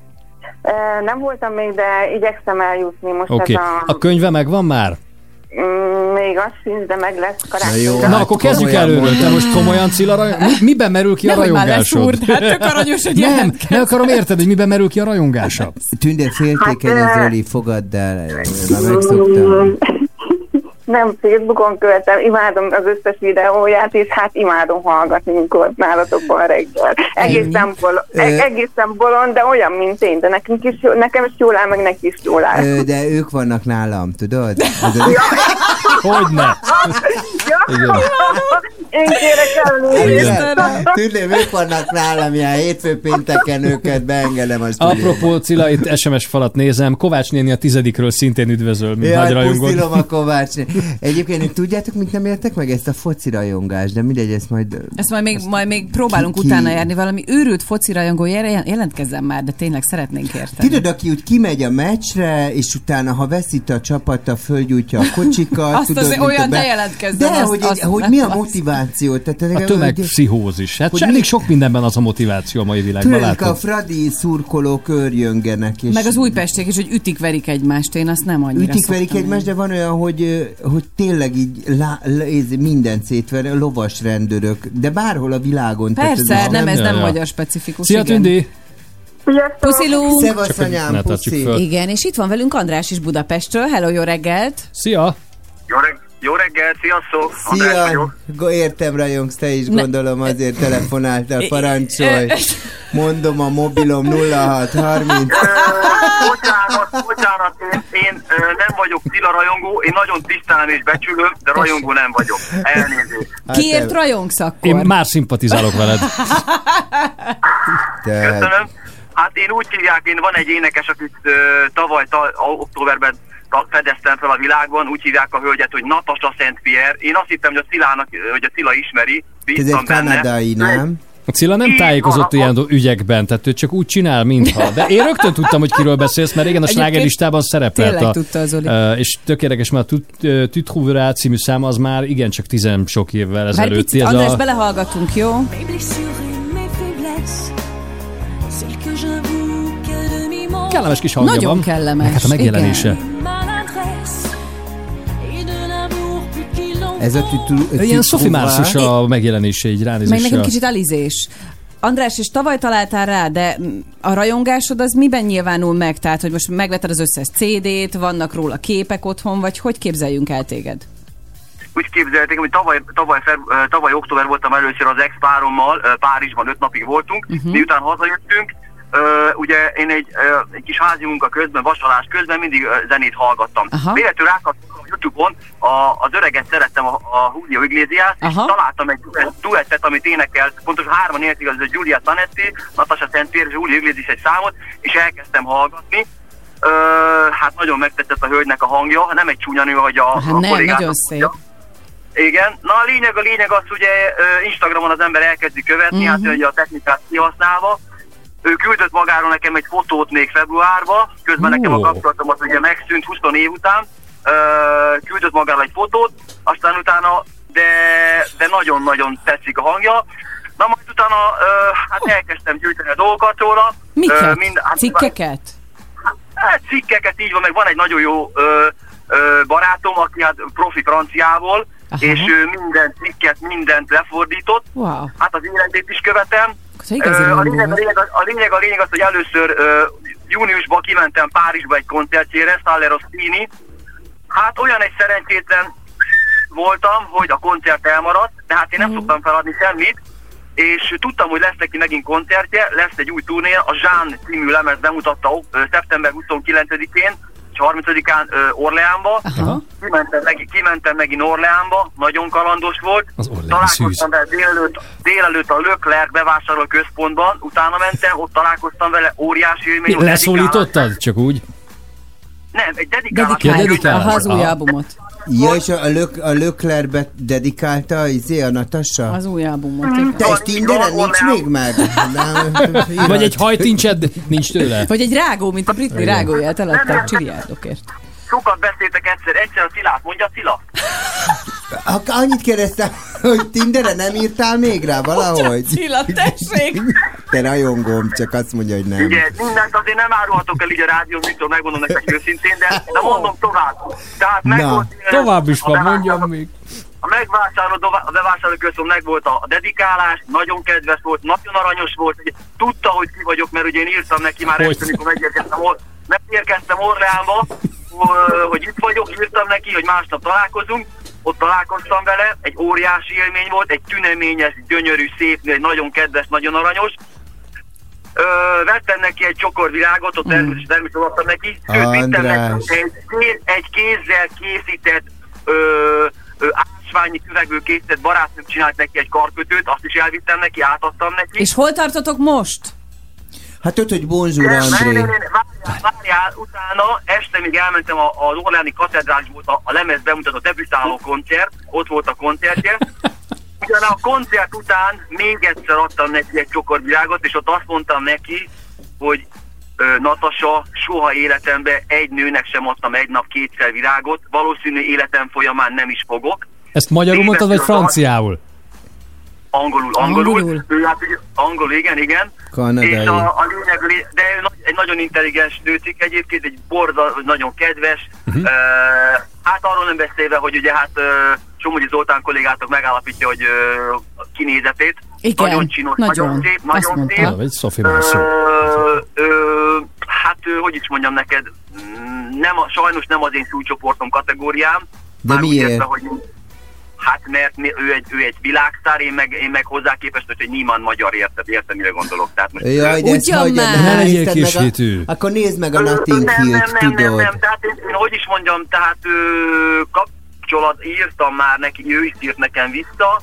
Nem voltam még, de igyekszem eljutni most Oké. ez A könyve megvan már? még az sincs, de meg lesz Na karácsonyra. jó, Na, hát akkor kezdjük komolyan előről. Te mondom. most komolyan Cilla rajongásod? Miben merül ki a Nehogy már rajongásod? leszúrd, hát tök aranyos, hogy Nem, jelentkezz. ne akarom érted, hogy miben merül ki a rajongása. Tündér féltékeny, Hát, ez Zoli, fogadd el, már megszoktam. Nem, Facebookon követem, imádom az összes videóját, és hát imádom hallgatni, amikor nálatok van reggel. Egészen bolond, de olyan, mint én, de nekem is jól áll, meg neki is jól áll. De ők vannak nálam, tudod? Hogyne? Igen. Én kérek elnézést. Tündér, ők vannak nálam, ilyen hétfő pénteken őket beengedem a stúdióba. Apropó, Cilla, itt SMS falat nézem. Kovács néni a 10-ről szintén üdvözöl, mint nagy Jaj, rajongó. puszilom a Kovács. Egyébként tudjátok, mit nem értek meg? Ezt a foci rajongást, de mindegy, ezt majd... Ezt majd még próbálunk utána járni, valami őrült foci rajongó, jelentkezzem már, de tényleg szeretnénk érteni. Tudod, aki úgy kimegy a meccsre, és utána, ha veszít a csapata, fölgyújtja a kocsikat. Azt tudod, azért mint olyan, a ne jelentkezzen, De, azt- hogy mi a motiváció? Tehát, A tömegpszichózis. Hát elég sok mindenben az a motiváció a mai világban, tudod, a látod? Fradi szurkolók őrjöngenek. És Meg az újpestiek is, hogy ütik-verik egymást, én azt nem annyira ütik-verik szoktam egymást, de van olyan, hogy tényleg így mindent szétver, lovas rendőrök, de bárhol a világon. Persze, tehát ez nem Ja. magyar specifikus. Szia, igen. Tündi! Puszilunk! Szevasz, anyám, ne tartsuk puszi. föl. Igen, és itt van velünk András is Budapestről. Hello, jó reggelt! Szia! Jó reggelt, sziasztok! András Szia! vagyok. Értem, rajongsz, te is gondolom, azért telefonáltál, parancsolj. Mondom a mobilom 0630. Bocsánat, én nem vagyok Cilla rajongó, én nagyon tisztelem és becsülöm, de rajongó nem vagyok. Elnézést. Kiért rajongsz akkor? Én már szimpatizálok veled. Köszönöm. Hát én úgy hívják, van egy énekes, akit tavaly októberben fedeztem fel a világban, úgy hívják a hölgyet, hogy Natasha St. Pierre. Én azt hittem, hogy a Cilla ismeri. Ez egy kanadai, nem? A Cilla nem tájékozott ilyen ügyekben, tehát ő csak úgy csinál, mintha. De én rögtön tudtam, hogy kiről beszélsz, mert régen a slágerlistában szerepelt. Tényleg tudta az Oli. És tökéletes, mert a Tu trouveras című szám az már igencsak 10 sok évvel Várj ezelőtt. picit, András, belehallgatunk, jó? Mes blessures et mes faiblesses, celles que j'avoue qu'à demi mon Kellemes kis hangja Nagyon van. kellemes, Meg hát a megjelenése. maladresse et de l'amour plus qu'il en Ez a Ilyen Sophie Marceau-s a megjelenése, így Meg ránézésre. nekem kicsit alizés. András, és tavaly találtál rá, de a rajongásod az miben nyilvánul meg? Tehát, hogy most megvetted az összes CD-t, vannak róla képek otthon, vagy hogy képzeljünk el téged? Úgy képzelték, hogy tavaly október voltam először az ex-párommal, Párizsban 5 napig voltunk, miután hazajöttünk, ugye én egy kis házi munka közben, vasalás közben mindig zenét hallgattam. Véletlenül rákattam a YouTube-on, az öreget szerettem, a Julio Iglesias, és találtam egy duettet, amit énekelt, pontosan 3 értik, az a Giulia Zanetti, Natasha St. Pierre és Julio Iglesias egy számot, és elkezdtem hallgatni. Hát nagyon megtetszett a hölgynek a hangja, nem egy csúnya nő, hogy a kollégát. Nagyon szép. Igen, na a lényeg az, ugye Instagramon az ember elkezdi követni, hát ugye a technikát kihasználva. Ő küldött magáról nekem egy fotót még februárban, közben nekem a kapcsolatom az ugye megszűnt 20 év után, küldött magáról egy fotót, aztán utána, de nagyon-nagyon tetszik a hangja. Na majd utána hát elkezdtem gyűjteni a dolgokat róla. Miket? Cikkeket? Hát cikkeket, így van, meg van egy nagyon jó barátom, aki hát profi franciából, és minden cikket, mindent lefordított. Wow. Hát az életét is követem. A lényeg az, hogy először júniusban kimentem Párizsba egy koncertjére, Salle Rossini. Hát olyan egy szerencsétlen voltam, hogy a koncert elmaradt, de hát én nem szoktam feladni semmit, és tudtam, hogy lesz neki megint koncertje, lesz egy új turné, a Jean című lemez bemutatta szeptember 29-én, 30-án Orleánba. Kimentem megint Orleánba, nagyon kalandos volt. Találkoztam vele délelőtt a Leclerc bevásárló központban, utána mentem, ott találkoztam vele, óriási élmény. Leszólítottad? Csak úgy? Nem, egy dedikálás. Az új albumot. Ja, és a Leclercbe dedikálta a Natasha? Az új albumot. Te és Tinderen nincs még meg? Vagy egy hajtincsed nincs tőle? Vagy egy rágó, mint a Britney rágóját eladták csiliárdokért. Sokat beszéltek egyszer a Cilát, mondja Cilla. Annyit kérdeztem, hogy Tinderen nem írtál még rá valahogy? Cilla, tessék! Te rajongóm, csak azt mondja, hogy nem. Ugye, mindent azért nem árulhatok el így a rádió, mitől megmondom nektek őszintén, de mondom tovább. Tehát megvolt, tovább is van, mondjam még. A bevásárló központ megvolt a dedikálás, nagyon kedves volt, nagyon aranyos volt, ugye, tudta, hogy ki vagyok, mert ugye én írtam neki már este, amikor megérkeztem Orleánba, hogy itt vagyok, írtam neki, hogy másnap találkozunk, ott találkoztam vele, egy óriási élmény volt, egy tüneményes, gyönyörű, szép, egy nagyon kedves, nagyon aranyos. Vettem neki egy csokor virágot, ott természetesen adtam neki, sőt, vittem neki egy kézzel készített ásványi üvegből készített barátnőm csinált neki egy karkötőt, azt is elvittem neki, átadtam neki. És hol tartotok most? Hát tudod, hogy bonjour, André. Várjál, utána este még elmentem az Orleáni katedrálisból, a lemez bemutató debütáló koncert, ott volt a koncertje. Ugyan a koncert után még egyszer adtam neki egy csokor virágot, és ott azt mondtam neki, hogy Natasha, soha életemben egy nőnek sem adtam egy nap kétszer virágot, valószínű életem folyamán nem is fogok. Ezt magyarul mondtad, vagy franciául? Angolul. Angol, igen. Kanadai. És a lényeg, de egy nagyon intelligens nőcik egyébként, egy nagyon kedves. Hát arról nem beszélve, hogy ugye hát Somogyi Zoltán kollégátok megállapítja, hogy kinézetét. Igen, nagyon csinos, nagyon szép, nagyon szép. Egy Sophie Marceau. hogy is mondjam neked, sajnos nem az én súlycsoportom kategóriám. De Már úgy miért? érte, hogy hát mert ő egy világsztár, én meg hozzá képest, hogy niemand magyar érte, mire gondolok. Tehát most Jaj, de ezt hagyjad, Ne legyél nézted meg kisítő. akkor nézd meg a Notting Hill-t, tudod. Nem, tehát én hogy is mondjam, tehát írtam már neki, ő is írt nekem vissza.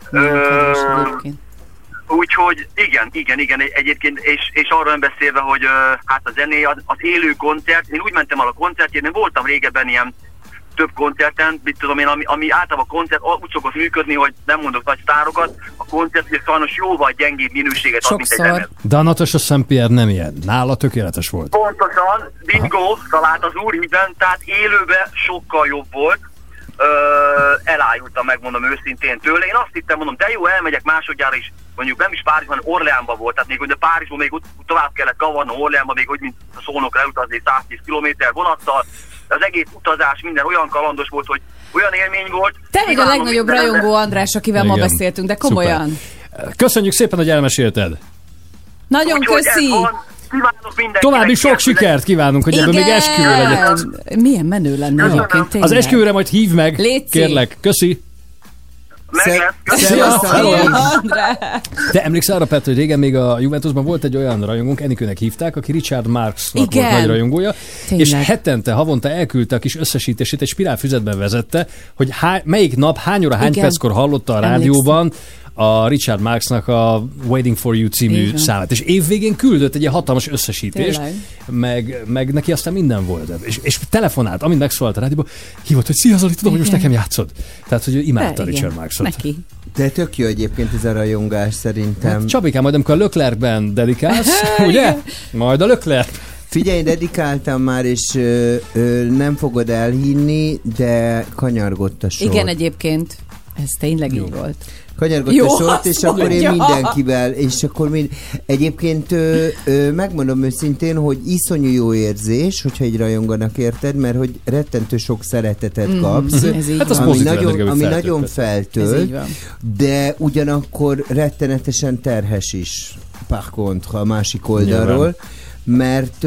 Úgyhogy igen, egyébként, és arról nem beszélve, hogy hát a zené, az élő koncert, én úgy mentem el a koncertjén, én voltam régebben ilyen több koncerten, mit tudom én, ami általában a koncert úgy szokott működni, hogy nem mondok nagy sztárokat, a koncert ugye sajnos jóval gyengébb minőséget ad, mint egy lemez. De a Natasha St. Pierre nem ilyen. Nála tökéletes volt. Pontosan, bingo, talált az úr ízen, tehát élőben sokkal jobb volt. Elájultam, megmondom őszintén tőle. Én azt hittem, mondom, de jó, elmegyek másodjára is, mondjuk nem is Párizsban, Orleánban volt, tehát még ugye Párizsban még tovább kellett kavarni, Orleánban még úgy, mint a Szolnokra elutazni 110 km vonattal. Az egész utazás, minden olyan kalandos volt, hogy olyan élmény volt. Te vagy a legnagyobb rajongó, András, akivel ma beszéltünk, de komolyan. Szuper. Köszönjük szépen, hogy elmesélted. Nagyon köszi! További sok sikert kívánunk, hogy ebből még esküvő legyen. Milyen menő lenne egyébként, tényleg. Az esküvőre majd hívd meg, Léci. kérlek. Köszi. Szia, Te emlékszel arra, Petr, hogy régen még a Juventusban volt egy olyan rajongónk, Enikőnek hívták, aki Richard Marxnak volt nagy rajongója, és havonta elküldte a kis összesítését, egy spirálfüzetben vezette, hogy melyik nap, hány óra, hány perckor hallotta a rádióban a Richard Marxnak a Waiting for You című számát. És évvégén küldött egy ilyen hatalmas összesítést, meg neki aztán minden volt. És telefonált, amint megszólalt a rádióban, hívott, hogy szia Zoli, tudom, hogy most nekem játszod. Tehát, hogy ő imádta Richard Marxot. Neki. De tök jó egyébként ez a rajongás szerintem. Hát, Csabikám, majd amikor a Leclercben dedikálsz, ugye? Majd a Leclerc. Figyelj, dedikáltam már, és nem fogod elhinni, de kanyargott a sor. Igen, egyébként. Ez tényleg így volt. Kanyargott a sort, és akkor én mindenkivel, és akkor egyébként megmondom őszintén, hogy iszonyú jó érzés, hogyha egy rajonganak, érted, mert hogy rettentő sok szeretetet kapsz, Hát az ami nagyon feltölt, de ugyanakkor rettenetesen terhes is, par contre, a másik oldalról, mert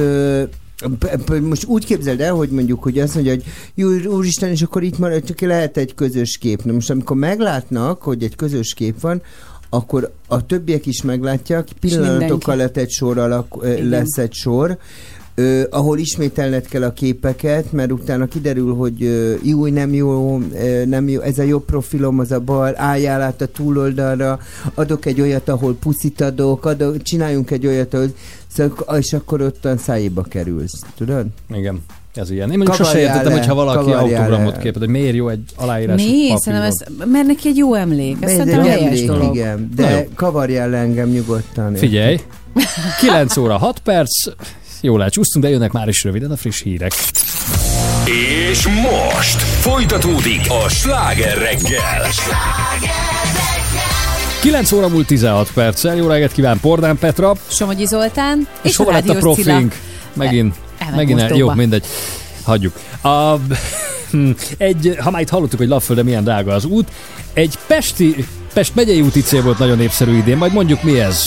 most úgy képzeld el, hogy mondjuk, hogy azt mondja, hogy jó, úristen, és akkor itt marad, csak lehet egy közös kép. Na most amikor meglátnak, hogy egy közös kép van, akkor a többiek is meglátják, pillanatok alatt egy sor lesz egy sor, ahol ismételned kell a képeket, mert utána kiderül, hogy jó, nem jó, ez a jobb profilom, az a bal, álljál át a túloldalra, adok egy olyat, ahol puszit adok, csináljunk egy olyat, és akkor ottan szájéba kerülsz, tudod? Igen. Ez ilyen. Én mondjuk sose értettem, hogyha valaki autogramot képed, hogy miért jó egy aláírás papíron. Mert neki egy jó emlék. Ez szerintem helyes dolog. Igen, de kavarjál engem nyugodtan. Figyelj, 9 óra 6 perc, jól elcsúsztunk, de jönnek már is röviden a friss hírek. És most folytatódik a Sláger reggel. 9 óra múlt 16 perccel, jó reggelt kíván Pordán Petra. Somogyi Zoltán. És hol lett a profink? Megint jó, mindegy. Hagyjuk. Ha már itt hallottuk, hogy Lapföldön milyen drága az út, egy Pest megyei úti cél volt nagyon népszerű idén, majd mondjuk mi ez.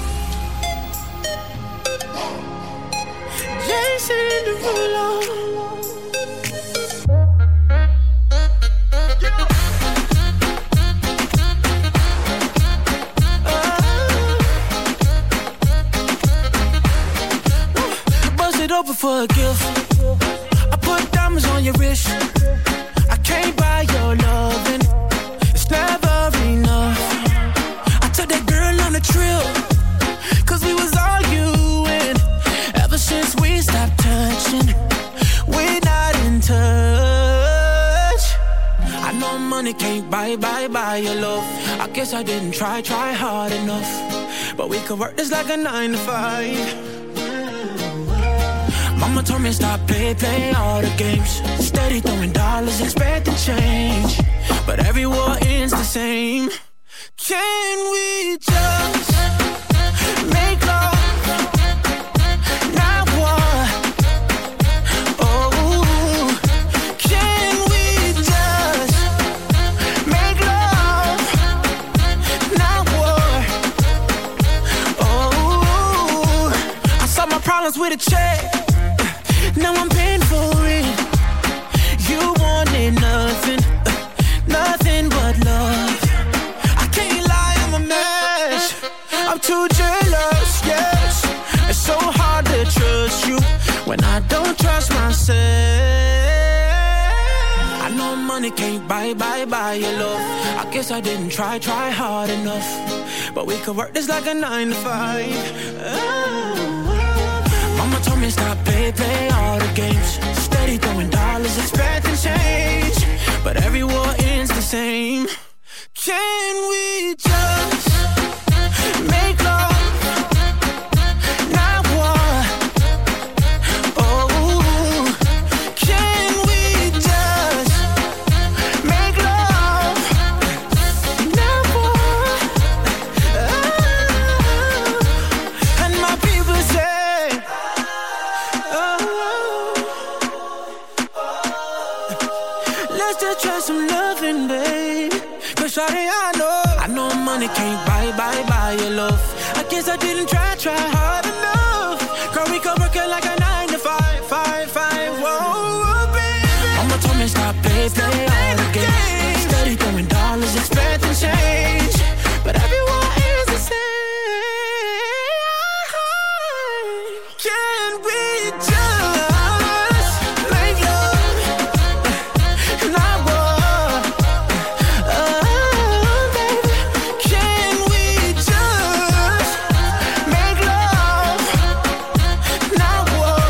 Over for a gift. I put diamonds on your wrist. I can't buy your loving. It's never enough. I took that girl on a trip, 'cause we was arguing. Ever since we stopped touching, we're not in touch. I know money can't buy your love. I guess I didn't try hard enough. But we could work this like a 9 to 5. Mama told me stop play all the games. Steady throwing dollars, expecting change. But every war ends the same. Can we just make love? Not war. Oh, can we just make love? Not war. Oh, I solve my problems with a check. Now I'm paying for it. You wanted nothing, nothing but love. I can't lie, I'm a mess. I'm too jealous, yes. It's so hard to trust you when I don't trust myself. I know money can't buy your love. I guess I didn't try hard enough. But we could work this like a 9 to 5. Mama told me stop, play all the games. Steady throwing dollars, expecting change. But every war ends the same. Can we just make love? Not war. Oh, can we just make love? Not war. Oh, and my people say, let's just try some loving, babe. Cause shawty, I know money can't buy your love. I guess I didn't try hard enough. Girl, we could work it like a 9 to 5. Whoa, baby. Mama told me stop, play all the games. Steady throwing dollars, expecting change. But everyone is the same. Can we just make love? Not war. Baby, can we just make love? Not war.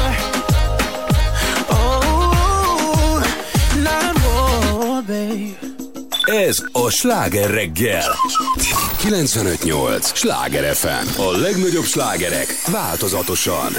Oh, not war, babe. Ez a Sláger reggel. 95.8 Sláger FM. A legnagyobb slágerek változatosan.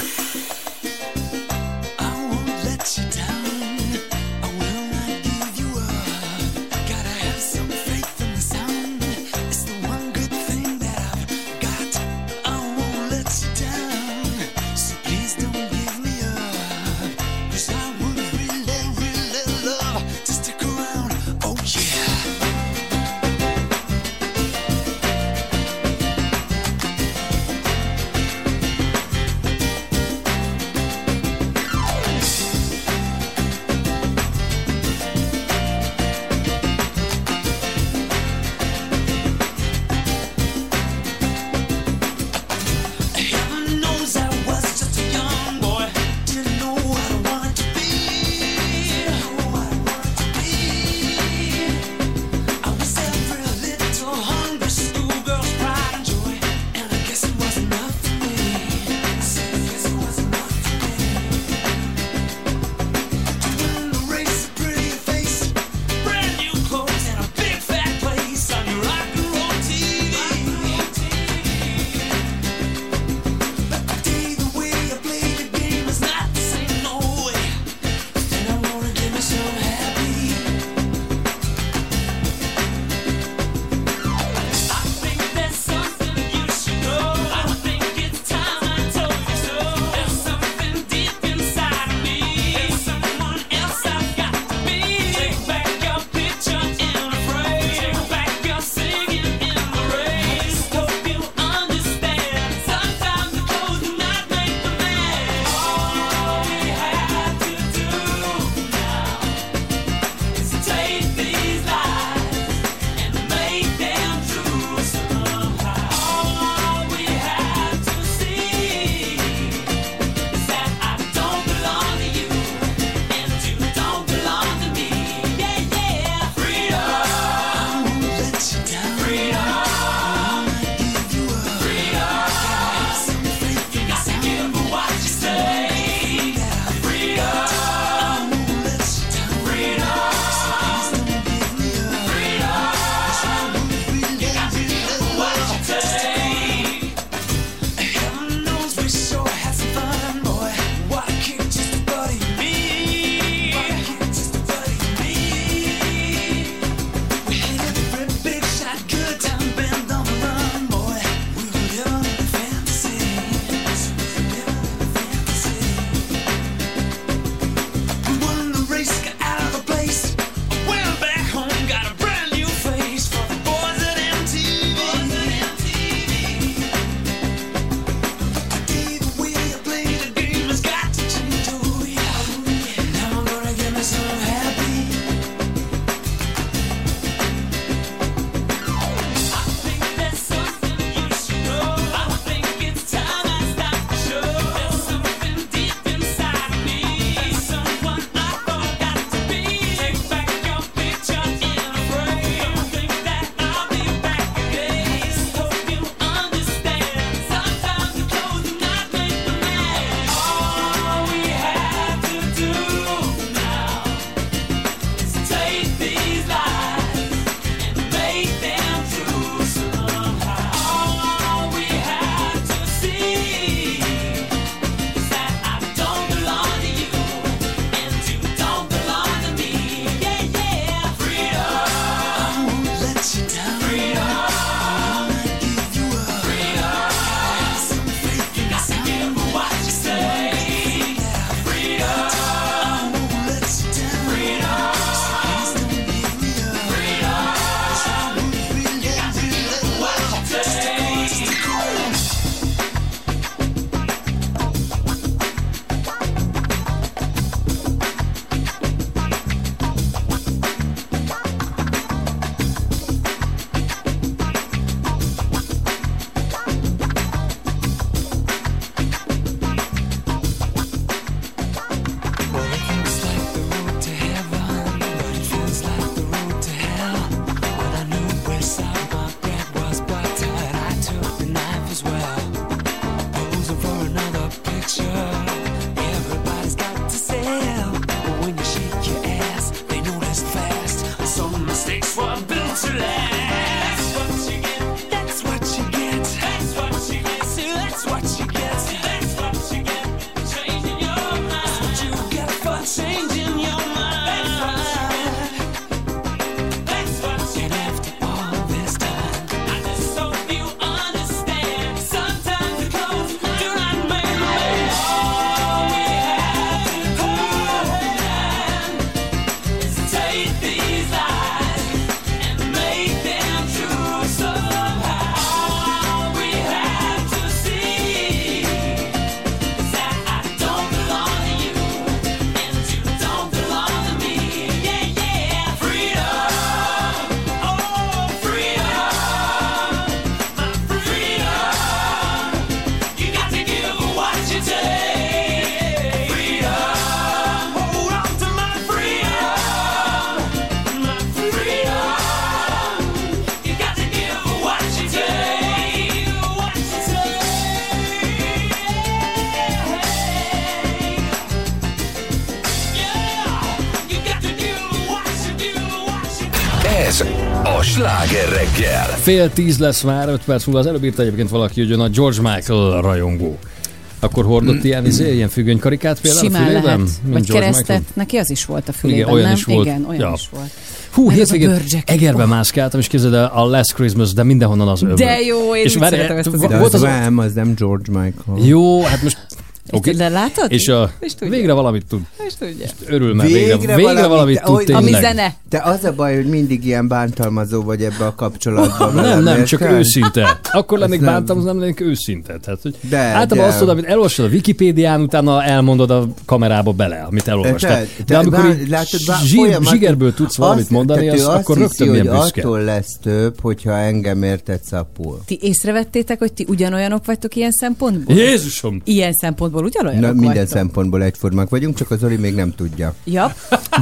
Ez a Sláger reggel. 9:30 lesz már, 5 perc múlva. Az előbb írta egyébként valaki, hogy jön a George Michael rajongó. Akkor hordott ilyen függönykarikát például Simán a fülében? lehet. Mint Vagy George keresztet. Michael? Neki az is volt a fülében, Igen, olyan nem? is volt. Igen, olyan Ja. is volt. Hú, Meg az hétvégén a bőrjacket. Egerben mászkáltam, és képzeld el, a Last Christmas, de mindenhonnan az öböl. De jó, én és úgy szeretem ezt az De volt az nem George Michael. Jó, hát most... Okay. De látod? És végre valamit tud. És tudja. Örül, mert végre valamit tud tényleg. Ami zene. De az a baj, hogy mindig ilyen bántalmazó vagy ebbe a kapcsolatban. Nem, csak őszinte. Akkor lennék bántalmazó, nem lennék őszinte. Tehát, hogy általában azt tudod, amit elolvasod a Wikipédián, utána elmondod a kamerába bele, amit elolvastál. De amikor zsigerből tudsz valamit mondani, akkor rögtön milyen büszke. Attól lesz több, hogyha engem érted szapul. Ti észrevettétek, hogy ti ugyanolyanok vagytok ilyen szempontból? Jézusom! Ilyen szempontból ugyanolyanok Na, minden vagytok. szempontból egyformák vagyunk, csak az Zoli még nem tudja. Ja.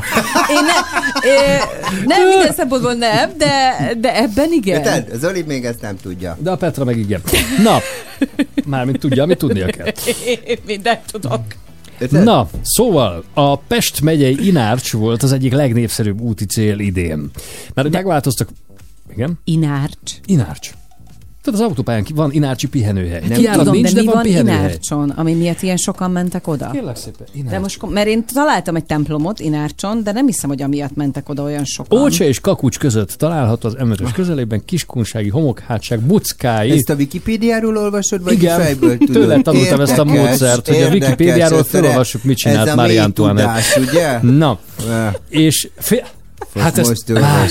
Nem, minden szempontból nem, de ebben igen. Érted? Az Zoli még ezt nem tudja. De a Petra meg igen. Na, mármint tudja, amit tudnia kell. Én mindent tudok. Na, szóval a Pest megyei Inárcs volt az egyik legnépszerűbb úti cél idén. Mert megváltoztak... Igen? Inárcs. Tehát az autópályán van Inárcsi pihenőhely. Nem tudom, nincs, de mi van van pihenőhely. Inárcson, ami miatt ilyen sokan mentek oda? Kérlek szépen, Inárcs. De most, mert én találtam egy templomot Inárcson, de nem hiszem, hogy amiatt mentek oda olyan sokan. Ócsa és Kakucs között található az M5-ös közelében Kiskunsági homokhátság Buckái. Ezt a Wikipédiáról olvasod, vagy igen, fejből tudod? Tőle tanultam ezt a módszert, hogy a Wikipédiáról felolvassuk, mit csinált Marie Antoinette. Ez a mély tudás, ugye? Na, és... Hát ezt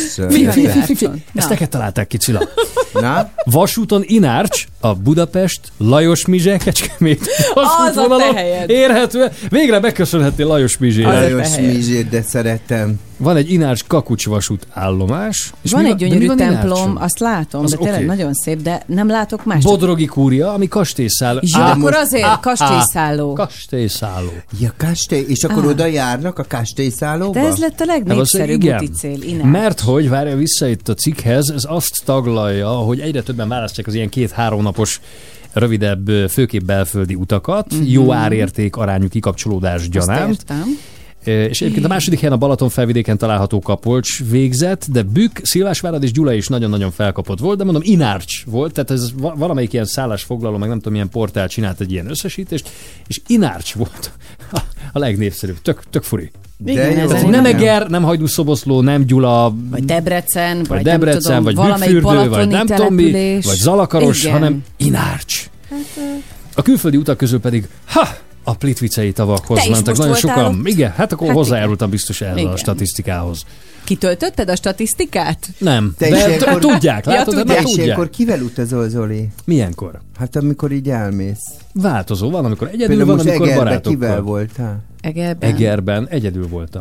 ezt neked találták ki, Csilla. Na? Vasúton Inárcs, a Budapest, Lajos Mizse, Kecskemét vasútvonalon érhető. Végre megköszönhettél Lajos Mizsére. Lajos Mizsét, de szeretem. Van egy Inárcs Kakucs vasút állomás. És van egy gyönyörű templom, Inárcson? azt látom, Az de tényleg oké. nagyon szép, de nem látok más. Bodrogi kúria, ami kastélyszálló. Ja, akkor azért kastélyszálló. Kastélyszálló. Ja, kastély, és akkor oda járnak a kastélyszállóba? De ez lett a legnépszerűbb igen. úti cél, Inárcs. Mert hogy, várja vissza itt a cikkhez, ez azt taglalja, hogy egyre többen választják az ilyen 2-3 napos rövidebb, főképp belföldi utakat, jó árérték arányú kikapcsolódás gyanánt. És egyébként a második helyen a Balaton felvidéken található Kapolcs végzett, de Bükk, Szilvásvárad és Gyula is nagyon-nagyon felkapott volt, de mondom, Inárcs volt, tehát ez valamelyik ilyen szállásfoglaló, meg nem tudom, milyen portál csinált egy ilyen összesítést, és Inárcs volt a legnépszerűbb. Tök furi. Nem Eger, nem Hajdúszoboszló, nem Gyula, vagy Debrecen, vagy Bükkfürdő, vagy nem tudom mi, vagy Zalakaros, hanem Inárcs. A külföldi utak közül pedig, a plitvicei tavakhoz mentek nagyon sokan. Ott? Igen, hát akkor hozzájárultam biztos ehhez igen. a statisztikához. Kitöltötted a statisztikát? Nem, de ilyenkor... tudják, látod, de tudják. tudják. Ilyenkor kivel utazol, Zoli? Milyenkor? Hát amikor így elmész. Változó, van, amikor egyedül, például van, most amikor Egerbe barátokkal. kivel voltál? Egerben egyedül voltam.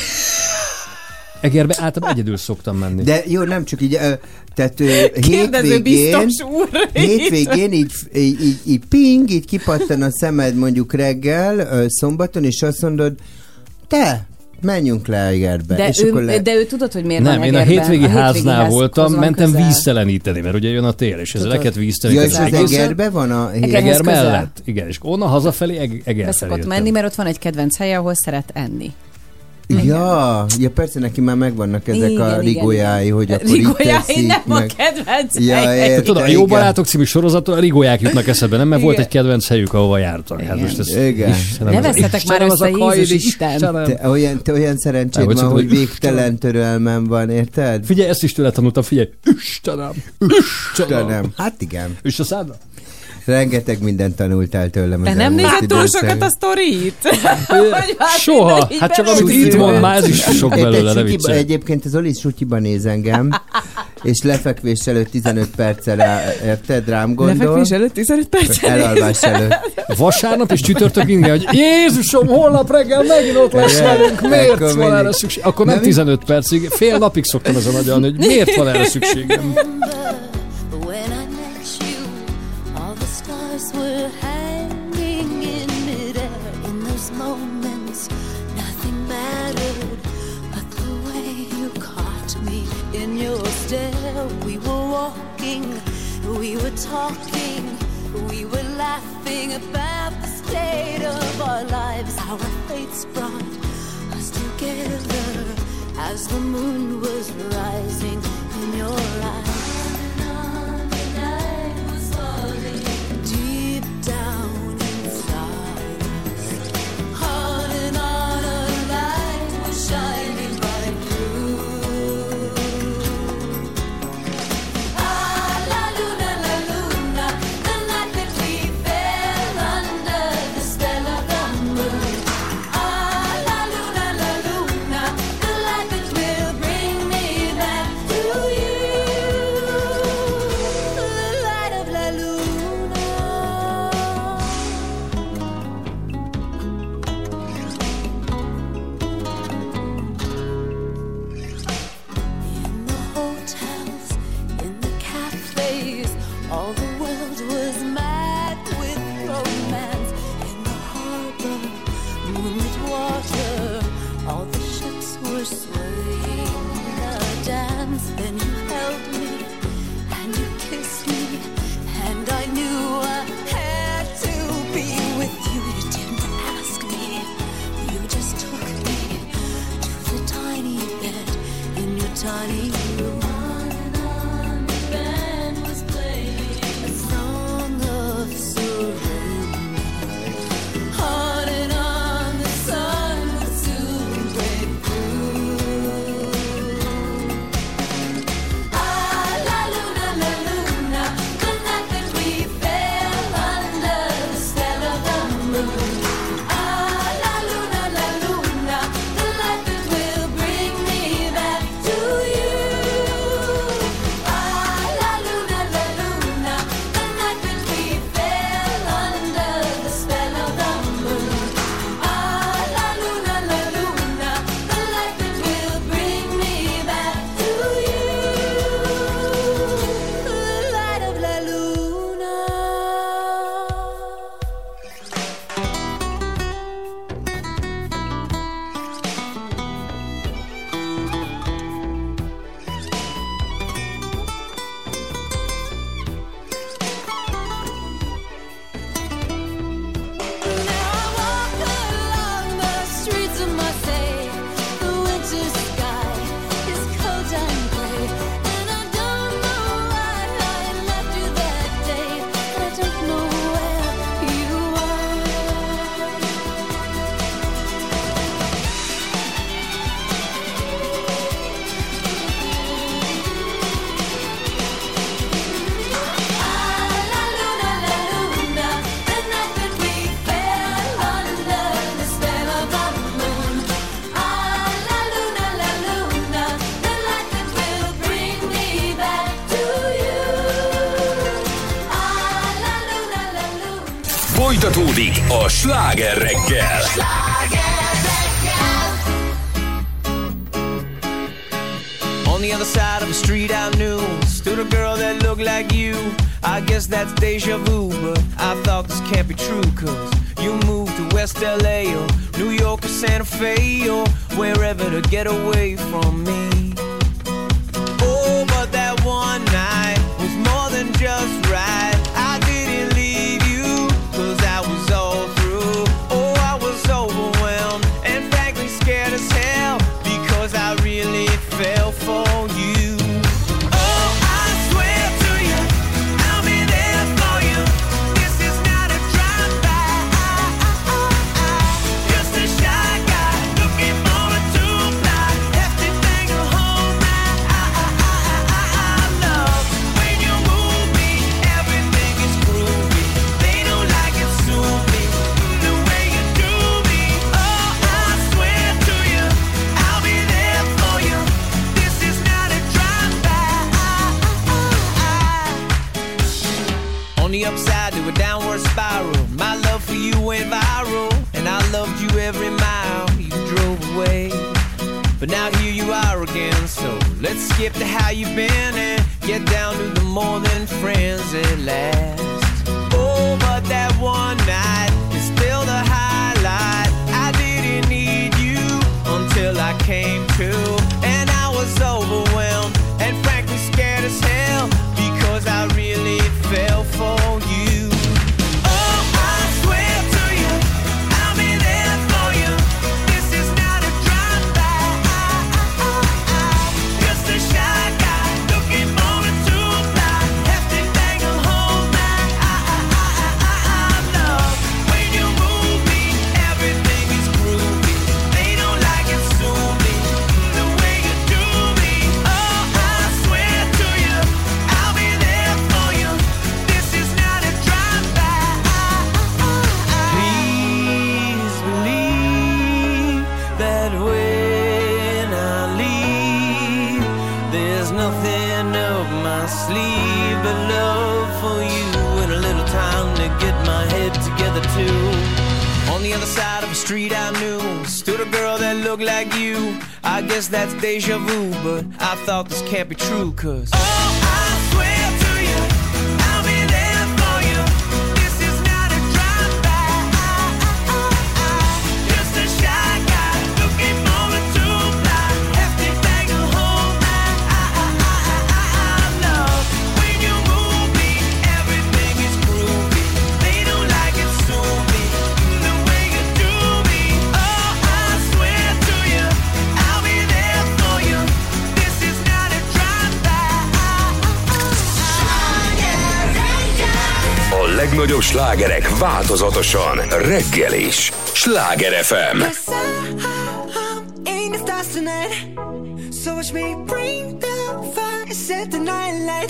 Egerbe általában egyedül szoktam menni. De jó, nem csak így, tehát hétvégén így ping, így kipattan a szemed mondjuk reggel, szombaton, és azt mondod, te, menjünk le Egerbe. De ő tudod, hogy miért nem, van én a hétvégi háznál voltam, mentem közel. vízteleníteni, mert ugye jön a tél, és ezzel lehet vízteleníteni. Ja, és az Egerbe van a Eger mellett, igen, és onnan hazafelé Eger felé szokott menni, mert ott van egy kedvenc helye, ahol szeret enni. Ja, persze neki már megvannak ezek a rigójái, hogy akkor itt teszik nem meg. a kedvenc helyek. Tudod, a Jó Barátok című sorozaton a rigóják jutnak eszebe, nem? Mert volt egy kedvenc helyük, ahova jártak. Hát most ez ne veszhetek már össze, Jézus Isten! Te olyan szerencséd van, hogy végtelen törelmem van, érted? Figyelj, ezt is tőle tanultam, figyelj! Istenem! Hát igen. És a szádra? Rengeteg mindent tanultál tőlem. De nem nézed túl sokat a sztorit? Soha. Hát csak amit itt mond, már ez is sok belőle, ne viccelj. Egyébként az Oli sutyiban néz engem, és lefekvés előtt 15 perccel, érted, rám gondol. Lefekvés előtt 15 perccel? Elalvás előtt. Vasárnap és csütörtök ingyen, hogy Jézusom, holnap reggel megint ott lesz velünk, miért van erre szükség? Akkor nem 15 percig, fél napig szoktam ezen agyalni, hogy miért van erre szükségem. Were hanging in midair in those moments. Nothing mattered but the way you caught me in your stare. We were walking, we were talking, we were laughing about the state of our lives. Our fates brought us together as the moon was rising. wanting you. On and on the band was playing a song of surrender. On and on the sun would soon break through. Ah, la luna, the night that we fell under the spell of the moon. Ah, la luna, the light that will bring me back to you. Ah, la luna, the night that we fell under the spell of the moon. Ah, la luna, the light that will bring me back to you. The light of la luna. Now I walk along the streets of Marseille. The winter sky is cold and gray, and I don't know why I left you that day, and I don't know where you are. Ah, la luna, the night that we fell under the spell of the moon. Ah, la luna, the light that will bring me back to you. Ah, la luna. Folytatódik a Sláger reggel. On the other side of the street I knew stood a girl that looked like you. I guess that's deja vu, but I thought this can't be true, cause you moved to West LA or New York or Santa Fe or wherever to get away from me. Oh, but that one night was more than just right. I didn't leave you, cause I was all through. Oh, I was overwhelmed and frankly scared as hell, because I really fell for you. Oh, I swear to you, I'll be there for you. This is not a drive-by. Just a shy guy looking for a two-ply. Hefty thing to hold my love. When you move me, everything is groovy. They don't like it, sue me the way you do me. Oh, I swear to you, I'll be there for you. This is not a drive-by. On the upside to a downward spiral, my love for you went viral, and I loved you every mile you drove away. But now here you are again, so let's skip to how you've been and get down to the more than friends at last. Oh, but that one night is still the highlight. I didn't need you until I came to, and I was overwhelmed and frankly scared as hell, because I really fell for you. Oh, I swear to you, I'll be there for you. This is not a drive-by. Just a shy guy looking for a two-ply. Hefty thing to hold my love. When you move me, everything is groovy. They don't like it, sue me the way you do me. Oh, I swear to you, I'll be there for you. This is not a drive-by. Please believe that when I leave, there's nothing up my sleeve but love for you and a little time to get my head together too. On the other side of the street I knew stood a girl that looked like you. I guess that's deja vu, but I thought this can't be true, cause oh, I swear to you, I'll be there for you. This is not a drive-by. Just a shy guy looking for a two-ply. Hefty thing to hold my love. When you move me, everything is groovy. They don't like it, sue me the way you do me. Oh, I swear to you, I'll be there for you. This is not legnagyobb slágerek változatosan reggel is. Sláger FM. Ain't the stars tonight, so watch me bring the fire, set the night light.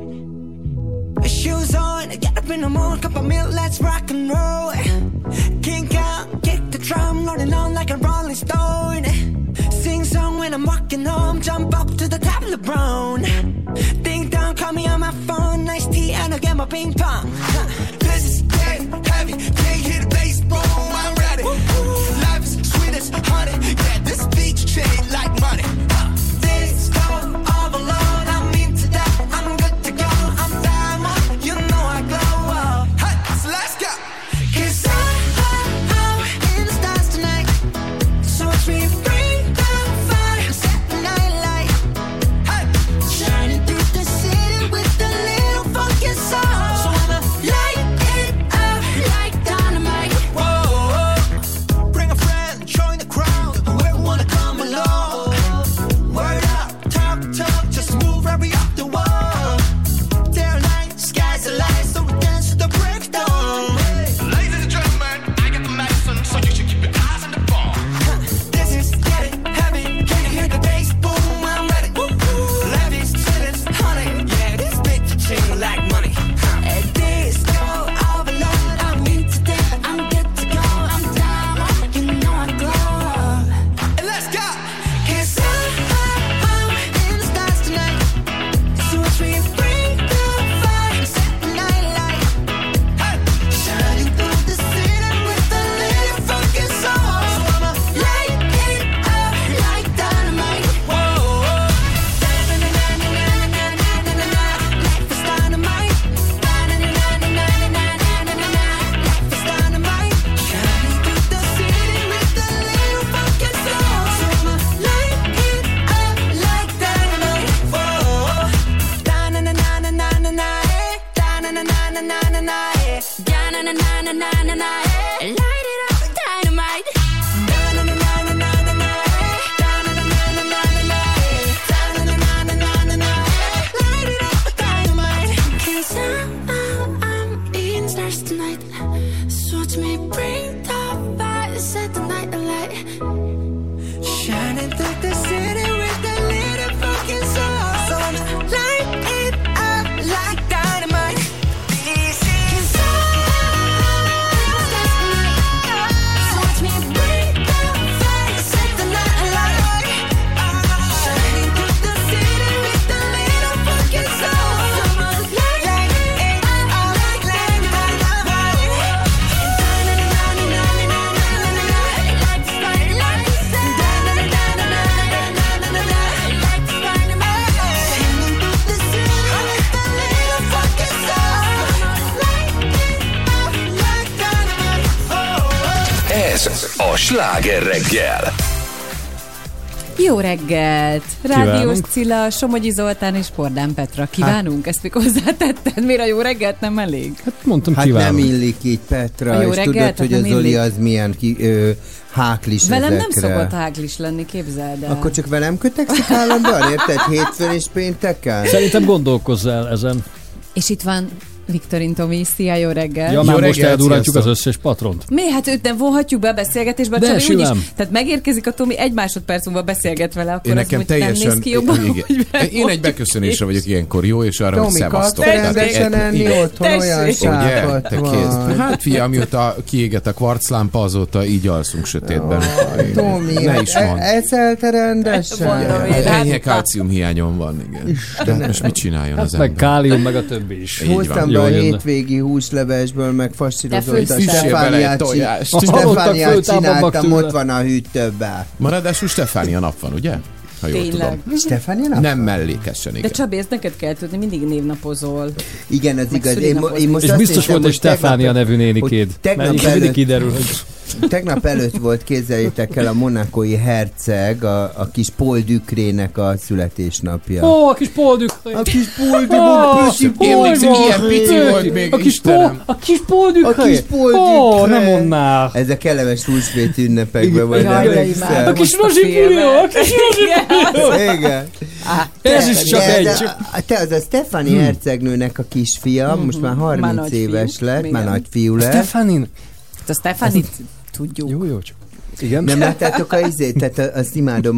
Shoes on, get up in the morning, cup of milk, let's rock and roll. Kink out, kick the drum, rolling on like a rolling stone. Sing song when I'm walking home, jump up to the top of the brown. Ding dong, call me on my phone, nice tea and I'll get my ping pong. This is getting heavy, can't hear the bass, boom, I'm ready. Life is sweet as honey, yeah, this beach chain like money. This go all alone, I'm into that, I'm good to go, I'm diamond, you know I glow. Hey, so let's go. 'Cause I'm in the stars tonight, so watch me bring the fire, set the night light. Hey, shining through the city with a little funky soul. So I'ma light it up like dynamite. Whoa, bring a friend, join the crowd, whoever wanna come along. Word up, talk, just move right up the wall. They're like, sky's the light, so we dance to the break of dawn. Ladies and gentlemen, I got the medicine, so you should keep your eyes on the ball. This is getting heavy, can you hear the bass? Boom, I'm ready. Levies, cities, honey, yeah, this bitch ching like money. And this go overload, I'm into that, I'm good to go, I'm down, you know I glow. And let's go. 'Cause I'm in the stars tonight, so watch me bring the fire, set the night light. Hey, shining through the city with a little funky soul. So I'ma light it up like dynamite. Whoa, na-na-na-na-na-na-na-na-na-na, life is dynamite. Na-na-na-na-na-na-na-na-na-na, life is dynamite. Shining through the city with a little funky soul. So I'ma light it up like dynamite. Whoa, da-na-na-na-na-na-na-na, da-na-na-na-na-na-na, da-na-na-na-na-na-na, light it up like dynamite. Da-na-na-na-na-na-na, da-na-na-na-na-na-na, da-na-na-na-na-na-na, light it up like dynamite. 'Cause I'm in the stars tonight, so watch me bring the fire, set the night alight. Shining through the city with a little fucking soul. So I'ma light it up like dynamite. 'Cause so watch me bring the fire, set the night alight. Shining through the city with a little fucking soul. So I'ma light it up like dynamite. Ez a Sláger reggel. Jó reggelt! Rádiós Kívánunk. Cilla, Somogyi Zoltán és Pordán Petra. Kívánunk? Ezt még hozzátetted? Miért a jó reggelt nem elég? Hát mondtam, Hát kívánunk. nem illik így, Petra, A jó és reggelt, tudod, hogy hát a nem Zoli illik. az milyen háklis Velem nem ezekre. szokott háglis lenni, képzeld el. Akkor csak velem kötekszik állandóan, érted? Hétfőn és pénteken? Szerintem gondolkozz el ezen. És itt van Viktorin Tomi, szia, jó reggel! Ja, már most reggelt, eldurrantjuk az sziasztok. összes patront. Mi? Hát őt nem vonhatjuk be a beszélgetésbe, De, Csabi, úgyis. simán. Tehát megérkezik a Tomi, egy másodperc múlva beszélget vele, akkor Én az nekem úgy nem teljesen... néz ki jobban, igen. hogy Én egy beköszönésre vagyok ilyenkor jó, és arra, hogy Tomi, szevasztok. kapsz rendesen enni otthon, olyan Ugye? sápat Te van. kész. Hát figyelj, amióta kiégett a kvarclámpa, azóta így alszunk sötétben. Tomi, Ne is mondd. eszelte rendesen? Ennyi kalcium hiányom van, igen. De most mit csináljon Hát az meg ember? kálium, meg a többi is. Így van. Hoztam be Jól a jönne. hétvégi húslevesből, meg Te fasírozott főztél. a Üssél bele egy Stefániát. tojást. Hallottak, Stefániát föltámadnak csináltam, tőle. ott van a hűtőben. Ma ráadásul Stefánia nap van, ugye? Ha jól Tényleg. tudom. Stefánia nap? Nem mellékesen, De igen. Csabi, ezt neked kell tudni, mindig névnapozol. Igen, ez Meg igaz. szülinapot. Én most És azt biztos hiszem, volt egy hogy tegnap- Stefánia nevű hogy nénikéd. tegnap Mert mindig előtt- kiderül, hogy Tegnap előtt volt, képzeljétek el, a monakói herceg, a kis Paul Ducrének a születésnapja. Ó, a kis Paul Ducré. A kis Paul Ducré. Emlékszem, ilyen pici volt még, Istenem. A kis Paul Ducré. A kis Paul Ó, Ducré. nem mondnál. Ez a kellemes húsvét ünnepekben vagy. A kis rozsipújó, a kis rozsipújó. Igen. Ez is csak egy. Te az a Stefani hercegnőnek a kisfia, most már 30 éves lett, már nagyfiú lett. Stefanin. A Stefanit tudjuk. Jó, csak. Igen. Nem láttátok a izét? Tehát azt imádom,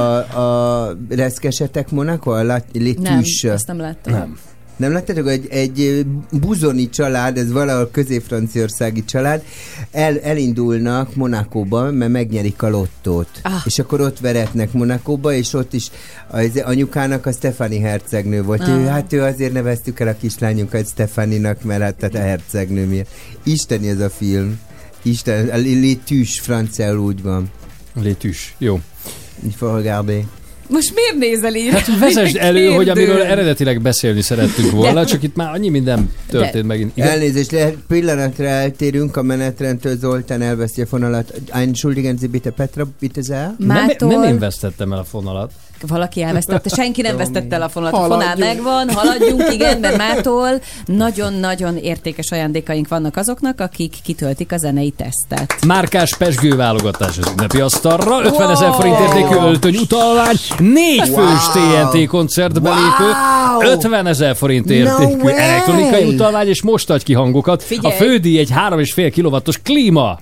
a reszkesetek Monaco, a Nem, Létűs. ezt nem láttam. Nem láttátok, hogy egy buzoni család, ez valahol közép-franciaországi család, elindulnak Monakóba, mert megnyerik a lottót. És akkor ott veretnek Monakóba, és ott is az anyukának a Stefani hercegnő volt. Ő azért neveztük el a kislányunkat Stefaninak, mert hát tehát a hercegnő miért. Isteni ez a film. Isten, a Létűs franciául úgy van. Létűs, jó. Il faut regarder. Most miért nézel így? Hát vezesd elő, hogy amiről eredetileg beszélni szerettünk volna, csak itt már annyi minden történt megint. Igen? Elnézést, lehet pillanatra eltérünk a menetrendtől, Zoltán elveszi a fonalat. Entschuldigen Sie bitte, Petra, bitte sehr. Nem én vesztettem el a fonalat. Valaki elvesztette, senki nem vesztette el a fonalat. A fonál megvan, haladjunk, igen, mert mától nagyon-nagyon értékes ajándékaink vannak azoknak, akik kitöltik a zenei tesztet. Márkás pezsgőválogatás az ünnepi asztalra, 50 000 forint értékű öltöny utalvány, 4 fős TNT koncertbelépő, 50 000 forint értékű elektronikai utalvány, és most adj ki hangokat. Figyelj. A fődíj egy 3,5 kW-os klíma.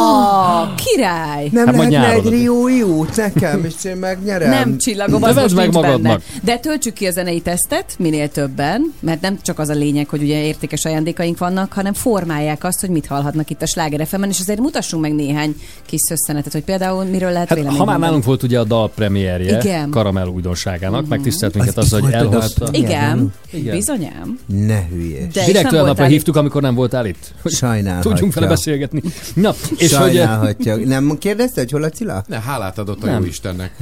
Király! Nem Hát majd lehetne egy nyáron. Rio út nekem, és én megnyerem. Nem csillagom, De az vedd most meg nincs magadnak. benne. De töltsük ki a zenei tesztet, minél többen, mert nem csak az a lényeg, hogy ugye értékes ajándékaink vannak, hanem formálják azt, hogy mit hallhatnak itt a Sláger FM-en, és azért mutassunk meg néhány kis szösszenetet, hogy például miről lehet Hát, vélemény ha már mondani. nálunk volt ugye a dal premierje, Igen. Karamell újdonságának, megtisztelt minket az, hogy volt a dal elhozta. Igen, Igen. bizonyám. Ne hülyés. De Direkt nem olyan napra voltál hívtuk, amikor nem voltál itt. Hogy Sajnálhatja. tudjunk vele beszélgetni. Na, és hogy... Sajnálhatja. Nem kérdezte, hogy hol a Cilla? Ne, hálát adott a Nem. jó Istennek.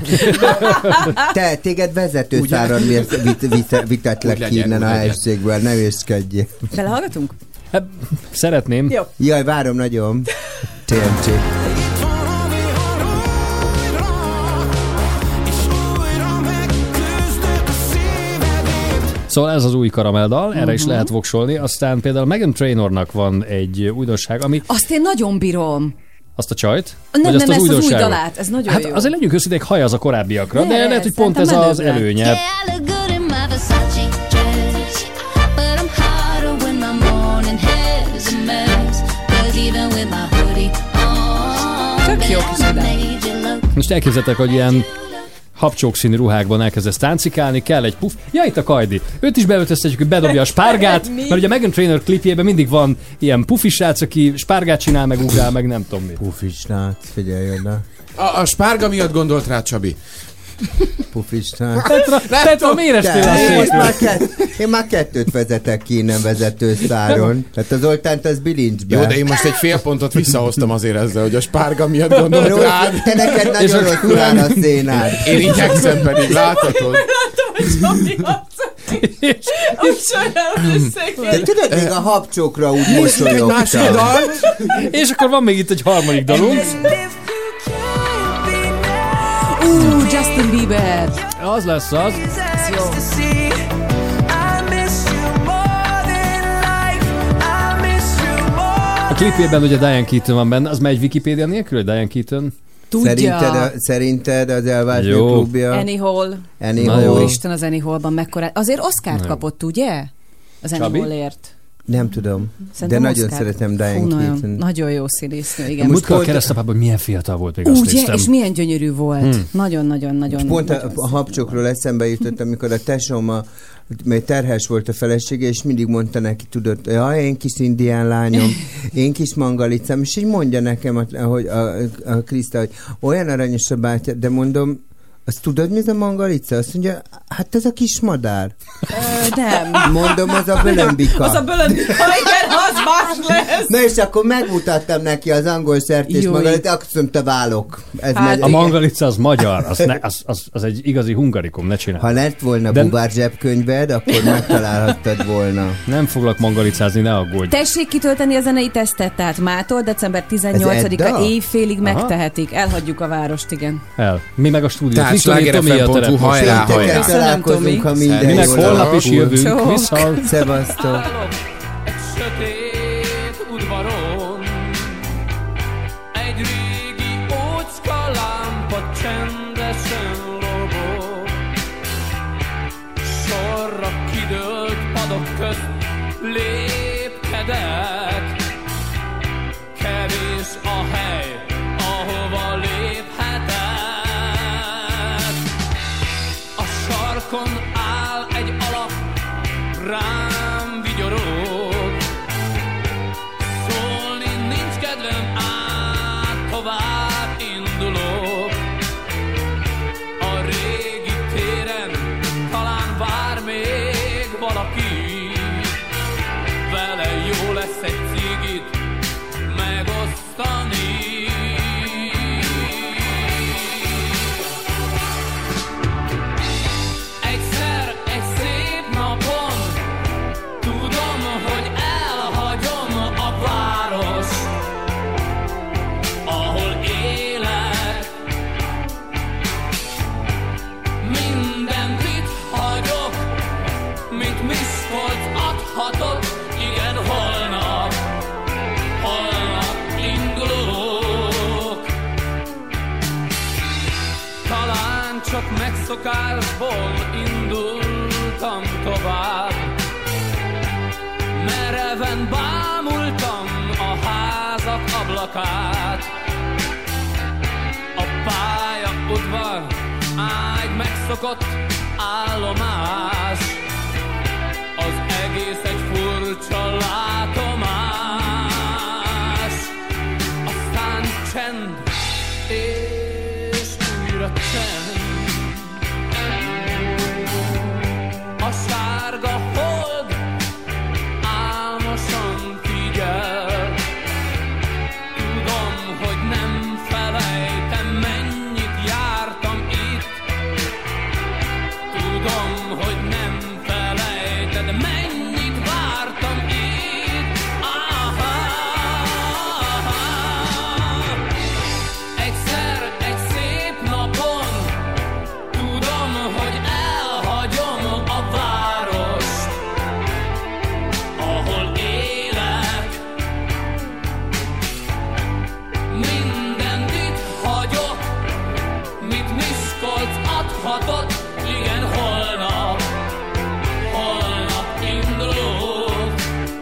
Téged vezetőszáron vitetlek Úgy ki legyen, innen úgy a legyen. helységből, ne őszkedjél. Belehallgatunk? Hát, szeretném. Jó. Jaj, várom nagyon. TNT. Szóval ez az új Karamelldal, erre is lehet voksolni. Aztán például Meghan Trainornak van egy újdonság, ami Azt én nagyon bírom. azt a csajt, Nem, vagy azt nem, az ezt az új újdonságot? dalát, ez nagyon Hát jó. azért legyünk őszintén, haj az a korábbiakra, de lehet, hogy pont ez szerintem az menőbb lett. előnye. I look good in my Versace dress, but I'm hotter when my morning hair's a mess. 'Cause even with my hoodie on, Tök jó kis I ide. made you look. Most elképzeltek, hogy ilyen habcsókszínű ruhákban elkezdesz táncikálni, kell egy puff. Ja, itt a Kajdi. Őt is beöltöztetjük, hogy bedobja a spárgát, Mi? mert ugye a Meghan Trainor klipjében mindig van ilyen pufis srác, aki spárgát csinál, meg ugrál, meg nem tudom mit. Pufisnát, figyelj oda. A spárga miatt gondolt rá, Csabi. Pufisnát. Petra, miért estél a székről? Én már kettőt vezetek ki innen vezetőszáron. Tehát az Zoltánt az bilincs be. Jó, de én most egy fél pontot visszahoztam azért ezzel, hogy a spárga miatt gondolt Rossz, rád. te neked nagyon rosszul áll a szénád. Én igyekszem pedig, láthatod. De tudod, még a habcsókra úgy Másik mosolyogtam. dalt. És akkor van még itt egy harmadik dalunk. Justin Bieber. Az lesz az. Jó. A klipjében ugye Diane Keaton van benne, az megy Wikipédia nélkül, hogy Diane Keaton? Tudja. Szerinted az elvált Jó. klubja? Annie Hall. Annie Na Hall. jó. Úristen, az Annie Hallban mekkora... Azért Oscart kapott, ugye? Az Annie Csabi? Hallért. Nem tudom, Szerintem de nagyon Oscart. szeretem Diane Fú, Keaton. nagyon jó színésznő, igen. Múltkor a keresztapában milyen fiatal volt, még azt Ugye, néztem. és milyen gyönyörű volt. Nagyon-nagyon-nagyon. Pont a habcsokról eszembe jutott, amikor a tesóm mert terhes volt a felesége, és mindig mondta neki, tudod, jaj, én kis indián lányom, én kis mangalicám, és így mondja nekem, hogy a Kriszta, hogy olyan aranyos a bátyja, de mondom, Azt tudod, mi ez a mangalica? Azt mondja, hát ez a kis madár. Nem. Mondom, az a bölömbika. Az a bölömbika, igen, az más lesz. Na és akkor megmutattam neki az angol szertés Júj. mangalica, akkor mondta, válok. Ez A mangalica az magyar, az egy igazi hungarikum, ne csinálj. Ha lett volna bubár zsebkönyved, akkor megtalálhattad volna. Nem foglak mangalicázni, ne aggódj. Tessék kitölteni a zenei tesztet, tehát mától december Ez 18-a Edda? éjfélig Aha. megtehetik. Elhagyjuk a várost, igen. El. Mi meg a stúdiót. Tehát slágerfm.hu, hajrá, hajrá. Találkozunk, ha minden Mi meg jól holnap alakul. is jövünk. Csók. Viszont. Szevasztok. Sötét udvaron egy régi ócska lámpa csendesen lobog. Sorra kidőlt padok közt lépkedek. Kevés a hely, ahova léphetek. A sarkon áll egy alak, rám vigyorog. Szólni nincs kedvem, át tovább indulok. A régi téren talán vár még valaki. Vele jó lesz egy cigit megosztani. Egyszer egy szép napon tudom, hogy elhagyom a város, ahol élek. Mindent itt hagyok, mint Miskolc adhatok. Igen, holnap indulok. Talán csak megszokásból indultam tovább. Mereven bámultam a házak ablakát. A pályaudvar egy megszokott állomás. Az egész egy furcsa látomás. Aztán csend, és újra csend. A sárga hold álmosan figyel. Tudom, hogy nem felejtem, mennyit jártam itt. Tudom, hogy nem felejted, mennyit vártam itt. Aha. Egyszer egy szép napon tudom, hogy elhagyom a várost, ahol élek. Mindent itt hagyok, mit Miskolc adhatott. Igen, holnap indulok.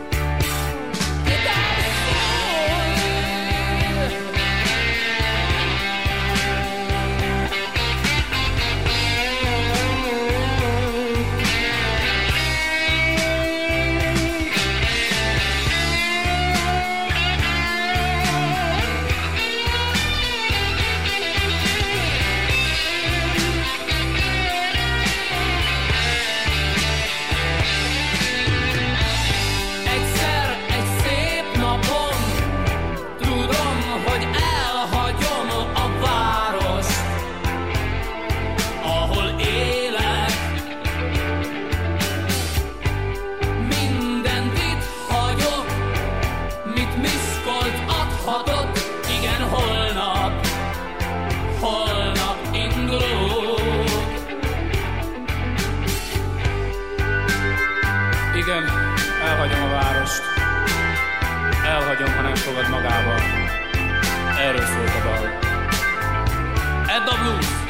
Egyszer egy szép napon tudom, hogy elhagyom a várost, ahol élek. Mindent itt hagyok, mit Miskolc adhatott. Igen, holnap indulok. Igen, elhagyom a várost. Elhagyom, ha nem fogad magával. Erről szólt a dal. Edda Blues.